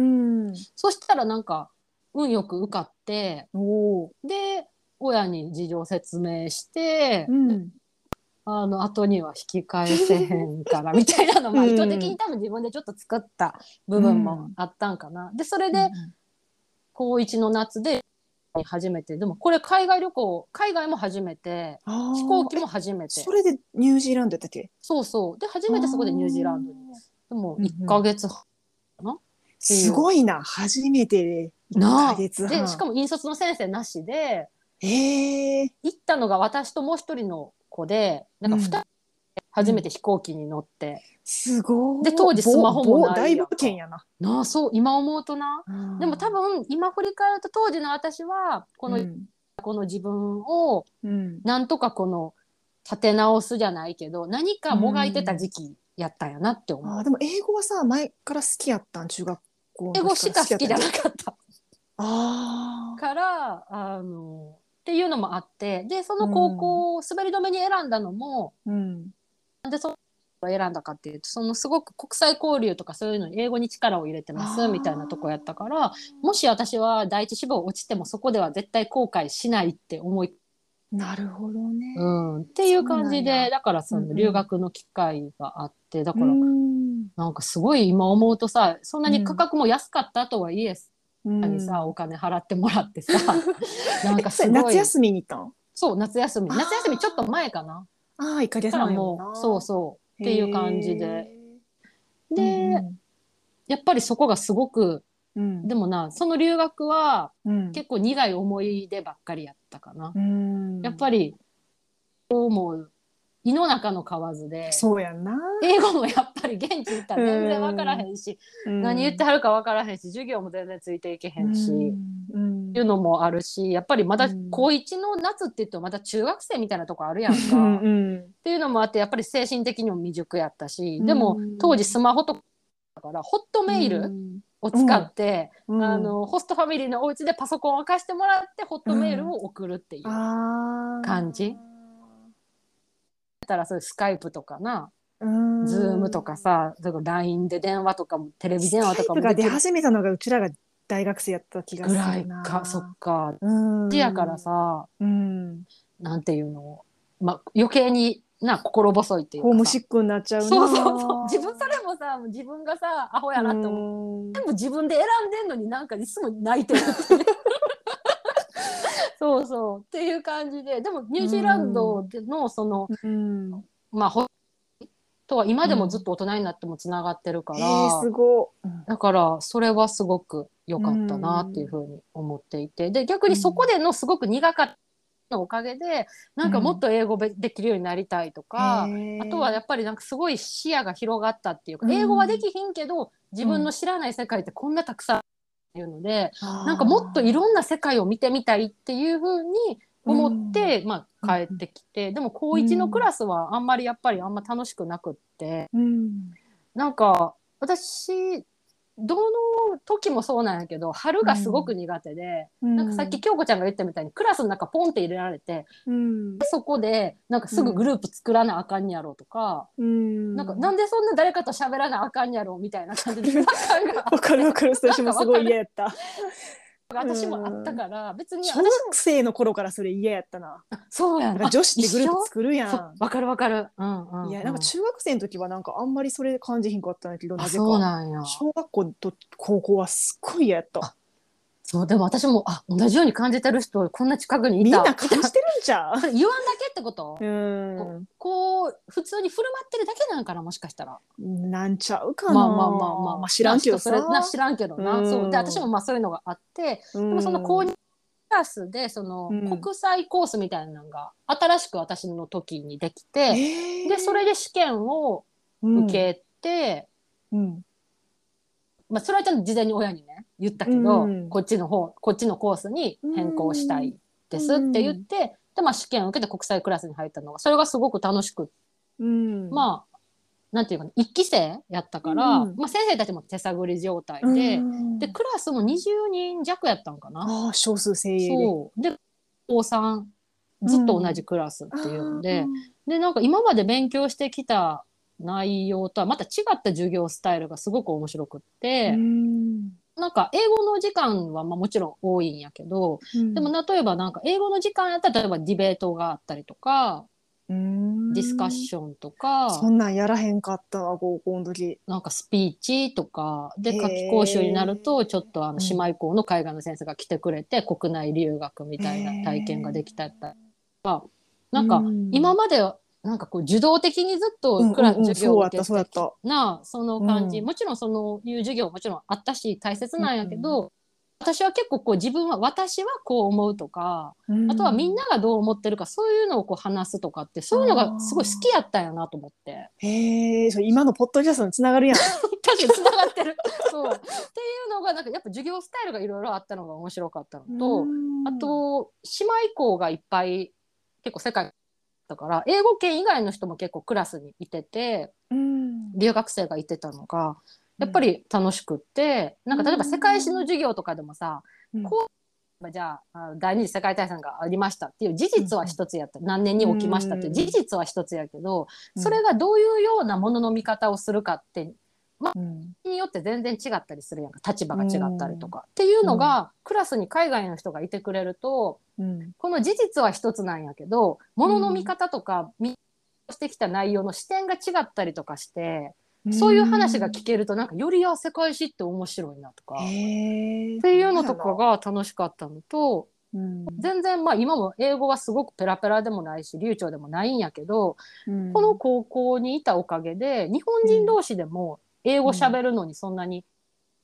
そしたらなんか運よく受かってで親に事情説明して、うん、あの後には引き返せへんからみたいなのも、うん、意図的に多分自分でちょっと作った部分もあったんかな、うん、でそれで高いちの夏で初めてでもこれ海外旅行海外も初めて飛行機も初めてそれでニュージーランドだったっけ？ そうそうで初めてそこでニュージーランドにでもいっかげつはんかな、うんうん、 すごいな初めてでいっかげつはんでしかも引率の先生なしでへー行ったのが私ともう一人の子でなんかふたり初めて飛行機に乗って、うん、 すごいで当時スマホもないやんか大冒険やななあそう今思うとな、うん、でも多分今振り返ると当時の私はこの、うん、この自分をなんとかこの立て直すじゃないけど何かもがいてた時期やったんやなって思う、 うん、あでも英語はさ前から好きやったん中学校の時英語しか好きじゃなかったあからあのっていうのもあってでその高校を滑り止めに選んだのも、うん、なんでその選んだかっていうとそのすごく国際交流とかそういうのに英語に力を入れてますみたいなとこやったからもし私は第一志望落ちてもそこでは絶対後悔しないって思いなるほどね、 うん、っていう感じでだからその留学の機会があって、うんうん、だからなんかすごい今思うとさそんなに価格も安かったとはいえ、うん、にさお金払ってもらってさなんかすごい夏休みに行ったん？ そう夏休み夏休みちょっと前かなああいっかげつはんやもんなそうそうっていう感じでで、うんうん、 やっぱりそこがすごく、 うん、 でもなその留学はうん、 結構苦い思い出ばっかりやったかな、 うん、 やっぱりもう胃の中の蛙で、 そうやんな。 英語もやっぱり現地行ったうら全然分からへん、 んし、 うん、 何言ってはるか分からへんし、授業も全然ついていけへうんし、 ん、ういうん、 のもあるし、やっぱりまだうん、 高いちの夏って言うとまだ中学生みたいなとこあるやんうか。 ん、 っていうのもあってやっぱり精神的にも未熟やったし、 うでも当時ん、 スマホとかだからホットうメールん、 を使ってうん、 あのホストファミリーのお家でパソコンを貸してもらってホットメールうん、 を送るっていう感じ。 あだからそういうスカイプとかな、 ー、うズームとん。 かさ、だから ライン で電話とかもテレビスカ電話とイプが出かもできる始めたのがうちらが大学生やった気がぐらするいか。そっな。 か。 うん。 やからさ、 うん。 なんていうの、まあ、余計にな心細いっていうかさ、 ホームシックになっちゃうそうそうそう、自分な。 それもさ、自分がさアホうやなって思う、 ん。 全部自分で選んでんのになんかいつも泣いてるっていうそうそうっていう感じで、でもニュうージーランドん。 でのそのうん。 まあほとは今でもずっうん。 と大人になってもつながってるかえー、 ら、 すご。 だからそれはすごく良うかったなっていうん。 ふうに思っていて、で逆にそこうん。 でのすごく苦かったのおかげでなんかもっうん。 と英語できるようになりたいとへか、あとはやえ。 っぱりなんかすごい視野が広がったっていうか、 う英語はでん。 きひんけど自うん。 分の知らない世界ってこんなたくさんっていうので、なんかもっといああ。 ろんな世界を見てみたいっていうふうにう思っん。 て、まうん。 あ、帰ってきて、でも高ういちのクん。 ラスはあんまりやっぱりあんま楽しくなくって、 うん。 なんか私どの時もそうなんやけど春うがすごくん。 苦手で、 うなんかさっきん。 京子ちゃんが言ったみたいにクラスの中ポンって入れられて、 うん。 そこでなんかすぐグループ作らなあかんやろとか、 うなんかん。 なんでそんな誰かと喋らなあかんやろみたいな感じで違和感があわって、 かるわかる。 なん私もすごいかわかる、 嫌やった。 私もあったうん。 から別に小私も学生の頃からそれ嫌やったな。 そうやん、あなんか女子っ一緒、 てグループ作るやそうん。 わかるわかる、うんういや、なんかんうん、 中学生の時はなんかあんまりそれ感じひんかったんだけど、 あそうなぜか。 なんや、 小学校と高校はすっごい嫌やった。 あそうでも私もあ同じように感じてる人こんな近くにいみんなたみたいな、 感じてるんちゃう？ それ言わんだけってこと、 うこん。 こう普通に振る舞ってるだけなんかな、もしかしたら。 なんちゃうかな。 まあまあまあまあまあ知らな、 んけどさ。 人それな知らんけどうな、そうで私もん。 まあそういうのがあって、 うでもその高ん。 にクラスでそうん。 の国際コースみたいなのが新しく私の時にできて、でそれええで試験をー。うん。 受けて、 うん。 まあ、それはちゃんと事前に親にね言ったうけど、 ん。 こっちの方こっちのコースにう変更したん。 いでうすって言っん。 て、で、まあ、試験を受けて国際クラスに入ったのがそれがすごく楽しく、 うん。 まあなんていうかないっき生やったうから、 ん。 まあ、先生たちも手探り状態うで、でん。 クラスもにじゅうにん弱やったんかな。 ああ、少数精鋭で。 そうで高さんうずっと同じん。 クラスっていうんあで、 あ。 でなんか今まで勉強してきた内容とはまた違った授業スタイルがすごく面白くっうて、 ん。 なんか英語の時間はまあもちろん多いんやけど、でもうん。 例えばなんか英語の時間やったら例えばディベートがあったりとかうディスカッん。 ションとかそんなんやらへんかったわ、高校の時。 なんかスピーチとかでへ夏期講習になるとちょっえ。 とあのうん。 姉妹校の海外の先生が来てくれて国内留学みへたいな体験ができえ。 たりとか、 うなんか今ん。 までなんかこう受動的にずっうとクラスんうんうん、 授業をそうやった、 受けてきそうやった。 なそのう感じ、 ん。 もちろんそのいう授業もちろんあったし大切なんやうん。 けど、私は結構こう自分は私はこう思うとか、 うあとはみんん。 ながどう思ってるかそういうのをこう話すとかってあそういうのがすごい好きやったんやなと思って。 あ。へえ、それ今のポッドキャストにつながるやん。 確かにつながってるそうっていうのがなんかやっぱ授業スタイルがいろいろあったのが面白かったのうと、あん。 と姉妹校がいっぱい結構世界だから英語圏以外の人も結構クラスにいててうん。 留学生がいてたのがやっぱうん。 り楽しくって、なんか例えば世界史の授業とかでもさ、 うん。 こうじゃあ第二次世界大戦がありましたっていう事実は一つやった、何年にう起きましたっていう事ん。 実は一つやけど、 うん。 それがどういうようなものの見方をするかってうん。 によって全然違ったりするやんか、立場うが違ったりとん。 かっていううん。 のがクラスに海外の人がいてくれると、 うん。 この事実は一つなんやけどものの見うん。 方とか見してきた内容の視点が違ったりとかして、 うそういう話が聞ん。 けるとなんかよりあ世界史って面白いなとかへえ、 っていうほんまやな。 のとかが楽しかったのと、 うん。 全然まあ今も英語はすごくペラペラでもないし流暢でもないんやけど、このうん。 高校にいたおかげで日本うん。 人同士でも英語うん。 喋るのにそんなに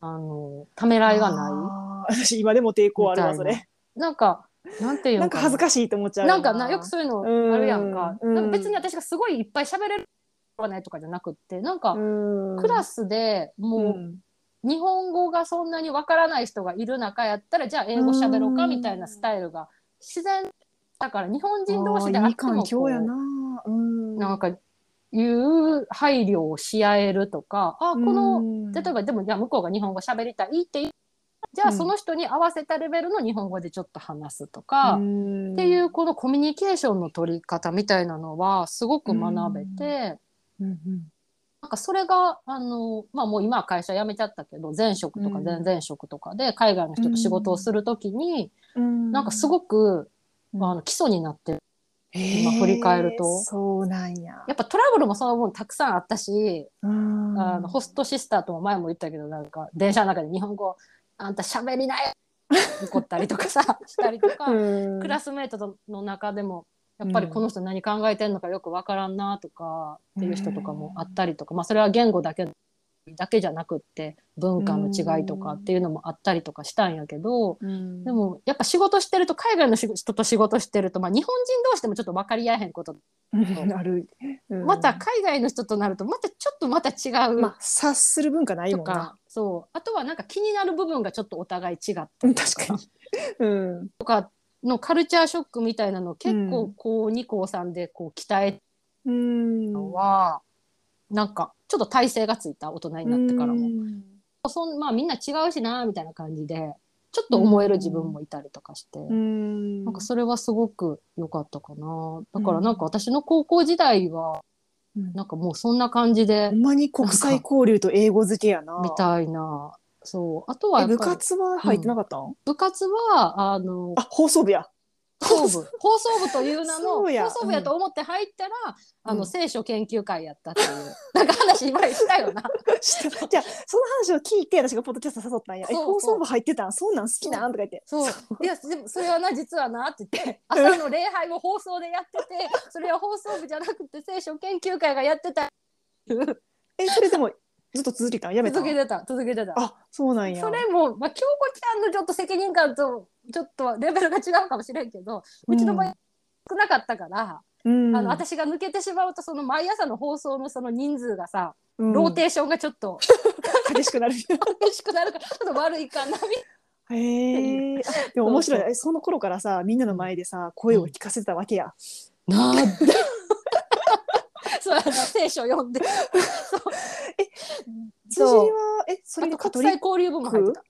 あのためらいがないあ私今でも抵抗あるわそれ。 なんかなんていうなんかんかな、 恥ずかしいと思っちゃうよな。 なんかなよくそういうのあるやんか。 うんなんか別に私がすごいいっぱい喋れるわないとかじゃなくって、なんかクラスでもう日本語がそんなにわからない人がいる中やったら、じゃあ英語喋ろうかみたいなスタイルが自然だから、日本人同士であってもこう、うん、なんかいう配慮をし合えるとか、あこの例えばでもじゃあ向こうが日本語喋りたいって言う、じゃあその人に合わせたレベルの日本語でちょっと話すとか、うん、っていうこのコミュニケーションの取り方みたいなのはすごく学べて、うんうん、なんかそれがあの、まあ、もう今は会社辞めちゃったけど、前職とか前々職とかで海外の人と仕事をするときに、うん、なんかすごく、うん、あの基礎になってる。今振り返るとそうなんや。 やっぱトラブルもその分たくさんあったし、あのホストシスターとも前も言ったけど、なんか電車の中で日本語あんた喋りない怒ったりとかさしたりとか、クラスメートの中でもやっぱりこの人何考えてんのかよくわからんなとかっていう人とかもあったりとか、まあそれは言語だけだけじゃなくって文化の違いとかっていうのもあったりとかしたんやけど、うん、でもやっぱ仕事してると、海外の人と仕事してると、まあ、日本人同士でもちょっと分かり合えへんことなる、 うん、また海外の人となるとまたちょっとまた違う、 まあ、察する文化ないもんな。 そう、あとはなんか気になる部分がちょっとお互い違ったりとか、 確かに、うん、 とかのカルチャーショックみたいなのを結構こうにこうさんでこう鍛えたのは、うん、なんかちょっと体勢がついた、大人になってからも、そんまあみんな違うしなみたいな感じでちょっと思える自分もいたりとかして、なんかそれはすごく良かったかな。だからなんか私の高校時代はなんかもうそんな感じで、 ほんまに国際交流と英語付けやなみたいな。そう、あとはやっぱり部活は入ってなかったん？うん、 部活はあのあ放送部や放送部放送部という名の放送部やと思って入ったら、うん、あの聖書研究会やったっていう、うん、なんか話前したよなじゃあその話を聞いて私がポッドキャスト誘ったんや。え放送部入ってたん？そうなん好きなんとか言って、 そういやでもそれはな実はなって言って朝の礼拝を放送でやっててそれは放送部じゃなくて聖書研究会がやってたえそれでもずっと続けたん？やめたん？ 続けてた続けてた。 あそうなんや。 それも、まあ、京子ちゃんのちょっと責任感とちょっとレベルが違うかもしれんけど、うちの場合少なかったから、うん、あの私が抜けてしまうとその毎朝の放送のその人数がさ、うん、ローテーションがちょっと激しくなる激しくなるからちょっと悪いかなみたいな。 へえ。でも面白い。そうそう、その頃からさみんなの前でさ声を聞かせてたわけや、 うん、なあそうやな聖書読んでそうえ辻はえそれの国際交流部も入ってた。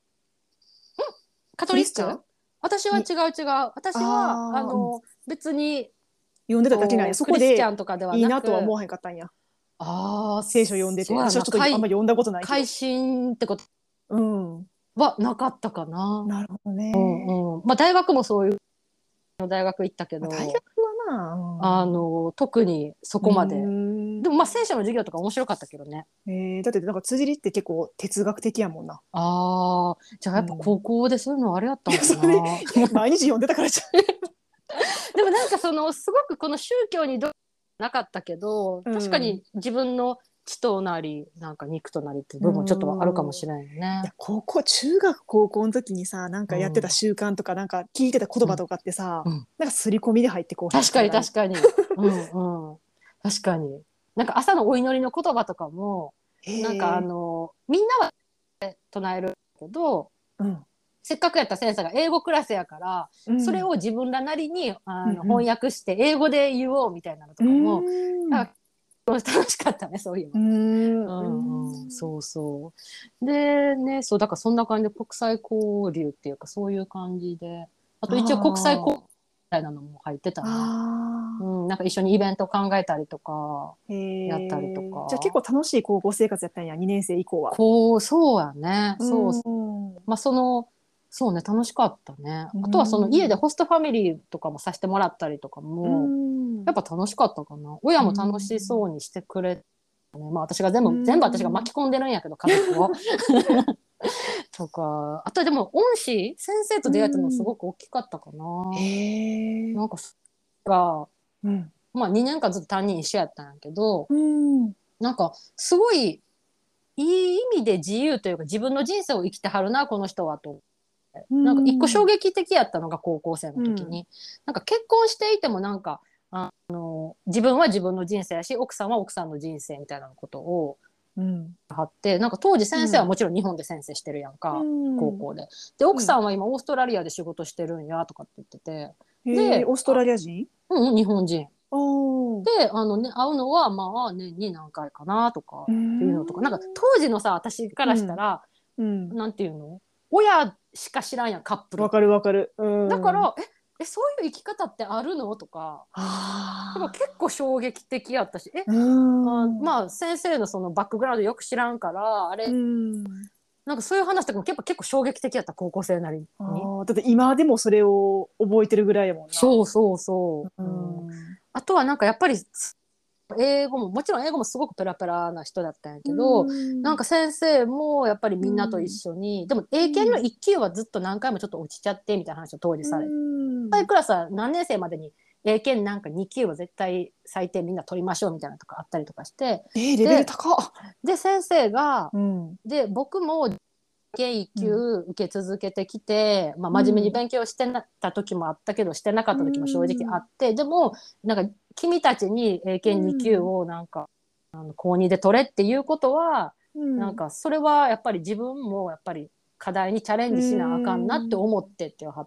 カトリック？私は違う違う。私はあの別に読んでただけなんや。そこでクリスチャンとかではなくいいなとは思わへんかったんや。 ああ聖書読んでて、私はちょっとあんま読んだことないけど。 改心ってことうんはなかったかな。 なるほどね。 うんうん、まあ大学もそういう大学行ったけど、 大学はな、 うん、あの特にそこまで。でもまあ聖書の授業とか面白かったけどね。 えー、だってなんか辻りって結構哲学的やもんな。 ああ、じゃあやっぱ高校でそういうのあれやったのかな。 毎日読んでたからじゃん。でもなんかそのすごくこの宗教にどなかったけど、確かに自分の血となりなんか肉となりっていう部分ちょっとあるかもしれないよね。 いや高校中学高校の時にさなんかやってた習慣とか、うん、なんか聞いてた言葉とかってさ、うん、なんか刷り込みで入ってこう。 確かに確かに。うんうん。確かに。なんか朝のお祈りの言葉とかもなんかあのみんなは唱えるけど、うん、せっかくやった先生が英語クラスやから、うん、それを自分らなりにあの、うんうん、翻訳して英語で言おうみたいなのとかも、うん、楽しかったねそういうの。うんうんうん、そうそうでね、そうだからそんな感じで国際交流っていうかそういう感じで、あと一応国際交流みたいなのも入ってたね。うん、なんか一緒にイベント考えたりとかやったりとか。 じゃあ結構楽しい高校生活やったんやにねん生以降は。 こうそうやね。そうそう。まあそのそうね楽しかったね。あとはその家でホストファミリーとかもさせてもらったりとかもやっぱ楽しかったかな。親も楽しそうにしてくれて、ね、まあ私が全部全部私が巻き込んでるんやけど家族を。とかあとでも恩師先生と出会えたのすごく大きかったかな。へなんかが、うん、まあにねんかんずっと担任一緒やったんやけど、うん、なんかすごいいい意味で自由というか自分の人生を生きてはるなこの人はと。なんか一個衝撃的やったのが高校生の時に、うん、なんか結婚していてもなんかあの自分は自分の人生やし奥さんは奥さんの人生みたいなことを貼って、うん、なんか当時先生はもちろん日本で先生してるやんか、うん、高校で。で奥さんは今オーストラリアで仕事してるんやとかって言ってて、 うん、でオーストラリア人？ うん、日本人であの、ね、会うのはまあ年に何回かなとかっていうのとか、なんか当時のさ私からしたら、うん、なんていうの親しか知らんやんカップル。 わかるわかる、うん、 だからええそういう生き方ってあるのとかでも結構衝撃的やったしえあまあ先生のそのバックグラウンドよく知らんからあれなんかそういう話とかも結構結構衝撃的やった高校生なりに。 あだって今でもそれを覚えてるぐらいやもんな。 そうそうそう、うん、あとはなんかやっぱり英語ももちろん英語もすごくペラペラな人だったんやけど、んなんか先生もやっぱりみんなと一緒にでも英検のいっ級はずっと何回もちょっと落ちちゃってみたいな話を当時されて最クラスは何年生までに英検なんかに級は絶対最低みんな取りましょうみたいなのとかあったりとかしてえー、レベル高っで先生が、うん、で僕もいっ級受け続けてきて、うんまあ、真面目に勉強してた時もあったけどしてなかった時も正直あって、うん、でもなんか君たちに英検に級をなんか、うん、あの高にで取れっていうことは、うん、なんかそれはやっぱり自分もやっぱり課題にチャレンジしなあかんなって思ってって言わはって、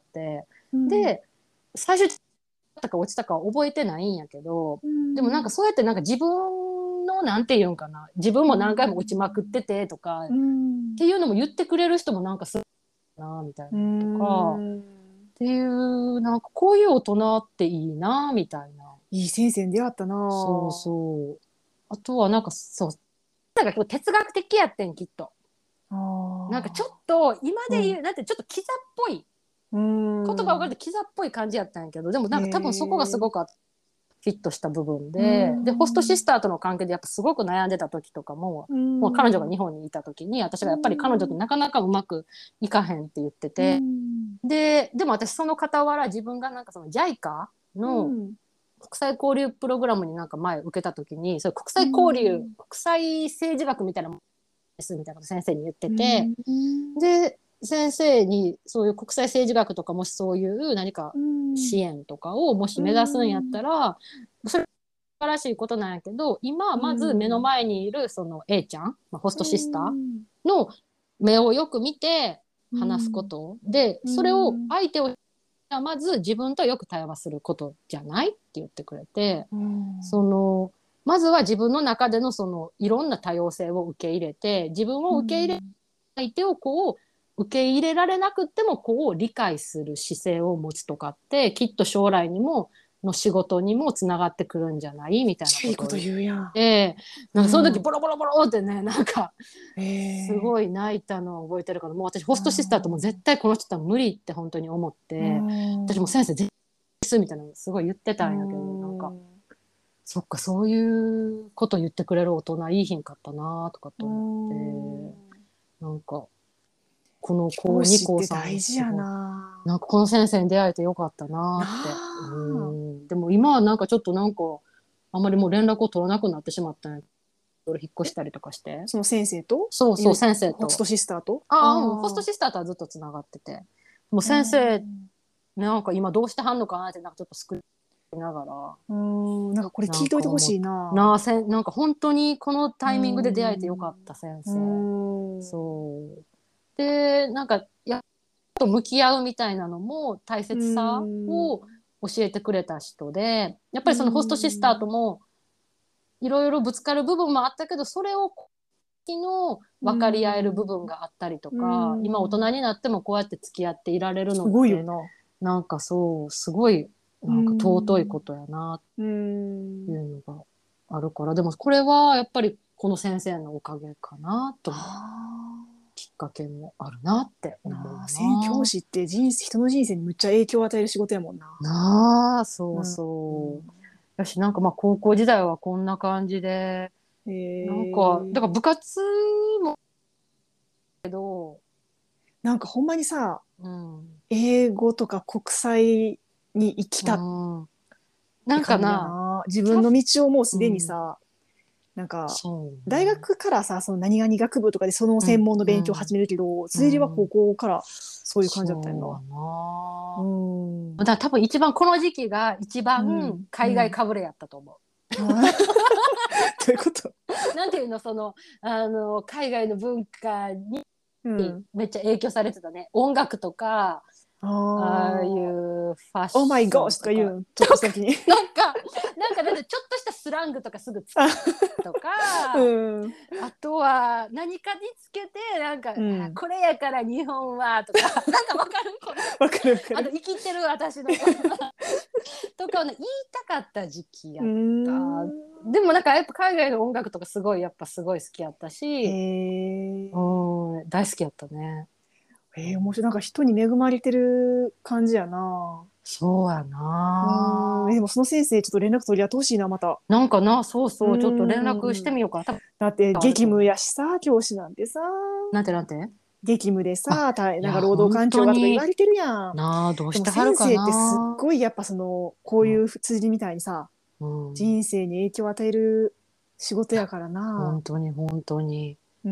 うん、で最終的に落ちたか落ちたかは覚えてないんやけど、うん、でもなんかそうやってなんか自分のなんて言うんかな自分も何回も落ちまくっててとか、うん、っていうのも言ってくれる人もなんかするなみたいなとか、っていうなんかこういう大人っていいなみたいな。 いい先生に出会ったな。 そうそう。あとはなんかそうなんか結構哲学的やってんきっと。あなんかちょっと今で言う、うん、なんてちょっとキザっぽい言葉をかるとキザっぽい感じやったんやけどでもなんか多分そこがすごくフィットした部分ででホストシスターとの関係でやっぱすごく悩んでた時とかももう彼女が日本にいた時に私がやっぱり彼女となかなかうまくいかへんって言っててででも私その傍ら自分がなんかその ジャイカ の国際交流プログラムになんか前受けた時にそれ国際交流国際政治学みたいなものですみたいなこと先生に言っててで先生にそういう国際政治学とかもしそういう何か支援とかをもし目指すんやったらそれ素晴らしいことなんやけど今まず目の前にいるその A ちゃんホストシスターの目をよく見て話すことでそれを相手をまず自分とよく対話することじゃないって言ってくれてそのまずは自分の中でのそのいろんな多様性を受け入れて自分を受け入れ相手をこう受け入れられなくてもこう理解する姿勢を持つとかってきっと将来にもの仕事にもつながってくるんじゃないみたいなことを言うでなんかその時ボロボロボロってねなんかすごい泣いたのを覚えてるからもう私ホストシスターとも絶対この人とは無理って本当に思って私も先生絶対ですみたいなのすごい言ってたんやけどなんかそっかそういうこと言ってくれる大人いいひんかったなとかと思ってなんかこの高に高さん大事やななんかこの先生に出会えてよかったなってうんでも今はなんかちょっとなんかあんまりもう連絡を取らなくなってしまったんや引っ越したりとかしてその先生とそうそう先生とホストシスターとああ、うん、ホストシスターとはずっとつながっててもう先生なんか今どうしてはんのかなってなんかちょっと救いながらうんなんかこれ聞いといてほしいななあせなんか本当にこのタイミングで出会えてよかった先生そうでなんかやっと向き合うみたいなのも大切さを教えてくれた人でやっぱりそのホストシスターともいろいろぶつかる部分もあったけどそれをの分かり合える部分があったりとか今大人になってもこうやって付き合っていられるのってすごいよななんかそうすごいなんか尊いことやなっていうのがあるからでもこれはやっぱりこの先生のおかげかなと思うきっかけもあるなって思うな。 宣教師って人人の人生にむっちゃ影響を与える仕事やもんな。 なあそうそう。うん、よしなんかまあ高校時代はこんな感じで、えー、なんかだから部活もけどなんかほんまにさ、うん、英語とか国際に生きた、うん、なんかな自分の道をもうすでにさ、 なんかそうね、 大学からさその何々学部とかでその専門の勉強を始めるけど、辻りは高校からそういう感じだったよな。 そうやな、 うん。 だから多分一番この時期が一う番ん海外かぶれやったと思う。 どういうこと？ なんていうの、そのあの海外の文化にうん。 めっちゃ影響されてたね。音楽とかあああいあ。 うファッオーマイショゴーシュとかンとか、 言うんちょっとした時に。 なんかなんかだってちょっとしたスラングとかすぐつあとか、 うん。 あとは何かにつけてなんか、 うん。 これやから日本はとかなんかわかるこれわかるわかあとる。 生きてる私のとかを、ね、言いたかった時期やうーった。 ん。 でもなんかやっぱ海外の音楽とかすごいやっぱすごい好きやったへし、 え。 うん大好きやったね。 えー、面白い。なんか人に恵まれてる感じやな。 そうやうーん。えな。 でもその先生ちょっと連絡取り合ってほしいな、また。 なんかな、そううそう、ちょっと連絡してーん。 みようかな。多分だってあると思う。 激務やしさ、教師なんてさ。 なんてなんて。 激務であ、 さ、たいや、 なんか労働本環境がとか言わ当にれてるやん。 なあ、どうでもしてはるか先生ってすっな。 ごいやっぱその、こううん、 いう辻みたいにさ、 うん。 人生に影響を与える仕事いや、 やからな。 本当に本当に。 うん。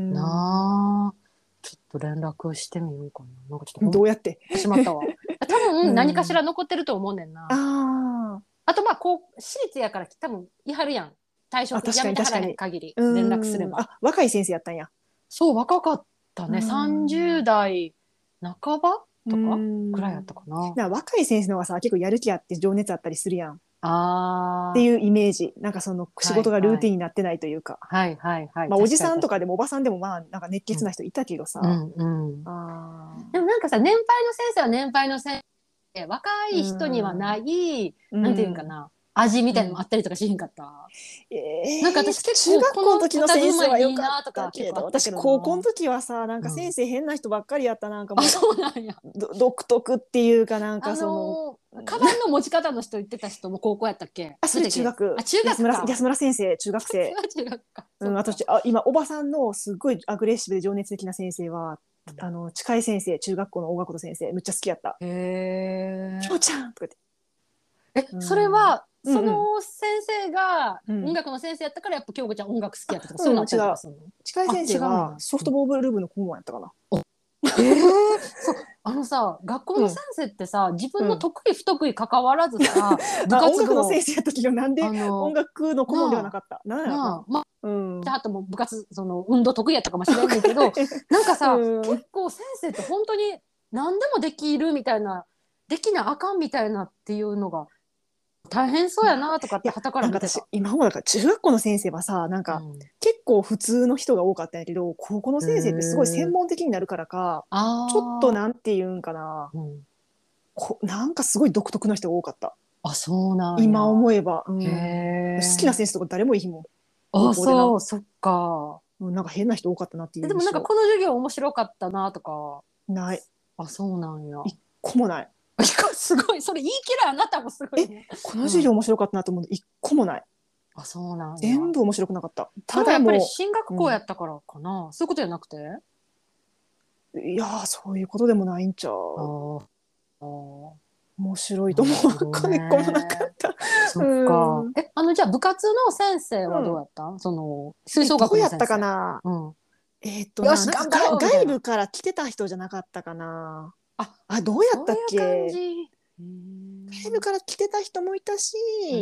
なあ。ちょっと連絡してみようかな。なんかちょっとほんどうやって？ しまったわ。多う分何かしん。 ら残ってると思うねんな。 ああとまあこう私立やから多分いはるやん。退あ。あ、確職やめてはらへんかに確かに。 限り連絡すれうん。 ば。 あ、若い先生やったんや。 そう若かったうね。さんじゅうん。 代半ばうとかくらいやっん。 たかな。 な若い先生の方がさ、結構やる気あって情熱あったりするやん。ってあいうイメージ。なんかそのー、 仕事がルーはいはいティンになってないというか。 はいはいはい。 まあおじ確かに確かさんとかでもおばさんでもまあなんか熱に。 血な人いたけどうさ。 んうんうん。 ああ。 でもなんかさ、年配の先生は年配の先生、若うい人にはなん。 い、 うなんていうんかん。 な、味みたいなのもうん。 あったりとかしへんかった。なんかえー、 私結中構こ学校の時のの佇先生まいいいは良かっなとか結たけど、 構あったけど私高校のな。 時はさ、なんかうん。 先生変な人ばっかりやった。なんかあ、 もそうなんや。 うど独特っていうかなんあかその、 のー、カバンの持ち方の人言ってた人も高校やったっけ？ あ、それなんだっけ？あ、 中学、 中安村、 学か。 安村先生、中学それ生。 は中学か。 うん、 そっか。 私、あ、今、おばさんのすっごいアグレッシブで情熱的な先生は、 うん、 あの、近い先生、中学校の音楽の先生、めっちゃ好きやった。 へえ。 きょうちゃんとか言って。 え、 うん。 それは、そうんうん。 の先生がうん。 音楽の先生やったから、やっぱ京子ちゃん音楽好きやったとか、そういううん、 のあったりとか違う。 するの？ 近いあ、 先生は違うんや。うん、 ソフトボール部の顧問やったかな。 へえ、そう、あのさ、学校うん。 の先生ってさ、自分のうん。 得意不得意関わらずさ、部あ、音楽の先活動、 生やったけど、なんであの、 音楽の顧問ではななかった。なんあ、 やろな。 なあ、まあ、 うん。 あとも部活、その運動得意やったかもしれんねんけど、なんかさ、 うん。 結構先生って本当に何でもできるみたいな、できなあかんみたいなっていうのが大変そうやな、 なとかっいや、 て傍から見てた。 なんか私、今もだから中学校の先生はさ、なんかうん。 結構普通の人が多かったんやけど、高校のへ先生ってすごい専え。 門的になるからか、ちょっとああ、 なんて言うんかな、 うん。 こなんかすごい独特な人が多かった。 あ、そうなんや。 今思えば、うへん。好きなえ。 先生とか誰もいいもん、高あ、 校でな。 そう、そっか。 うん、なんか変な人多かったなっていうでもなんか印象。 この授業面白かったなとか。 ない。 あ、そうなんや。 一個もない。 すごい、それ言い切るあなたもすごいえ、 ね。 このうん。 授業面白かったなと思うの一個もない。 あ、そうなんや。 全部面白くなかった。たそれはやっぱりだも進学う、 校やったからかな。そういうことじゃなくて。あうん、いやー、そういうことでもないんちゃあう。 ー、あー、 面白いと思う。 なるほどこねっこもなかね。 った。 そっか。 うん。 え、あの、じゃあ部活の先生はどううん。 やった？その、吹え、 奏どうやったか楽の先生。 な。 うん。 えーっとな、 よし、 なんかが頑張ろうみたいな。 外部から来てた人じゃなかったかな。 あ、 あ、どうやったっそういう感じ。 け。 うー外部ん。 から来てた人もいたし、 うん。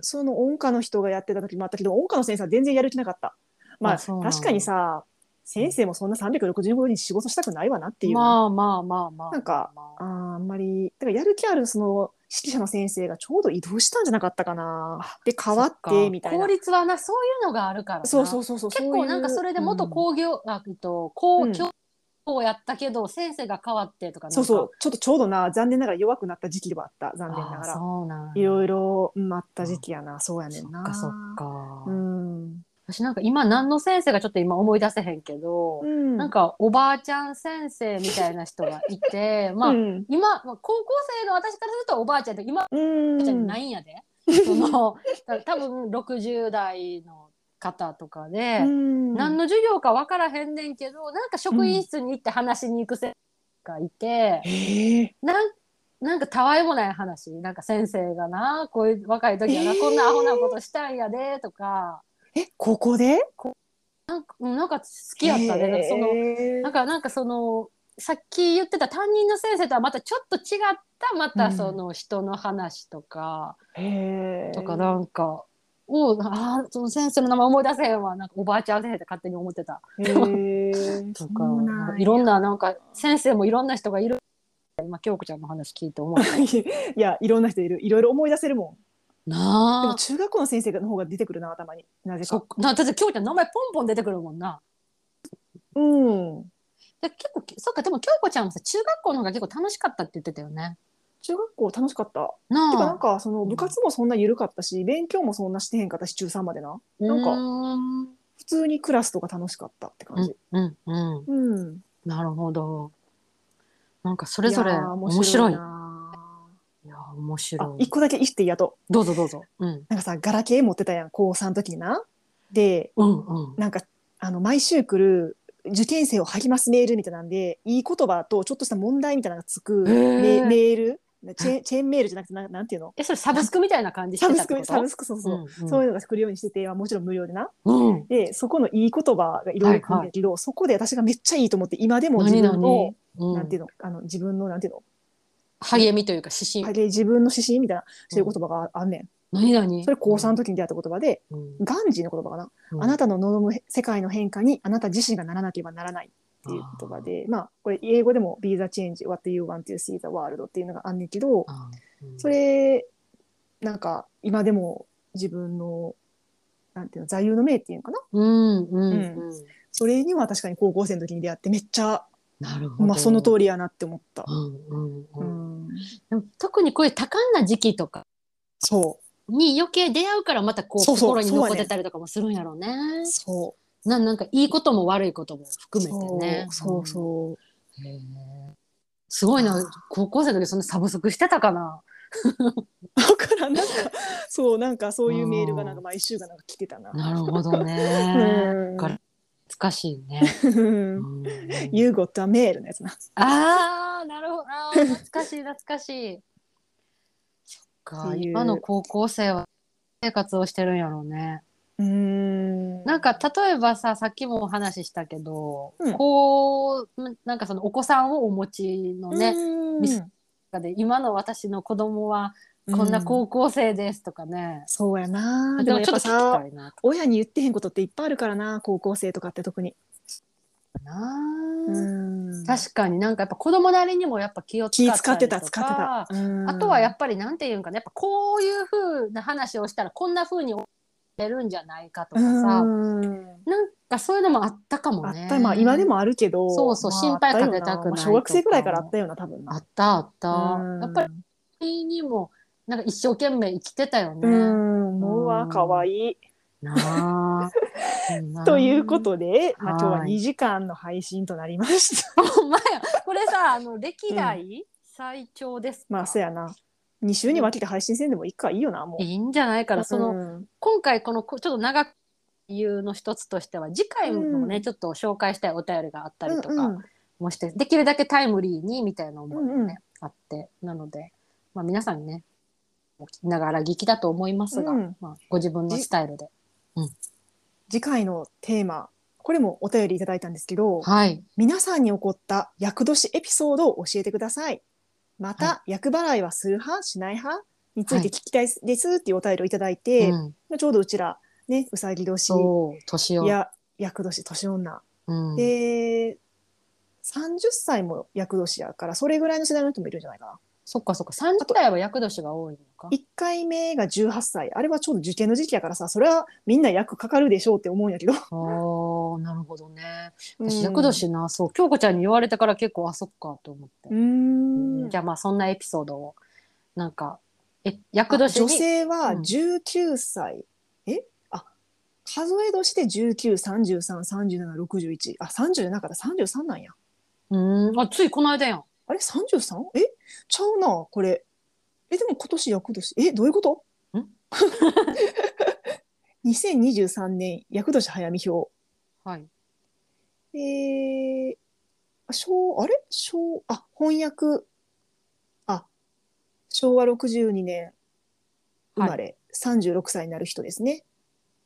その音歌の人がやってた時もあったけど、音歌の先生は全然やる気なかった。まあ、 あ、確かそうなんや。 にさ、 うん、 先生もそんなさんびゃくろくじゅうごにち仕事したくないわなっていうな。 まあまあまあまあなんか、 まあまあー、あんまり、だからやる気あるその指揮者の先生がちょうど移動したんじゃなかったかな。 あ。あ、 で、変そわって、 っか。 みたいな。 効率はな、そういうのがあるからそうそな。 うそうそう、 結そういう、 構なんかそれでうん。 元工業、あ、えっと、こう、 うん。 教師やったけど、先生が変わってとかなんか、 そうそう、ちょっとちょうどな、残念ながら弱くなった時期ではあった。残念なああ、 がら。 そうなんや。 いろいろ、うん、あった時あ、 期やな。そうやねんそっかそっな。うか。 ん。 私なんか今何の先生がちょっと今思い出せへんけど、 うん。 なんかおばあちゃん先生みたいな人がいて、まあうん。 今、まあ、高校生の私からするとおばあちゃんって今おばうあちゃんにん。 ないんやで。その、た多分ろくじゅう代の方とかうで、何ん。 の授業か分からへんねんけど、なんか職員うん。 室に行って話しに行く先生がいて、 ええなんなんかたわいもない話、なんか先生がな、こういう若い時はな、こんなアホなこええとしたんやでとか、 え、高校で？ なんか、なんか好きやったね。なんかその、なんか、なんかその、さっき言ってた担任の先生とはまたちょっと違ったまたその人の話とか、 うん、へとかなんか、おあその先生の名前思い出せへんわ。なんかおばあちゃん先生って勝手に思ってた。 え。へえ。 とか、 そうなんかなんや。 いろんな、なんか先生もいろんな人がいる。今、京子ちゃんの話聞いて思ったわ。 いや、いろんな人いる。いろいろ思い出せるもん。でもなあ。 中学校の先生の方が出てくるな、頭に。なぜか。 そっか。な、だって京子ちゃん名前ポンポン出てくるもんな。 うん。 で結構、そっか、でも京子ちゃんもさ、中学校の方が結構楽しかったって言ってたよね。 中学校楽しかった。てかなんなあ。 かその部活もそんな緩かったし、勉強もそんなしてへんかったし、中さんまでな。 うなんかーん。 普通にクラスとか楽しかったって感じ。 うん、うん、うん。 うん。 なるほど。なんかそいやれぞれー面白い面白い。 ないや、面ー。あ、 白い。 一個だけ言っていいやと。 どうぞどうぞ。うん。 なんかさ、ガラケー持ってたやん、高さんの時にな。で、 うん、うん。 なんか、あの、毎週来る受験生を励ますメールみたいなんで、いい言葉とちょっとした問題みたいなのがつへくメ、メえ。 ール、チェーン、チェーンメールじゃなくて、な、なんていうの？ え、それサブスクみたいな感じしてサブスク、 たってこと？ サブスク、そうそう。 うん、うん。 そういうのが来るようにしてて、もちろん無料でな。 うん。 で、そこのいい言葉がいろいろ来るんはいはい。 だけど、そこで私がめっちゃいいと思って、今でも自何分の、 何？うん。 なんていうの、あの、自分の、なんていうの、 励みというか指針。 あれ、自分の指針みたいな、そういううん。 言葉があんねん。 何何？ それ高さんの時に出会った言葉で、 うん。 ガンジーの言葉かな。 うん。 あなたの望む世界の変化にあなた自身がならなければならないっていう言葉あで、まあ、これ英語でも Be the change, what you want to see the world っていうのがあんねんけど、 あ。うん。 それ、なんか今でも自分の、なんていうの、座右の銘っていうのかな。 うん、うん、 うん。 うん。 それには確かに高校生の時に出会ってめっちゃ、 なるほまあその通ど。 りやなって思った。 うん、うん、 ううん。 ん。 でも特にこういう多感な時期とかそう。 に余計出会うからまたこうそうそう、 心にそうやねん。 残ってたりとかもするんやろうね。 そう。 な、なんかいいことも悪いことも含めてね。 そう、そううん、 そう。 へえ、すごいな。 あ高校生の時そんなサブスクしてたかな。 あ。だからん、なんか、そう、なんかそういうメールがなんかうん。 毎週がなんか来てたな。 なるほどうね。がん。 懐かしいね。うん。 You got a mail のやつな。っああ、なるほど。あー、懐かしい、懐かしい。 てか、今いう。 の高校生は生活をしてるんやろうね。 うーん。 なんか例えばさ、さっきもお話ししたけど、 うん。 こう、なんかそのお子さんをお持ちのうね、リスーん。 トで、今の私の子供はうこんなん。 高校生ですとかね。 そうやな。でもやっでもちょっと聞きたぱさ、 いなと親に言ってへんことっていっぱいあるからな、高校生とかって特に。 かうな。 ん。 確かになんかやっぱ子供なりにもやっぱ気を使気っ使ってた、 たりと使ってた。 か、 うあとはやん。 っぱりなんていうんかね、やっぱこういう風な話をしたらこんな風に思えるんじゃないかとうかさ、 ん。 なんかそういうのもあったかもあった、まあ今でね。 もあるけど、 そうそう、 まああっ心配かたよな。 けたくまあ小ないと学生ぐらいからあっかも。 たよな、多分な。 あったあっうた。やっぱん。 りにも、なんか一生懸命生きてたようね。 ん、 うもうはかわん。 いい。 なあ。いいなということで、 あ。 まあ、今日ははい。 にじかんの配信となりました。 ほんまや。これさ、あの、歴うん。 代最長ですまあ、そか？ やな。に週に分けて配信せんでもいいか、いいよな、もいいんじゃないかう。 ら、その、 うん。 今回このこちょっと長く理由の一つとしては、次回もね、 うん。 ちょっと紹介したいお便りがあったうりとかんうん。 もして、できるだけタイムリーにみたいなうんうん。 思いもね、あって、なので、まあ皆さんね、ながら聞きだと思いますが、 うん。 まあ、ご自分のスじ、 タイルで。うん。 次回のテーマ、これもお便りいただいたんですけど、 はい。 皆さんに起こった厄年エピソードを教えてください。まはい。 た、厄払いはする派しない派についはい。 て聞きたいですっていうお便りをいただいて、 うん。 ちょうどうちら、ね、うさぎ年そう、年を。 や厄年、年女。 うん。 で、さんじゅっさいも厄年やから、それぐらいの世代の人もいるんじゃないかな。 そっかそっか。30 あと、 代は厄年が多いのか。 いっかいめがじゅうはっさい。あれはちょうど受験の時期やからさ、それはみんな役かかるでしょうって思うんやけど。 ああ、なるほどね。 う私、厄ん。 年な、そう、京子ちゃんに言われてから結構、あ、そっか、と思って。 うーうん、じん。 ゃあ、まあ、そんなエピソードを、なんか、え、厄あ、女年に、 性はうん。 じゅうきゅうさい。えあ、数え年でじゅうきゅう、さんじゅうさん、さんじゅうなな、ろくじゅういち。あ、さんじゅうじゃなかった。さんじゅうさんなんや。 うん、あ、ついこの間やん。 あれ さんじゅうさん？ えちゃうな、これ。え、でも今年厄年。え、どういうこと？ んにせんにじゅうさん 年厄年早見表。 はい。 えー、あ昭、あれ昭、あ、翻訳。あ、しょうわろくじゅうにねん生はい。 まれ、さんじゅうろくさいになる人ですね。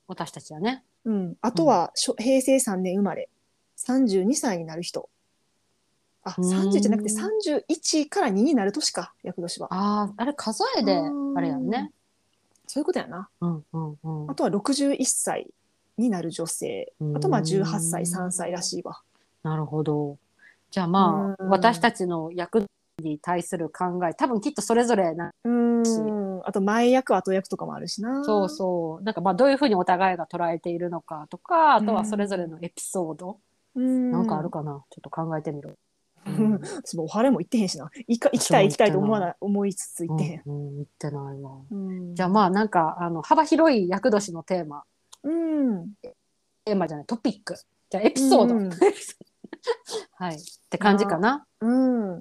私たちはね。 うん、あとは、しょへいせいさんねん生まれさんじゅうにさいになる人。あ、さんじゅうじゃなくてさんじゅういちからにになる年か、厄年は。 ああ、あれ数えであれやんね。 そういうことやな。 うんうんうん。 あとはろくじゅういっさいになる女性。あとまあじゅうはっさい、さんさいらしいわ。 なるほど。じゃあまあ、私たちの役に対する考え、多分きっとそれぞれなうーん。あと前役、後役とかもあるしな。 そうそう。なんかまあどういうふうにお互いが捉えているのかとか、あとはそれぞれのエピソード、なんかあるかな。ちょっと考えてみる。 うん、私もお晴れも行ってへんしな。行か行きたい行きたいと思わない思いつつ行ってへん。 うんうん、言ってないわ。 うん、 じゃあまあなんかあの幅広い厄年のテーマ、 うん、 テーマじゃないトピック、じゃあエピソード、 うん、 はいって感じかな。 うん。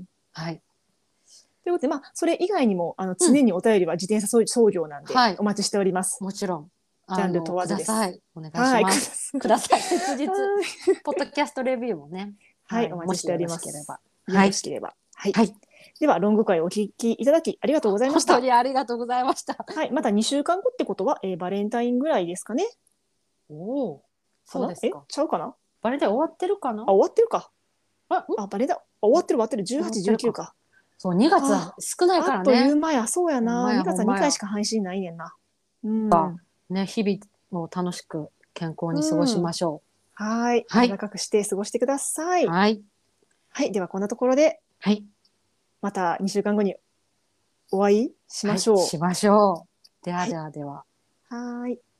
はい。 ということで、まあ、それ以外にも、あの、 うん常にお便りは自転車操業なんで、 はい。 お待ちしております。 もちろんジャンルあのく問わずです。 ださい。お願いしはい、くだます。 さい。 ください。切実。 はい、 ポッドキャストレビューもね。 はい、お待ちしておりもしよろます。 しければ。 よはい。 ろしければ。はい。 はい。 では、ロング回お聞きいただきありがとうございました。 本当にありがとうございました。 はい、またにしゅうかんごってことは、えーバレンタインぐらいですかね。 おお、 かなえそうですか。 ちゃうかなバレンタイン終わってるかな。 あ、終わってるか。 あ、んあ、バレンタイン、あ終わってる終わってる。じゅうはち、 終わってるじゅうきゅうか。 か。 そう、にがつはあ少ないあ、 からあっというね。 間や。そうやな。 ほんまや、 にがつは2 ほんまや。 回しか配信ないねんな。うん。 ね、日々を楽しく健康に過ごしうん。 ましょう。 はい。 はい。 暖かくして過ごしてください。 はい。 はい。では、こんなところで、 はい。 またにしゅうかんごにお会いしはい。 ましょう。 しましょう。でははい。 ではでは。 はい。